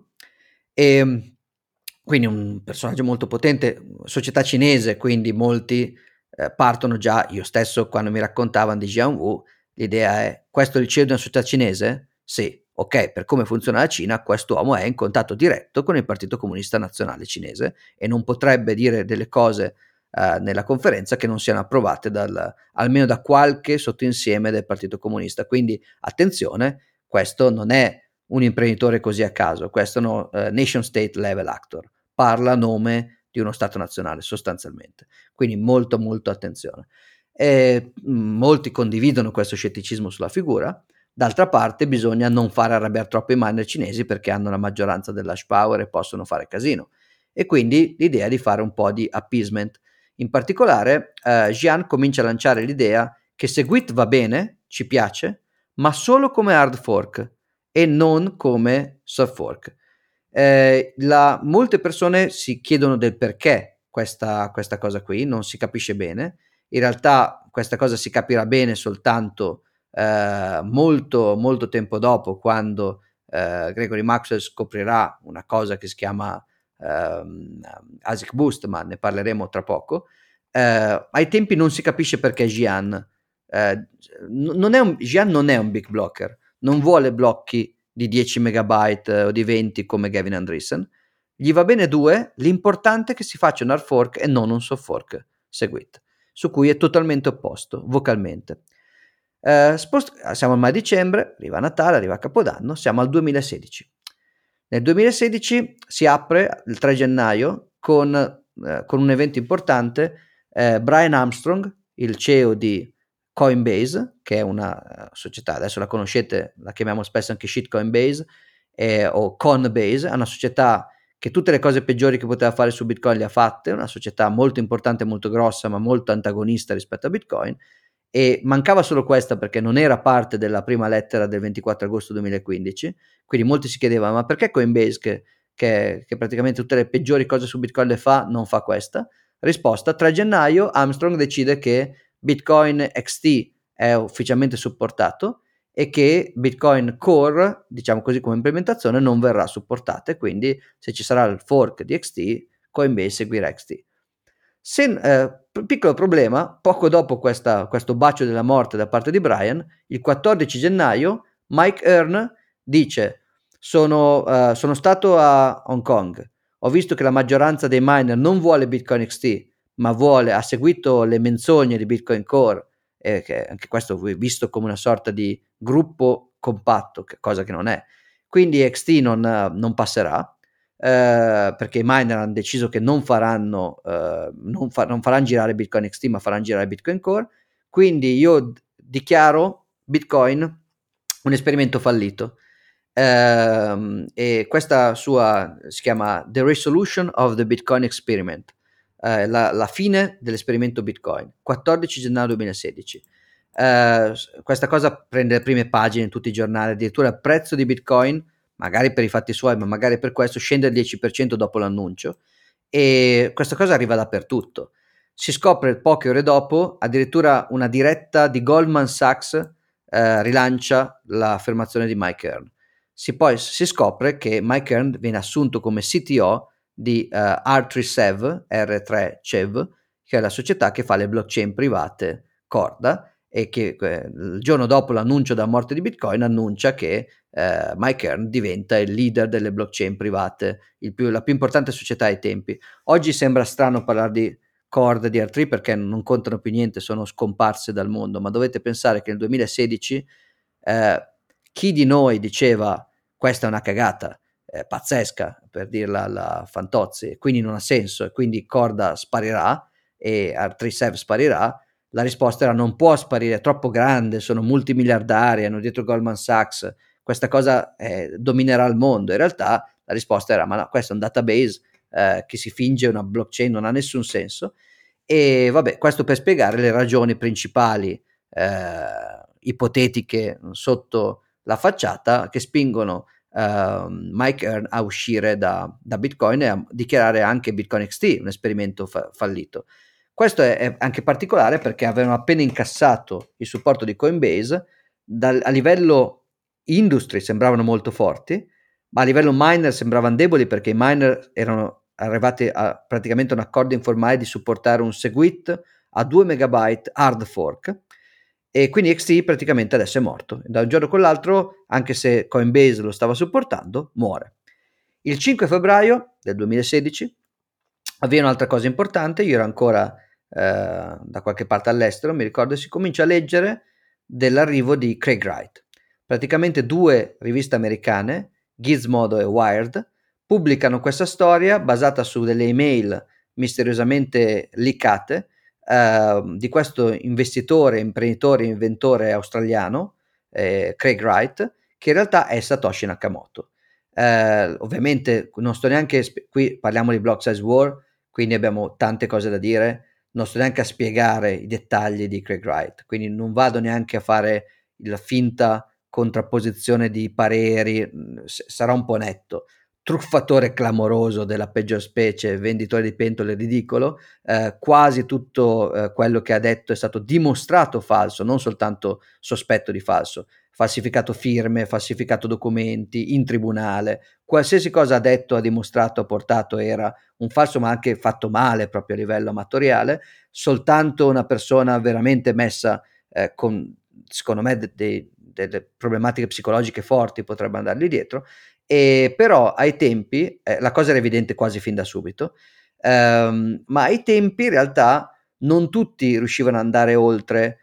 e quindi un personaggio molto potente, società cinese, quindi molti eh, partono già, io stesso quando mi raccontavano di Jiangwu, l'idea è, questo è il C E O di una società cinese? Sì, ok, per come funziona la Cina, quest'uomo è in contatto diretto con il Partito Comunista Nazionale Cinese e non potrebbe dire delle cose Uh, nella conferenza che non siano approvate dal, almeno da qualche sottoinsieme del Partito Comunista. Quindi attenzione, questo non è un imprenditore così a caso, questo è uno uh, nation state level actor, parla a nome di uno Stato nazionale sostanzialmente, quindi molto molto attenzione. E, mh, molti condividono questo scetticismo sulla figura, D'altra parte bisogna non fare arrabbiare troppo i miner cinesi perché hanno la maggioranza dell'hash power e possono fare casino. E quindi l'idea è di fare un po' di appeasement. In particolare eh, Jian comincia a lanciare l'idea che Segwit va bene, ci piace, ma solo come hard fork e non come soft fork. Eh, la, molte persone si chiedono del perché questa, questa cosa qui, non si capisce bene. In realtà questa cosa si capirà bene soltanto eh, molto, molto tempo dopo, quando eh, Gregory Maxwell scoprirà una cosa che si chiama ehm, ASIC Boost, ma ne parleremo tra poco. Eh, ai tempi non si capisce perché Jian, eh, non è un, Jian non è un big blocker, non vuole blocchi di dieci megabyte o di venti come Gavin Andreessen, gli va bene due, l'importante è che si faccia un hard fork e non un soft fork Segwit, su cui è totalmente opposto vocalmente. Eh, spost- siamo ormai a dicembre, arriva Natale, arriva Capodanno, siamo al duemilasedici. Nel duemilasedici si apre il tre gennaio con, eh, con un evento importante. eh, Brian Armstrong, il C E O di Coinbase, che è una uh, società, adesso la conoscete, la chiamiamo spesso anche shit Coinbase eh, o Conbase, è una società che tutte le cose peggiori che poteva fare su Bitcoin le ha fatte, una società molto importante, molto grossa, ma molto antagonista rispetto a Bitcoin, e mancava solo questa perché non era parte della prima lettera del ventiquattro agosto duemilaquindici, quindi molti si chiedevano ma perché Coinbase, che, che, che praticamente tutte le peggiori cose su Bitcoin le fa, non fa questa? Risposta: tre gennaio Armstrong decide che Bitcoin X T è ufficialmente supportato e che Bitcoin Core, diciamo così come implementazione, non verrà supportata, e quindi se ci sarà il fork di X T, Coinbase seguirà X T. Se, eh, piccolo problema, poco dopo questa, questo bacio della morte da parte di Brian, il quattordici gennaio Mike Hearn dice: sono, uh, sono stato a Hong Kong, ho visto che la maggioranza dei miner non vuole Bitcoin X T, ma vuole, ha seguito le menzogne di Bitcoin Core, eh, che anche questo è visto come una sorta di gruppo compatto, che cosa che non è. Quindi X T non, non passerà. Eh, perché i miner hanno deciso che non faranno, eh, non, fa, non faranno girare Bitcoin X T, ma faranno girare Bitcoin Core. Quindi io d- dichiaro Bitcoin un esperimento fallito. Eh, e questa sua si chiama The Resolution of the Bitcoin Experiment, eh, la, la fine dell'esperimento Bitcoin, quattordici gennaio duemilasedici. Eh, questa cosa prende le prime pagine in tutti i giornali, addirittura il prezzo di Bitcoin, magari per i fatti suoi, ma magari per questo, scende al dieci per cento dopo l'annuncio, e questa cosa arriva dappertutto. Si scopre poche ore dopo, addirittura una diretta di Goldman Sachs eh, rilancia l'affermazione di Mike Hearn. Si, poi si scopre che Mike Hearn viene assunto come C T O di uh, R tre Sev, R tre Cev, che è la società che fa le blockchain private Corda, e che eh, il giorno dopo l'annuncio della morte di Bitcoin annuncia che eh, Mike Hearn diventa il leader delle blockchain private, il più, la più importante società ai tempi. Oggi sembra strano parlare di Corda, di R tre, perché non contano più niente, sono scomparse dal mondo, ma dovete pensare che nel duemilasedici eh, chi di noi diceva questa è una cagata eh, pazzesca, per dirla alla Fantozzi, quindi non ha senso, e quindi Corda sparirà e R tre Sev sparirà. La risposta era: non può sparire, è troppo grande, sono multimiliardari, hanno dietro Goldman Sachs, questa cosa eh, dominerà il mondo. In realtà la risposta era: ma no, questo è un database eh, che si finge una blockchain, non ha nessun senso. E vabbè, questo per spiegare le ragioni principali eh, ipotetiche sotto la facciata che spingono uh, Mike Hearn a uscire da, da Bitcoin e a dichiarare anche Bitcoin X T un esperimento fa- fallito. Questo è, è anche particolare perché avevano appena incassato il supporto di Coinbase. Dal, a livello industry sembravano molto forti, ma a livello miner sembravano deboli, perché i miner erano arrivati a praticamente un accordo informale di supportare un Segwit a due megabyte hard fork, e quindi X T praticamente adesso è morto. Da un giorno con l'altro, anche se Coinbase lo stava supportando, muore. Il cinque febbraio del duemilasedici avviene un'altra cosa importante. Io ero ancora eh, da qualche parte all'estero, mi ricordo, si comincia a leggere dell'arrivo di Craig Wright. Praticamente due riviste americane, Gizmodo e Wired, pubblicano questa storia basata su delle email misteriosamente leakate eh, di questo investitore, imprenditore, inventore australiano eh, Craig Wright, che in realtà è Satoshi Nakamoto. Eh, ovviamente non sto neanche, sp- qui parliamo di Block Size War, quindi abbiamo tante cose da dire, non sto neanche a spiegare i dettagli di Craig Wright, quindi non vado neanche a fare la finta contrapposizione di pareri, s- sarà un po' netto. Truffatore clamoroso della peggior specie, venditore di pentole ridicolo, eh, quasi tutto eh, quello che ha detto è stato dimostrato falso, non soltanto sospetto di falso, falsificato firme, falsificato documenti in tribunale, qualsiasi cosa ha detto, ha dimostrato, ha portato era un falso, ma anche fatto male proprio a livello amatoriale. Soltanto una persona veramente messa eh, con, secondo me, de- de- delle problematiche psicologiche forti potrebbe andargli dietro. E però ai tempi, eh, la cosa era evidente quasi fin da subito, ehm, ma ai tempi in realtà non tutti riuscivano ad andare oltre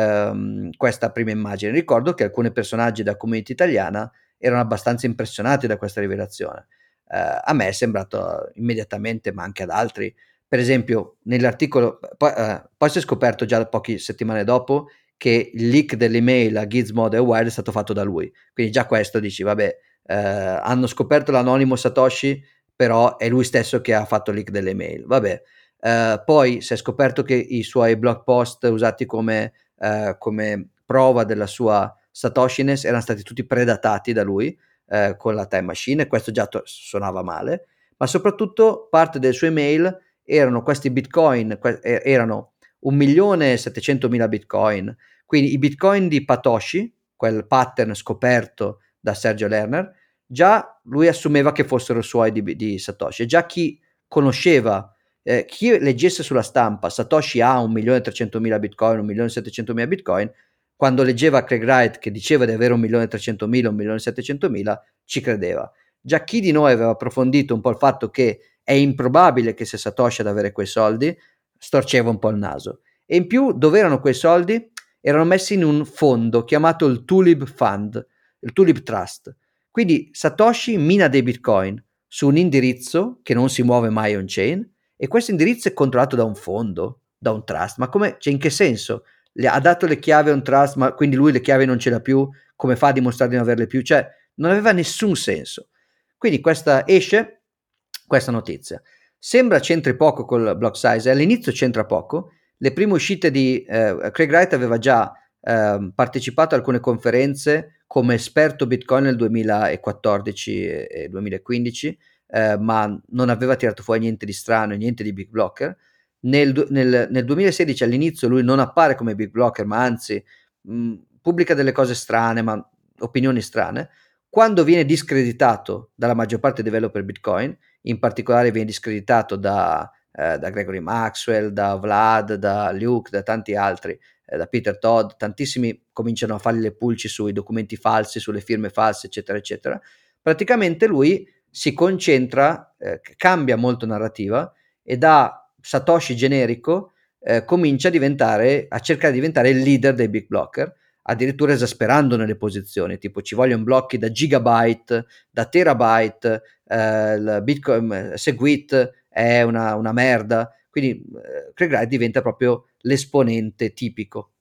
ehm, questa prima immagine. Ricordo che alcuni personaggi della community italiana erano abbastanza impressionati da questa rivelazione. Eh, a me è sembrato immediatamente, ma anche ad altri. Per esempio, nell'articolo, poi, eh, poi si è scoperto già poche settimane dopo che il leak dell'email a Gizmodo e Wired è stato fatto da lui. Quindi già questo dici, vabbè, eh, hanno scoperto l'anonimo Satoshi, però è lui stesso che ha fatto il leak delle mail. Vabbè, eh, poi si è scoperto che i suoi blog post usati come, eh, come prova della sua Satoshiness erano stati tutti predatati da lui eh, con la Time Machine, e questo già to- suonava male, ma soprattutto parte delle sue mail erano questi bitcoin, que- erano un milione e settecentomila bitcoin, quindi i bitcoin di Patoshi, quel pattern scoperto da Sergio Lerner, già lui assumeva che fossero suoi di, di Satoshi, e già chi conosceva, eh, chi leggesse sulla stampa Satoshi ha un milione e trecentomila bitcoin, un milione e settecentomila bitcoin, quando leggeva Craig Wright che diceva di avere un milione e trecentomila, un milione e settecentomila, ci credeva. Già chi di noi aveva approfondito un po' il fatto che è improbabile che sia Satoshi ad avere quei soldi, storceva un po' il naso. E in più, dove erano quei soldi? Erano messi in un fondo chiamato il Tulip Fund, il Tulip Trust. Quindi Satoshi mina dei bitcoin su un indirizzo che non si muove mai on-chain, e questo indirizzo è controllato da un fondo, da un trust. Ma come, cioè in che senso? Le, ha dato le chiavi a un trust, ma quindi lui le chiavi non ce l'ha più, come fa a dimostrare di non averle più? Cioè, non aveva nessun senso. Quindi questa esce, questa notizia. Sembra c'entri poco col block size, all'inizio c'entra poco. Le prime uscite di eh, Craig Wright aveva già eh, partecipato a alcune conferenze come esperto Bitcoin nel duemilaquattordici e duemilaquindici, eh, ma non aveva tirato fuori niente di strano e niente di big blocker. Nel, nel, nel duemilasedici all'inizio lui non appare come big blocker, ma anzi mh, pubblica delle cose strane, ma opinioni strane. Quando viene discreditato dalla maggior parte dei developer Bitcoin, in particolare viene discreditato da, eh, da Gregory Maxwell, da Vlad, da Luke, da tanti altri, eh, da Peter Todd, tantissimi cominciano a fargli le pulci sui documenti falsi, sulle firme false, eccetera, eccetera. Praticamente lui si concentra, eh, cambia molto narrativa, e da Satoshi generico eh, comincia a diventare, a cercare di diventare il leader dei big blocker, addirittura esasperando nelle posizioni, tipo ci vogliono blocchi da gigabyte, da terabyte, eh, il Bitcoin Segwit è una, una merda, quindi eh, Craig Wright diventa proprio l'esponente tipico,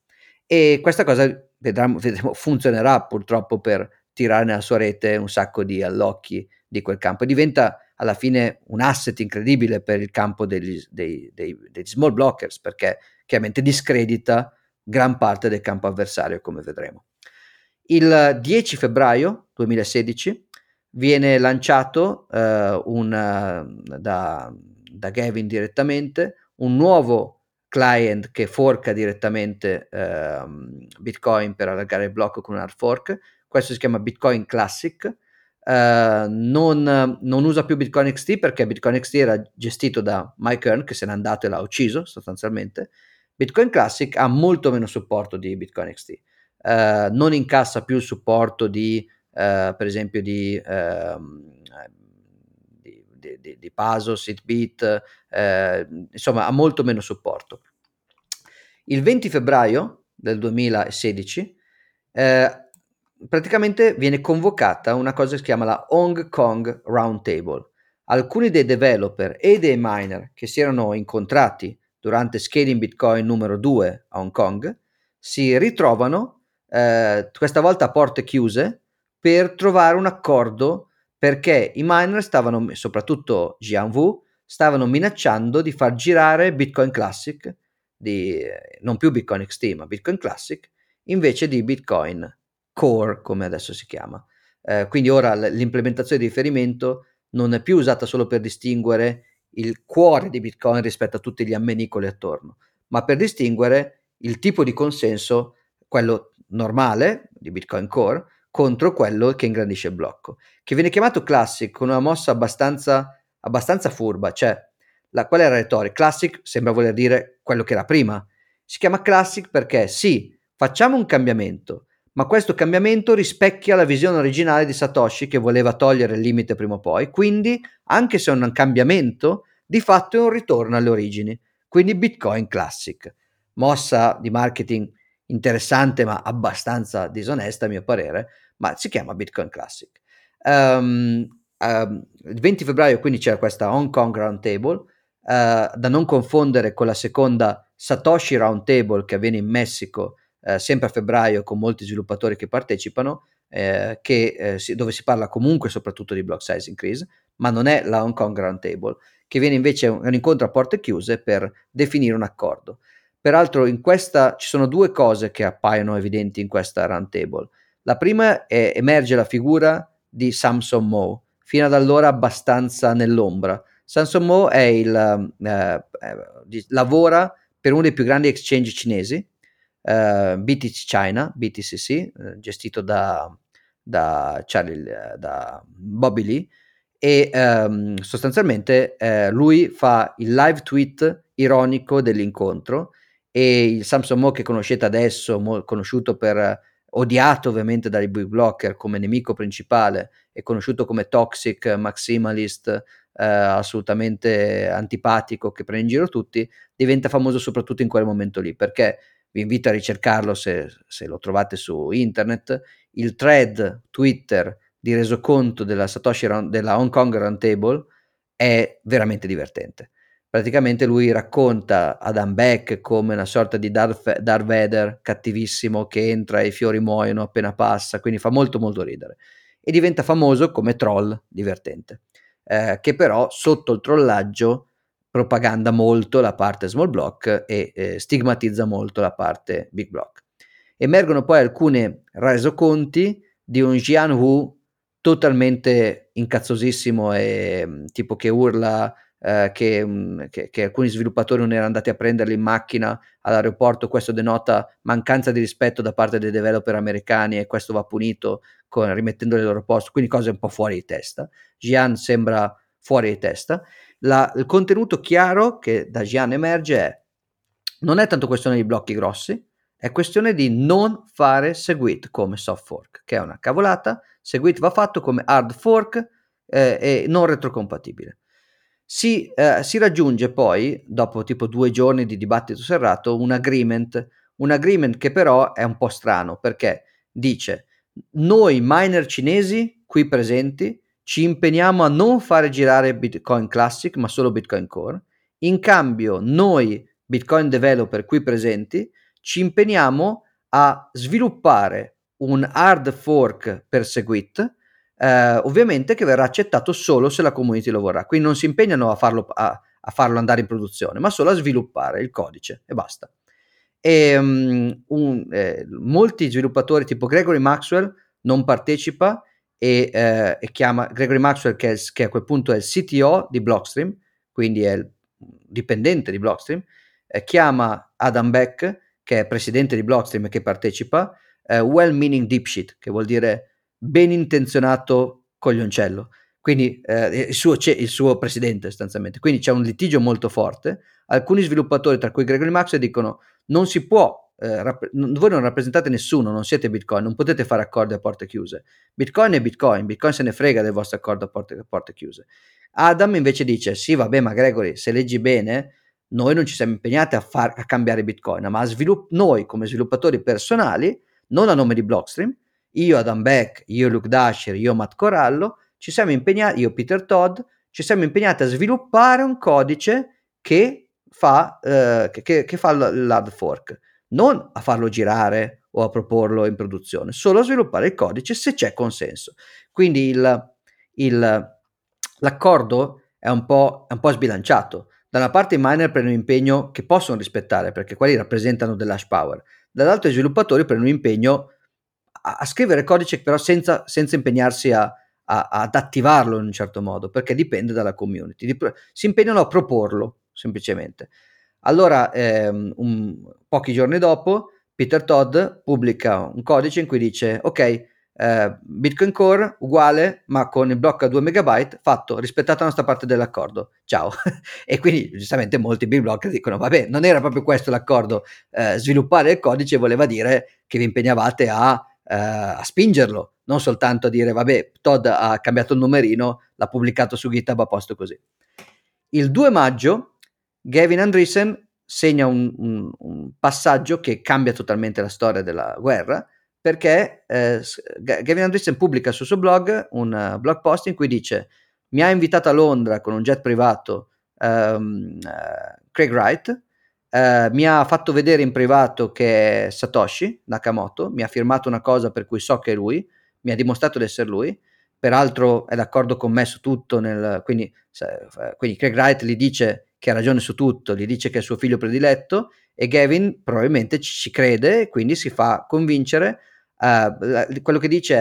e questa cosa vedremo, vedremo funzionerà purtroppo per tirare nella sua rete un sacco di allocchi di quel campo, e diventa alla fine un asset incredibile per il campo degli, dei, dei, degli small blockers, perché chiaramente discredita gran parte del campo avversario, come vedremo. Il dieci febbraio duemilasedici viene lanciato eh, un, da, da Gavin direttamente un nuovo client che forca direttamente eh, Bitcoin per allargare il blocco con un hard fork. Questo si chiama Bitcoin Classic. Uh, non, non usa più Bitcoin X T perché Bitcoin X T era gestito da Mike Hearn, che se n'è andato e l'ha ucciso sostanzialmente. Bitcoin Classic ha molto meno supporto di Bitcoin X T, uh, non incassa più il supporto di uh, per esempio di, uh, di, di, di, di Pasos, Hitbit, uh, insomma ha molto meno supporto. Il venti febbraio del duemilasedici eh, praticamente viene convocata una cosa che si chiama la Hong Kong Roundtable. Alcuni dei developer e dei miner che si erano incontrati durante Scaling Bitcoin numero due a Hong Kong si ritrovano eh, questa volta a porte chiuse, per trovare un accordo, perché i miner stavano, soprattutto Jian Wu, stavano minacciando di far girare Bitcoin Classic, di, non più Bitcoin X T ma Bitcoin Classic, invece di Bitcoin Core, come adesso si chiama. Eh, quindi ora l'implementazione di riferimento non è più usata solo per distinguere il cuore di Bitcoin rispetto a tutti gli ammenicoli attorno, ma per distinguere il tipo di consenso, quello normale di Bitcoin Core, contro quello che ingrandisce il blocco, che viene chiamato Classic con una mossa abbastanza, abbastanza furba. Cioè, la, qual era la retorica? Classic sembra voler dire quello che era prima. Si chiama Classic perché sì, facciamo un cambiamento, ma questo cambiamento rispecchia la visione originale di Satoshi, che voleva togliere il limite prima o poi, quindi anche se è un cambiamento, di fatto è un ritorno alle origini, quindi Bitcoin Classic. Mossa di marketing interessante ma abbastanza disonesta a mio parere, ma si chiama Bitcoin Classic. Um, um, il venti febbraio quindi c'era questa Hong Kong Roundtable, uh, da non confondere con la seconda Satoshi Roundtable che avviene in Messico eh, sempre a febbraio, con molti sviluppatori che partecipano, eh, che, eh, si, dove si parla comunque soprattutto di block size increase, ma non è la Hong Kong Roundtable, che viene invece un, un incontro a porte chiuse per definire un accordo. Peraltro in questa ci sono due cose che appaiono evidenti in questa roundtable. La prima è emerge la figura di Samson Mow, fino ad allora abbastanza nell'ombra. Samson Mow è il, eh, eh, lavora per uno dei più grandi exchange cinesi, Uh, B T C China, B T C C, uh, gestito da, da, Charlie, uh, da Bobby Lee, e um, sostanzialmente uh, lui fa il live tweet ironico dell'incontro, e il Samson Mow che conoscete adesso, mo- conosciuto per uh, odiato ovviamente dai big blocker come nemico principale e conosciuto come toxic maximalist, uh, assolutamente antipatico, che prende in giro tutti, diventa famoso soprattutto in quel momento lì, perché vi invito a ricercarlo se, se lo trovate su internet, il thread Twitter di resoconto della Satoshi della Hong Kong Roundtable è veramente divertente. Praticamente lui racconta Adam Beck come una sorta di Darth, Darth Vader cattivissimo che entra e i fiori muoiono appena passa, quindi fa molto molto ridere, e diventa famoso come troll divertente, eh, che però sotto il trollaggio propaganda molto la parte small block e eh, stigmatizza molto la parte big block. Emergono poi alcuni resoconti di un Jian Wu totalmente incazzosissimo e tipo che urla eh, che, che, che alcuni sviluppatori non erano andati a prenderli in macchina all'aeroporto. Questo denota mancanza di rispetto da parte dei developer americani e questo va punito con, rimettendoli al loro posto, quindi cose un po' fuori di testa. Jian sembra fuori di testa. La, il contenuto chiaro che da Jian emerge è: non è tanto questione di blocchi grossi, è questione di non fare Segwit come soft fork, che è una cavolata. Segwit va fatto come hard fork eh, e non retrocompatibile. Si, eh, si raggiunge poi, dopo tipo due giorni di dibattito serrato, un agreement, un agreement che però è un po' strano, perché dice: noi miner cinesi qui presenti ci impegniamo a non fare girare Bitcoin Classic ma solo Bitcoin Core. In cambio noi Bitcoin developer qui presenti ci impegniamo a sviluppare un hard fork per Segwit, eh, ovviamente che verrà accettato solo se la community lo vorrà. Quindi non si impegnano a farlo, a, a farlo andare in produzione, ma solo a sviluppare il codice e basta. E um, un, eh, molti sviluppatori tipo Gregory Maxwell non partecipa e, eh, e chiama Gregory Maxwell, che, è, che a quel punto è il C T O di Blockstream, quindi è il dipendente di Blockstream, eh, chiama Adam Beck, che è presidente di Blockstream e che partecipa, eh, well-meaning dipshit, che vuol dire ben intenzionato coglioncello, quindi eh, il, suo, il suo presidente sostanzialmente. Quindi c'è un litigio molto forte. Alcuni sviluppatori, tra cui Gregory Maxwell, dicono: non si può Eh, rapp- voi non rappresentate nessuno, non siete Bitcoin, non potete fare accordi a porte chiuse. Bitcoin è Bitcoin, Bitcoin se ne frega del vostro accordo a porte, a porte chiuse. Adam invece dice: sì, vabbè, ma Gregory, se leggi bene, noi non ci siamo impegnati a, far, a cambiare Bitcoin, ma a svilupp- noi come sviluppatori personali, non a nome di Blockstream, io Adam Beck, io Luke Dasher, io Matt Corallo, ci siamo impegnati, io Peter Todd, ci siamo impegnati a sviluppare un codice che fa, eh, che, che fa l'hard fork, non a farlo girare o a proporlo in produzione, solo a sviluppare il codice se c'è consenso. Quindi il, il, l'accordo è un po', è un po' sbilanciato. Da una parte i miner prendono un impegno che possono rispettare perché quelli rappresentano dell'hash power, dall'altro i sviluppatori prendono un impegno a, a scrivere codice però senza, senza impegnarsi a, a, ad attivarlo in un certo modo perché dipende dalla community. Dip- si impegnano a proporlo semplicemente. Allora, ehm, un, pochi giorni dopo, Peter Todd pubblica un codice in cui dice ok, eh, Bitcoin Core uguale ma con il blocco a due megabyte fatto, rispettata la nostra parte dell'accordo, ciao. E quindi giustamente molti big blocker dicono vabbè, non era proprio questo l'accordo, eh, sviluppare il codice voleva dire che vi impegnavate a, eh, a spingerlo, non soltanto a dire vabbè, Todd ha cambiato il numerino, l'ha pubblicato su GitHub a posto così. Il due maggio Gavin Andresen segna un, un, un passaggio che cambia totalmente la storia della guerra, perché eh, Gavin Andresen pubblica sul suo blog un uh, blog post in cui dice mi ha invitato a Londra con un jet privato um, uh, Craig Wright, uh, mi ha fatto vedere in privato che è Satoshi Nakamoto, mi ha firmato una cosa per cui so che è lui, mi ha dimostrato di essere lui, peraltro è d'accordo con me su tutto, nel, quindi, quindi Craig Wright gli dice che ha ragione su tutto, gli dice che è il suo figlio prediletto e Gavin probabilmente ci, ci crede e quindi si fa convincere. Uh, quello che dice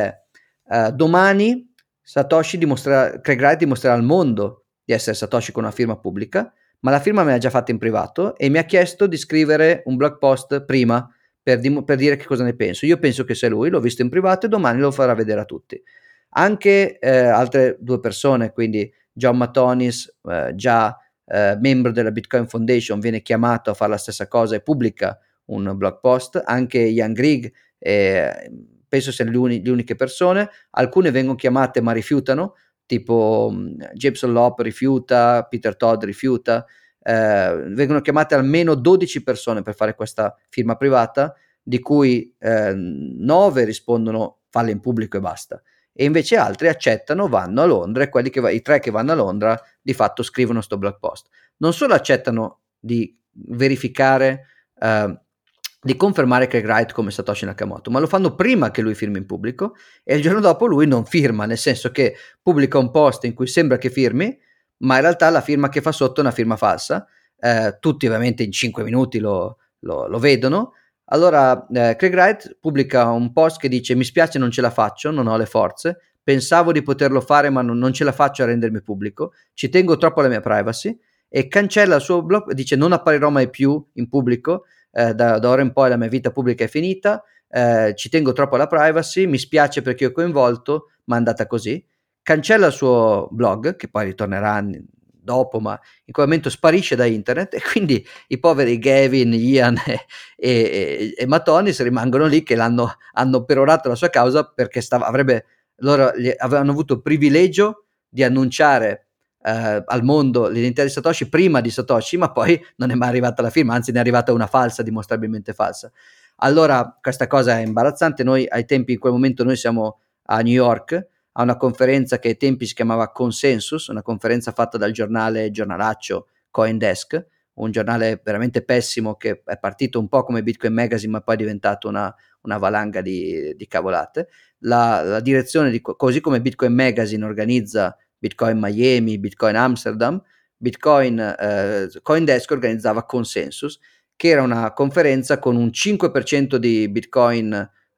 è uh, domani Satoshi dimostrerà, Craig Wright dimostrerà al mondo di essere Satoshi con una firma pubblica, ma la firma me l'ha già fatta in privato e mi ha chiesto di scrivere un blog post prima per, dim- per dire che cosa ne penso. Io penso che sia lui, l'ho visto in privato e domani lo farà vedere a tutti. Anche eh, altre due persone, quindi John Matonis, eh, già eh, membro della Bitcoin Foundation, viene chiamato a fare la stessa cosa e pubblica un blog post. Anche Ian Grigg, eh, penso siano le, uni- le uniche persone. Alcune vengono chiamate ma rifiutano, tipo um, Jameson Lopp rifiuta, Peter Todd rifiuta. Eh, vengono chiamate almeno dodici persone per fare questa firma privata, di cui eh, nove rispondono falla in pubblico e basta, e invece altri accettano, vanno a Londra e quelli che va- i tre che vanno a Londra di fatto scrivono sto blog post. Non solo accettano di verificare, eh, di confermare Craig Wright come Satoshi Nakamoto, ma lo fanno prima che lui firmi in pubblico e il giorno dopo lui non firma, nel senso che pubblica un post in cui sembra che firmi, ma in realtà la firma che fa sotto è una firma falsa. Eh, tutti ovviamente in cinque minuti lo, lo, lo vedono. Allora eh, Craig Wright pubblica un post che dice mi spiace non ce la faccio, non ho le forze, pensavo di poterlo fare ma non, non ce la faccio a rendermi pubblico, ci tengo troppo alla mia privacy, e cancella il suo blog, dice non apparirò mai più in pubblico, eh, da, da ora in poi la mia vita pubblica è finita, eh, ci tengo troppo alla privacy, mi spiace perché ho coinvolto, ma è andata così, cancella il suo blog che poi ritornerà dopo, ma in quel momento sparisce da internet e quindi i poveri Gavin, Ian e, e, e Matonis rimangono lì che l'hanno hanno perorato la sua causa perché stava, avrebbe, loro gli, avevano avuto il privilegio di annunciare eh, al mondo l'identità di Satoshi prima di Satoshi, ma poi non è mai arrivata la firma, anzi ne è arrivata una falsa, dimostrabilmente falsa. Allora questa cosa è imbarazzante. Noi ai tempi, in quel momento noi siamo a New York a una conferenza che ai tempi si chiamava Consensus, una conferenza fatta dal giornale giornalaccio CoinDesk, un giornale veramente pessimo che è partito un po' come Bitcoin Magazine ma poi è diventato una, una valanga di, di cavolate. La, la direzione di, così come Bitcoin Magazine organizza Bitcoin Miami, Bitcoin Amsterdam, Bitcoin eh, CoinDesk organizzava Consensus, che era una conferenza con un cinque per cento di Bitcoin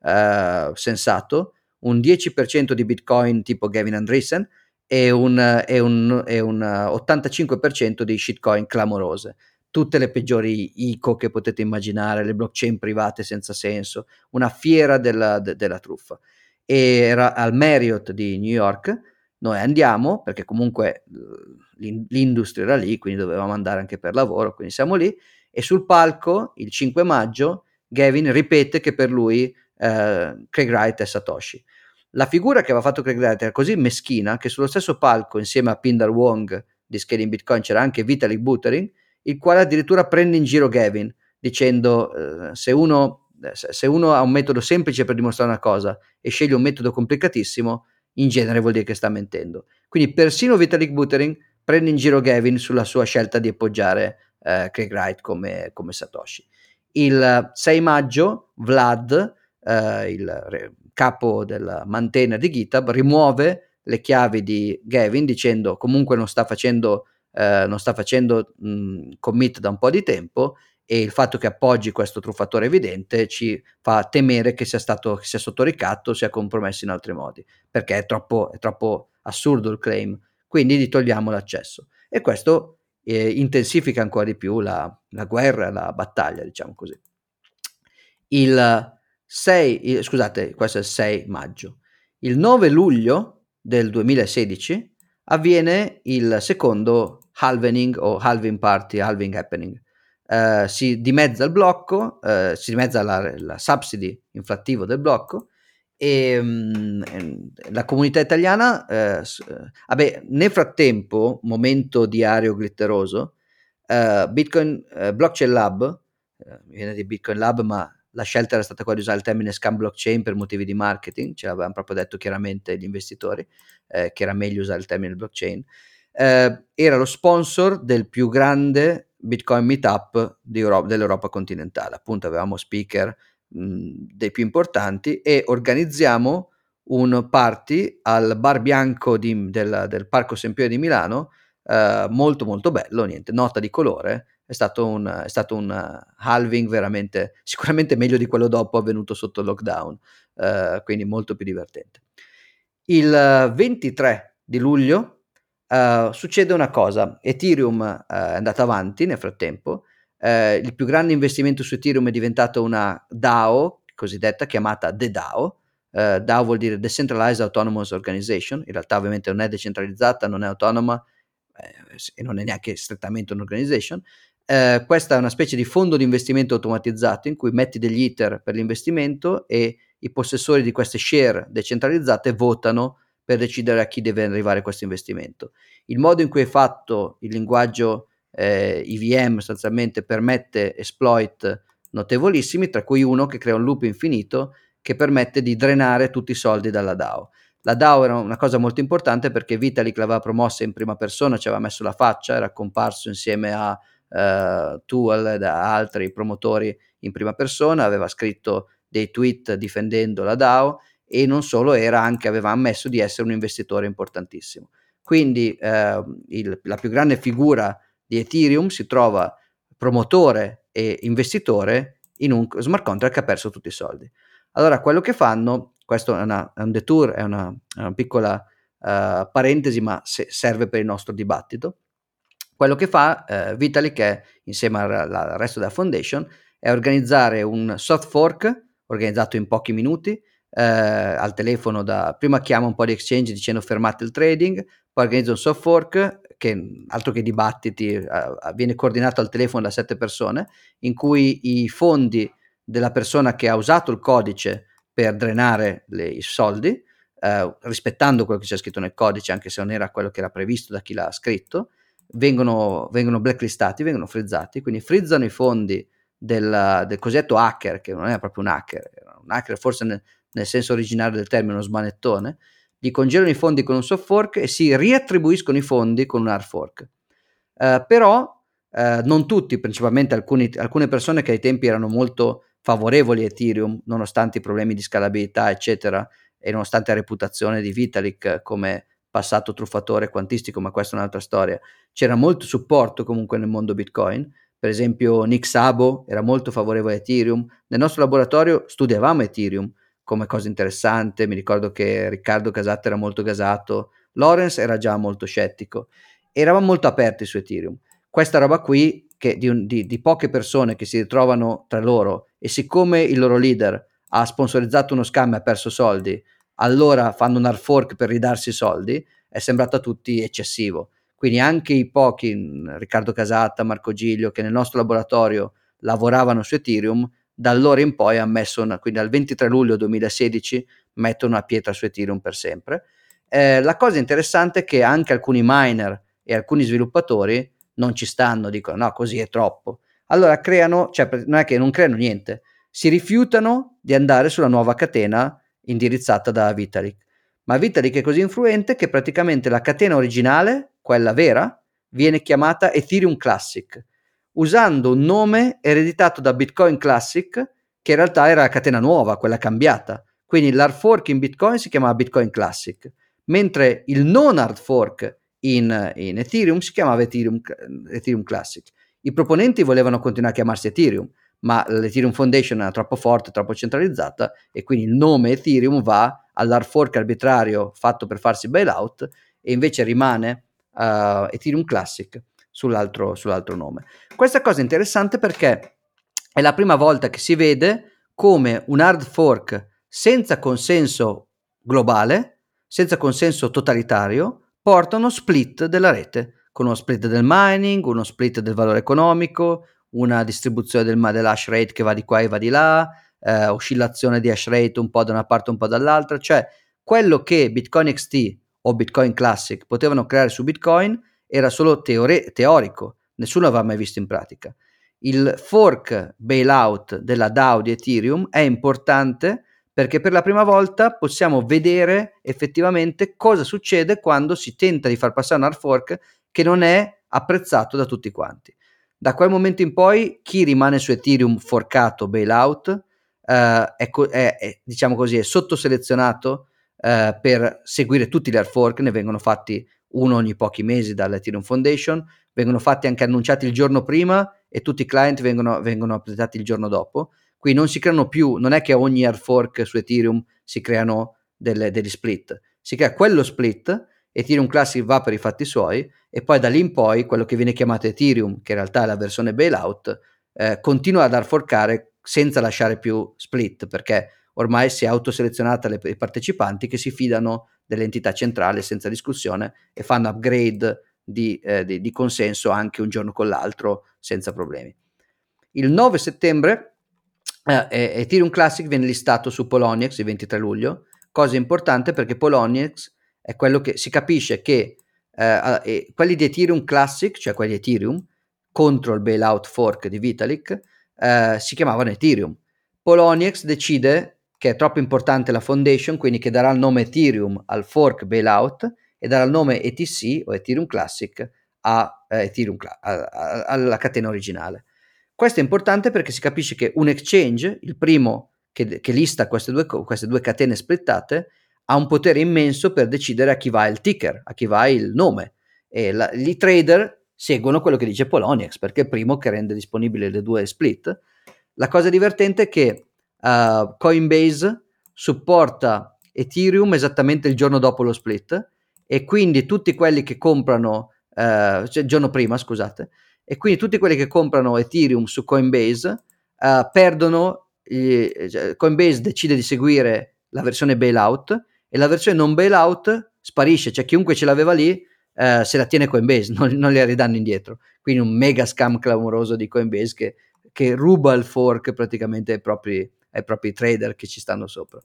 eh, sensato, un dieci per cento di Bitcoin tipo Gavin Andresen e un, e un, e un ottantacinque per cento di shitcoin clamorose, tutte le peggiori I C O che potete immaginare, le blockchain private senza senso, una fiera della, de, della truffa. E era al Marriott di New York, noi andiamo perché comunque l'industria era lì, quindi dovevamo andare anche per lavoro, quindi siamo lì e sul palco il cinque maggio Gavin ripete che per lui Uh, Craig Wright e Satoshi. La figura che aveva fatto Craig Wright era così meschina che sullo stesso palco insieme a Pindar Wong di Scaling Bitcoin c'era anche Vitalik Buterin, il quale addirittura prende in giro Gavin dicendo uh, se, uno, se uno ha un metodo semplice per dimostrare una cosa e sceglie un metodo complicatissimo, in genere vuol dire che sta mentendo. Quindi persino Vitalik Buterin prende in giro Gavin sulla sua scelta di appoggiare uh, Craig Wright come, come Satoshi. Il sei maggio Vlad eh, il re, capo del maintainer di GitHub, rimuove le chiavi di Gavin dicendo comunque non sta facendo, eh, non sta facendo mh, commit da un po' di tempo, e il fatto che appoggi questo truffatore evidente ci fa temere che sia stato che sia sotto ricatto, sia compromesso in altri modi, perché è troppo, è troppo assurdo il claim, quindi gli togliamo l'accesso, e questo eh, intensifica ancora di più la, la guerra, la battaglia, diciamo così. Il sei, il, scusate, questo è il sei maggio. Il nove luglio del duemilasedici avviene il secondo halvening o halving party, halving happening. Uh, si dimezza il blocco, uh, si dimezza la, la subsidy inflattivo del blocco, e um, la comunità italiana, uh, vabbè, nel frattempo, momento diario glitteroso, uh, Bitcoin uh, Blockchain Lab, uh, viene di Bitcoin Lab, ma la scelta era stata quella di usare il termine scam blockchain per motivi di marketing, ce l'avevano proprio detto chiaramente gli investitori, eh, che era meglio usare il termine blockchain. Eh, era lo sponsor del più grande Bitcoin Meetup di Europa, dell'Europa continentale. Appunto avevamo speaker mh, dei più importanti, e organizziamo un party al bar bianco di, del, del Parco Sempione di Milano, eh, molto molto bello, niente, nota di colore. È stato un, è stato un halving veramente, sicuramente meglio di quello dopo avvenuto sotto il lockdown, eh, quindi molto più divertente. Il ventitré di luglio uh, succede una cosa: Ethereum uh, è andato avanti nel frattempo, uh, il più grande investimento su Ethereum è diventato una DAO, cosiddetta, chiamata The DAO. Uh, DAO vuol dire Decentralized Autonomous Organization, in realtà ovviamente non è decentralizzata, non è autonoma, eh, e non è neanche strettamente un'organization. Uh, questa è una specie di fondo di investimento automatizzato in cui metti degli Ether per l'investimento, e i possessori di queste share decentralizzate votano per decidere a chi deve arrivare questo investimento. Il modo in cui è fatto il linguaggio eh, I V M sostanzialmente permette exploit notevolissimi, tra cui uno che crea un loop infinito che permette di drenare tutti i soldi dalla DAO. La DAO era una cosa molto importante perché Vitalik l'aveva promossa in prima persona, ci aveva messo la faccia, era comparso insieme a uh, Tual e da altri promotori in prima persona, aveva scritto dei tweet difendendo la DAO, e non solo, era anche, aveva ammesso di essere un investitore importantissimo. Quindi eh, il, la più grande figura di Ethereum si trova promotore e investitore in un smart contract che ha perso tutti i soldi. Allora quello che fanno, questo è, una, è un detour, è una, è una piccola uh, parentesi, ma se, serve per il nostro dibattito. Quello che fa uh, Vitalik è, insieme al, al resto della foundation, è organizzare un soft fork organizzato in pochi minuti, eh, al telefono. Da, prima chiama un po' di exchange dicendo fermate il trading, poi organizza un soft fork che, altro che dibattiti, eh, viene coordinato al telefono da sette persone, in cui i fondi della persona che ha usato il codice per drenare le, i soldi, eh, rispettando quello che c'è scritto nel codice, anche se non era quello che era previsto da chi l'ha scritto, vengono, vengono blacklistati, vengono frizzati, quindi frizzano i fondi del, del cosiddetto hacker, che non è proprio un hacker, un hacker forse nel, nel senso originario del termine, uno smanettone, gli congelano i fondi con un soft fork e si riattribuiscono i fondi con un hard fork. Uh, però uh, non tutti, principalmente alcuni, alcune persone che ai tempi erano molto favorevoli a Ethereum, nonostante i problemi di scalabilità, eccetera, e nonostante la reputazione di Vitalik come passato truffatore quantistico, ma questa è un'altra storia, c'era molto supporto comunque nel mondo Bitcoin. Per esempio Nick Szabo era molto favorevole a Ethereum. Nel nostro laboratorio studiavamo Ethereum come cosa interessante, mi ricordo che Riccardo Casatto era molto gasato, Lawrence era già molto scettico, eravamo molto aperti su Ethereum. Questa roba qui, che di, un, di, di poche persone che si ritrovano tra loro, e siccome il loro leader ha sponsorizzato uno scam e ha perso soldi, allora fanno un hard fork per ridarsi i soldi, è sembrato a tutti eccessivo. Quindi anche i pochi, Riccardo Casatta, Marco Giglio, che nel nostro laboratorio lavoravano su Ethereum, da allora in poi hanno messo una, quindi dal ventitré luglio duemilasedici mettono una pietra su Ethereum per sempre. Eh, la cosa interessante è che anche alcuni miner e alcuni sviluppatori non ci stanno, dicono no, così è troppo. Allora creano, cioè non è che non creano niente, si rifiutano di andare sulla nuova catena indirizzata da Vitalik. Ma Vitalik è così influente che praticamente la catena originale, quella vera, viene chiamata Ethereum Classic, usando un nome ereditato da Bitcoin Classic, che in realtà era la catena nuova, quella cambiata. Quindi l'hard fork in Bitcoin si chiamava Bitcoin Classic, mentre il non hard fork in, in Ethereum si chiamava Ethereum, Ethereum Classic. I proponenti volevano continuare a chiamarsi Ethereum, ma l'Ethereum Foundation era troppo forte, troppo centralizzata, e quindi il nome Ethereum va all'hard fork arbitrario fatto per farsi bailout, e invece rimane uh, Ethereum Classic sull'altro, sull'altro nome. Questa cosa è interessante perché è la prima volta che si vede come un hard fork senza consenso globale, senza consenso totalitario, porta uno split della rete, con uno split del mining, uno split del valore economico, una distribuzione del, dell'hash rate che va di qua e va di là, eh, oscillazione di hash rate un po' da una parte un po' dall'altra, cioè quello che Bitcoin X T o Bitcoin Classic potevano creare su Bitcoin era solo teore- teorico, nessuno aveva mai visto in pratica. Il fork bailout della DAO di Ethereum è importante perché per la prima volta possiamo vedere effettivamente cosa succede quando si tenta di far passare un hard fork che non è apprezzato da tutti quanti. Da quel momento in poi chi rimane su Ethereum forcato bailout eh, è, è, è, diciamo così, è sottoselezionato eh, per seguire tutti gli hard fork, ne vengono fatti uno ogni pochi mesi dall'Ethereum Foundation, vengono fatti anche annunciati il giorno prima e tutti i client vengono, vengono applicati il giorno dopo. Qui non si creano più, non è che ogni hard fork su Ethereum si creano delle, degli split, si crea quello split, Ethereum Classic va per i fatti suoi, e poi da lì in poi quello che viene chiamato Ethereum, che in realtà è la versione bailout, eh, continua ad hard forkare senza lasciare più split, perché ormai si è autoselezionata le, i partecipanti che si fidano dell'entità centrale senza discussione e fanno upgrade di, eh, di, di consenso anche un giorno con l'altro senza problemi. Il nove settembre eh, Ethereum Classic viene listato su Poloniex il ventitré luglio, cosa importante perché Poloniex è quello che si capisce che eh, eh, quelli di Ethereum Classic, cioè quelli di Ethereum contro il bailout fork di Vitalik, eh, si chiamavano Ethereum. Poloniex decide che è troppo importante la foundation, quindi che darà il nome Ethereum al fork bailout e darà il nome E T C o Ethereum Classic a, eh, Ethereum, a, a, alla catena originale. Questo è importante perché si capisce che un exchange, il primo che, che lista queste due, queste due catene splittate, ha un potere immenso per decidere a chi va il ticker, a chi va il nome, e la, i trader seguono quello che dice Poloniex perché è il primo che rende disponibili le due split. La cosa divertente è che uh, Coinbase supporta Ethereum esattamente il giorno dopo lo split, e quindi tutti quelli che comprano uh, cioè il giorno prima, scusate, e quindi tutti quelli che comprano Ethereum su Coinbase uh, perdono, eh, Coinbase decide di seguire la versione bailout e la versione non bailout sparisce, cioè chiunque ce l'aveva lì eh, se la tiene Coinbase, non, non le ridanno indietro. Quindi un mega scam clamoroso di Coinbase che, che ruba il fork praticamente ai propri, ai propri trader che ci stanno sopra.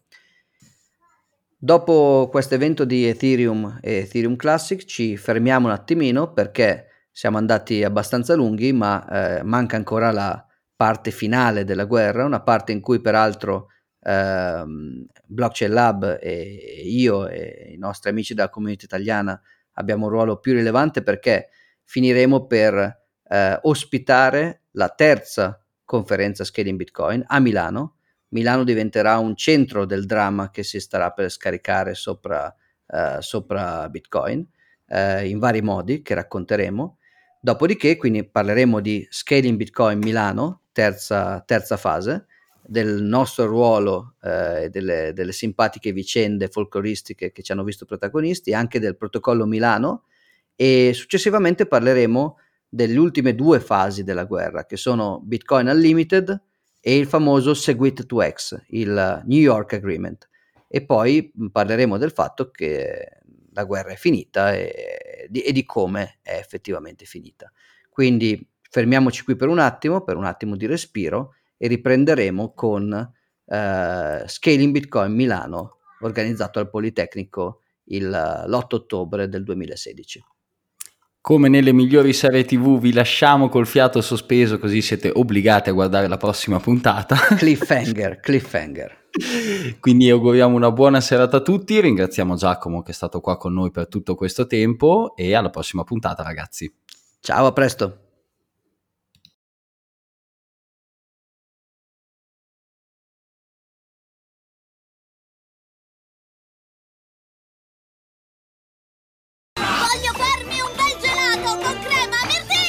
Dopo questo evento di Ethereum e Ethereum Classic ci fermiamo un attimino perché siamo andati abbastanza lunghi, ma eh, manca ancora la parte finale della guerra, una parte in cui peraltro ehm, Blockchain Lab e io e i nostri amici della community italiana abbiamo un ruolo più rilevante perché finiremo per eh, ospitare la terza conferenza Scaling Bitcoin a Milano. Milano diventerà un centro del dramma che si starà per scaricare sopra, eh, sopra Bitcoin eh, in vari modi che racconteremo. Dopodiché, quindi parleremo di Scaling Bitcoin Milano, terza, terza fase, del nostro ruolo e eh, delle, delle simpatiche vicende folcloristiche che ci hanno visto protagonisti, anche del protocollo Milano, e successivamente parleremo delle ultime due fasi della guerra, che sono Bitcoin Unlimited e il famoso Segwit to X, il New York Agreement. E poi parleremo del fatto che la guerra è finita e di, e di come è effettivamente finita. Quindi fermiamoci qui per un attimo, per un attimo di respiro, e riprenderemo con eh, Scaling Bitcoin Milano, organizzato al Politecnico il, l'otto ottobre del duemilasedici. Come nelle migliori serie tivù vi lasciamo col fiato sospeso, così siete obbligati a guardare la prossima puntata. Cliffhanger, cliffhanger. Quindi auguriamo una buona serata a tutti, ringraziamo Giacomo che è stato qua con noi per tutto questo tempo e alla prossima puntata, ragazzi. Ciao, a presto.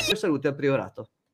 Saluti al priorato.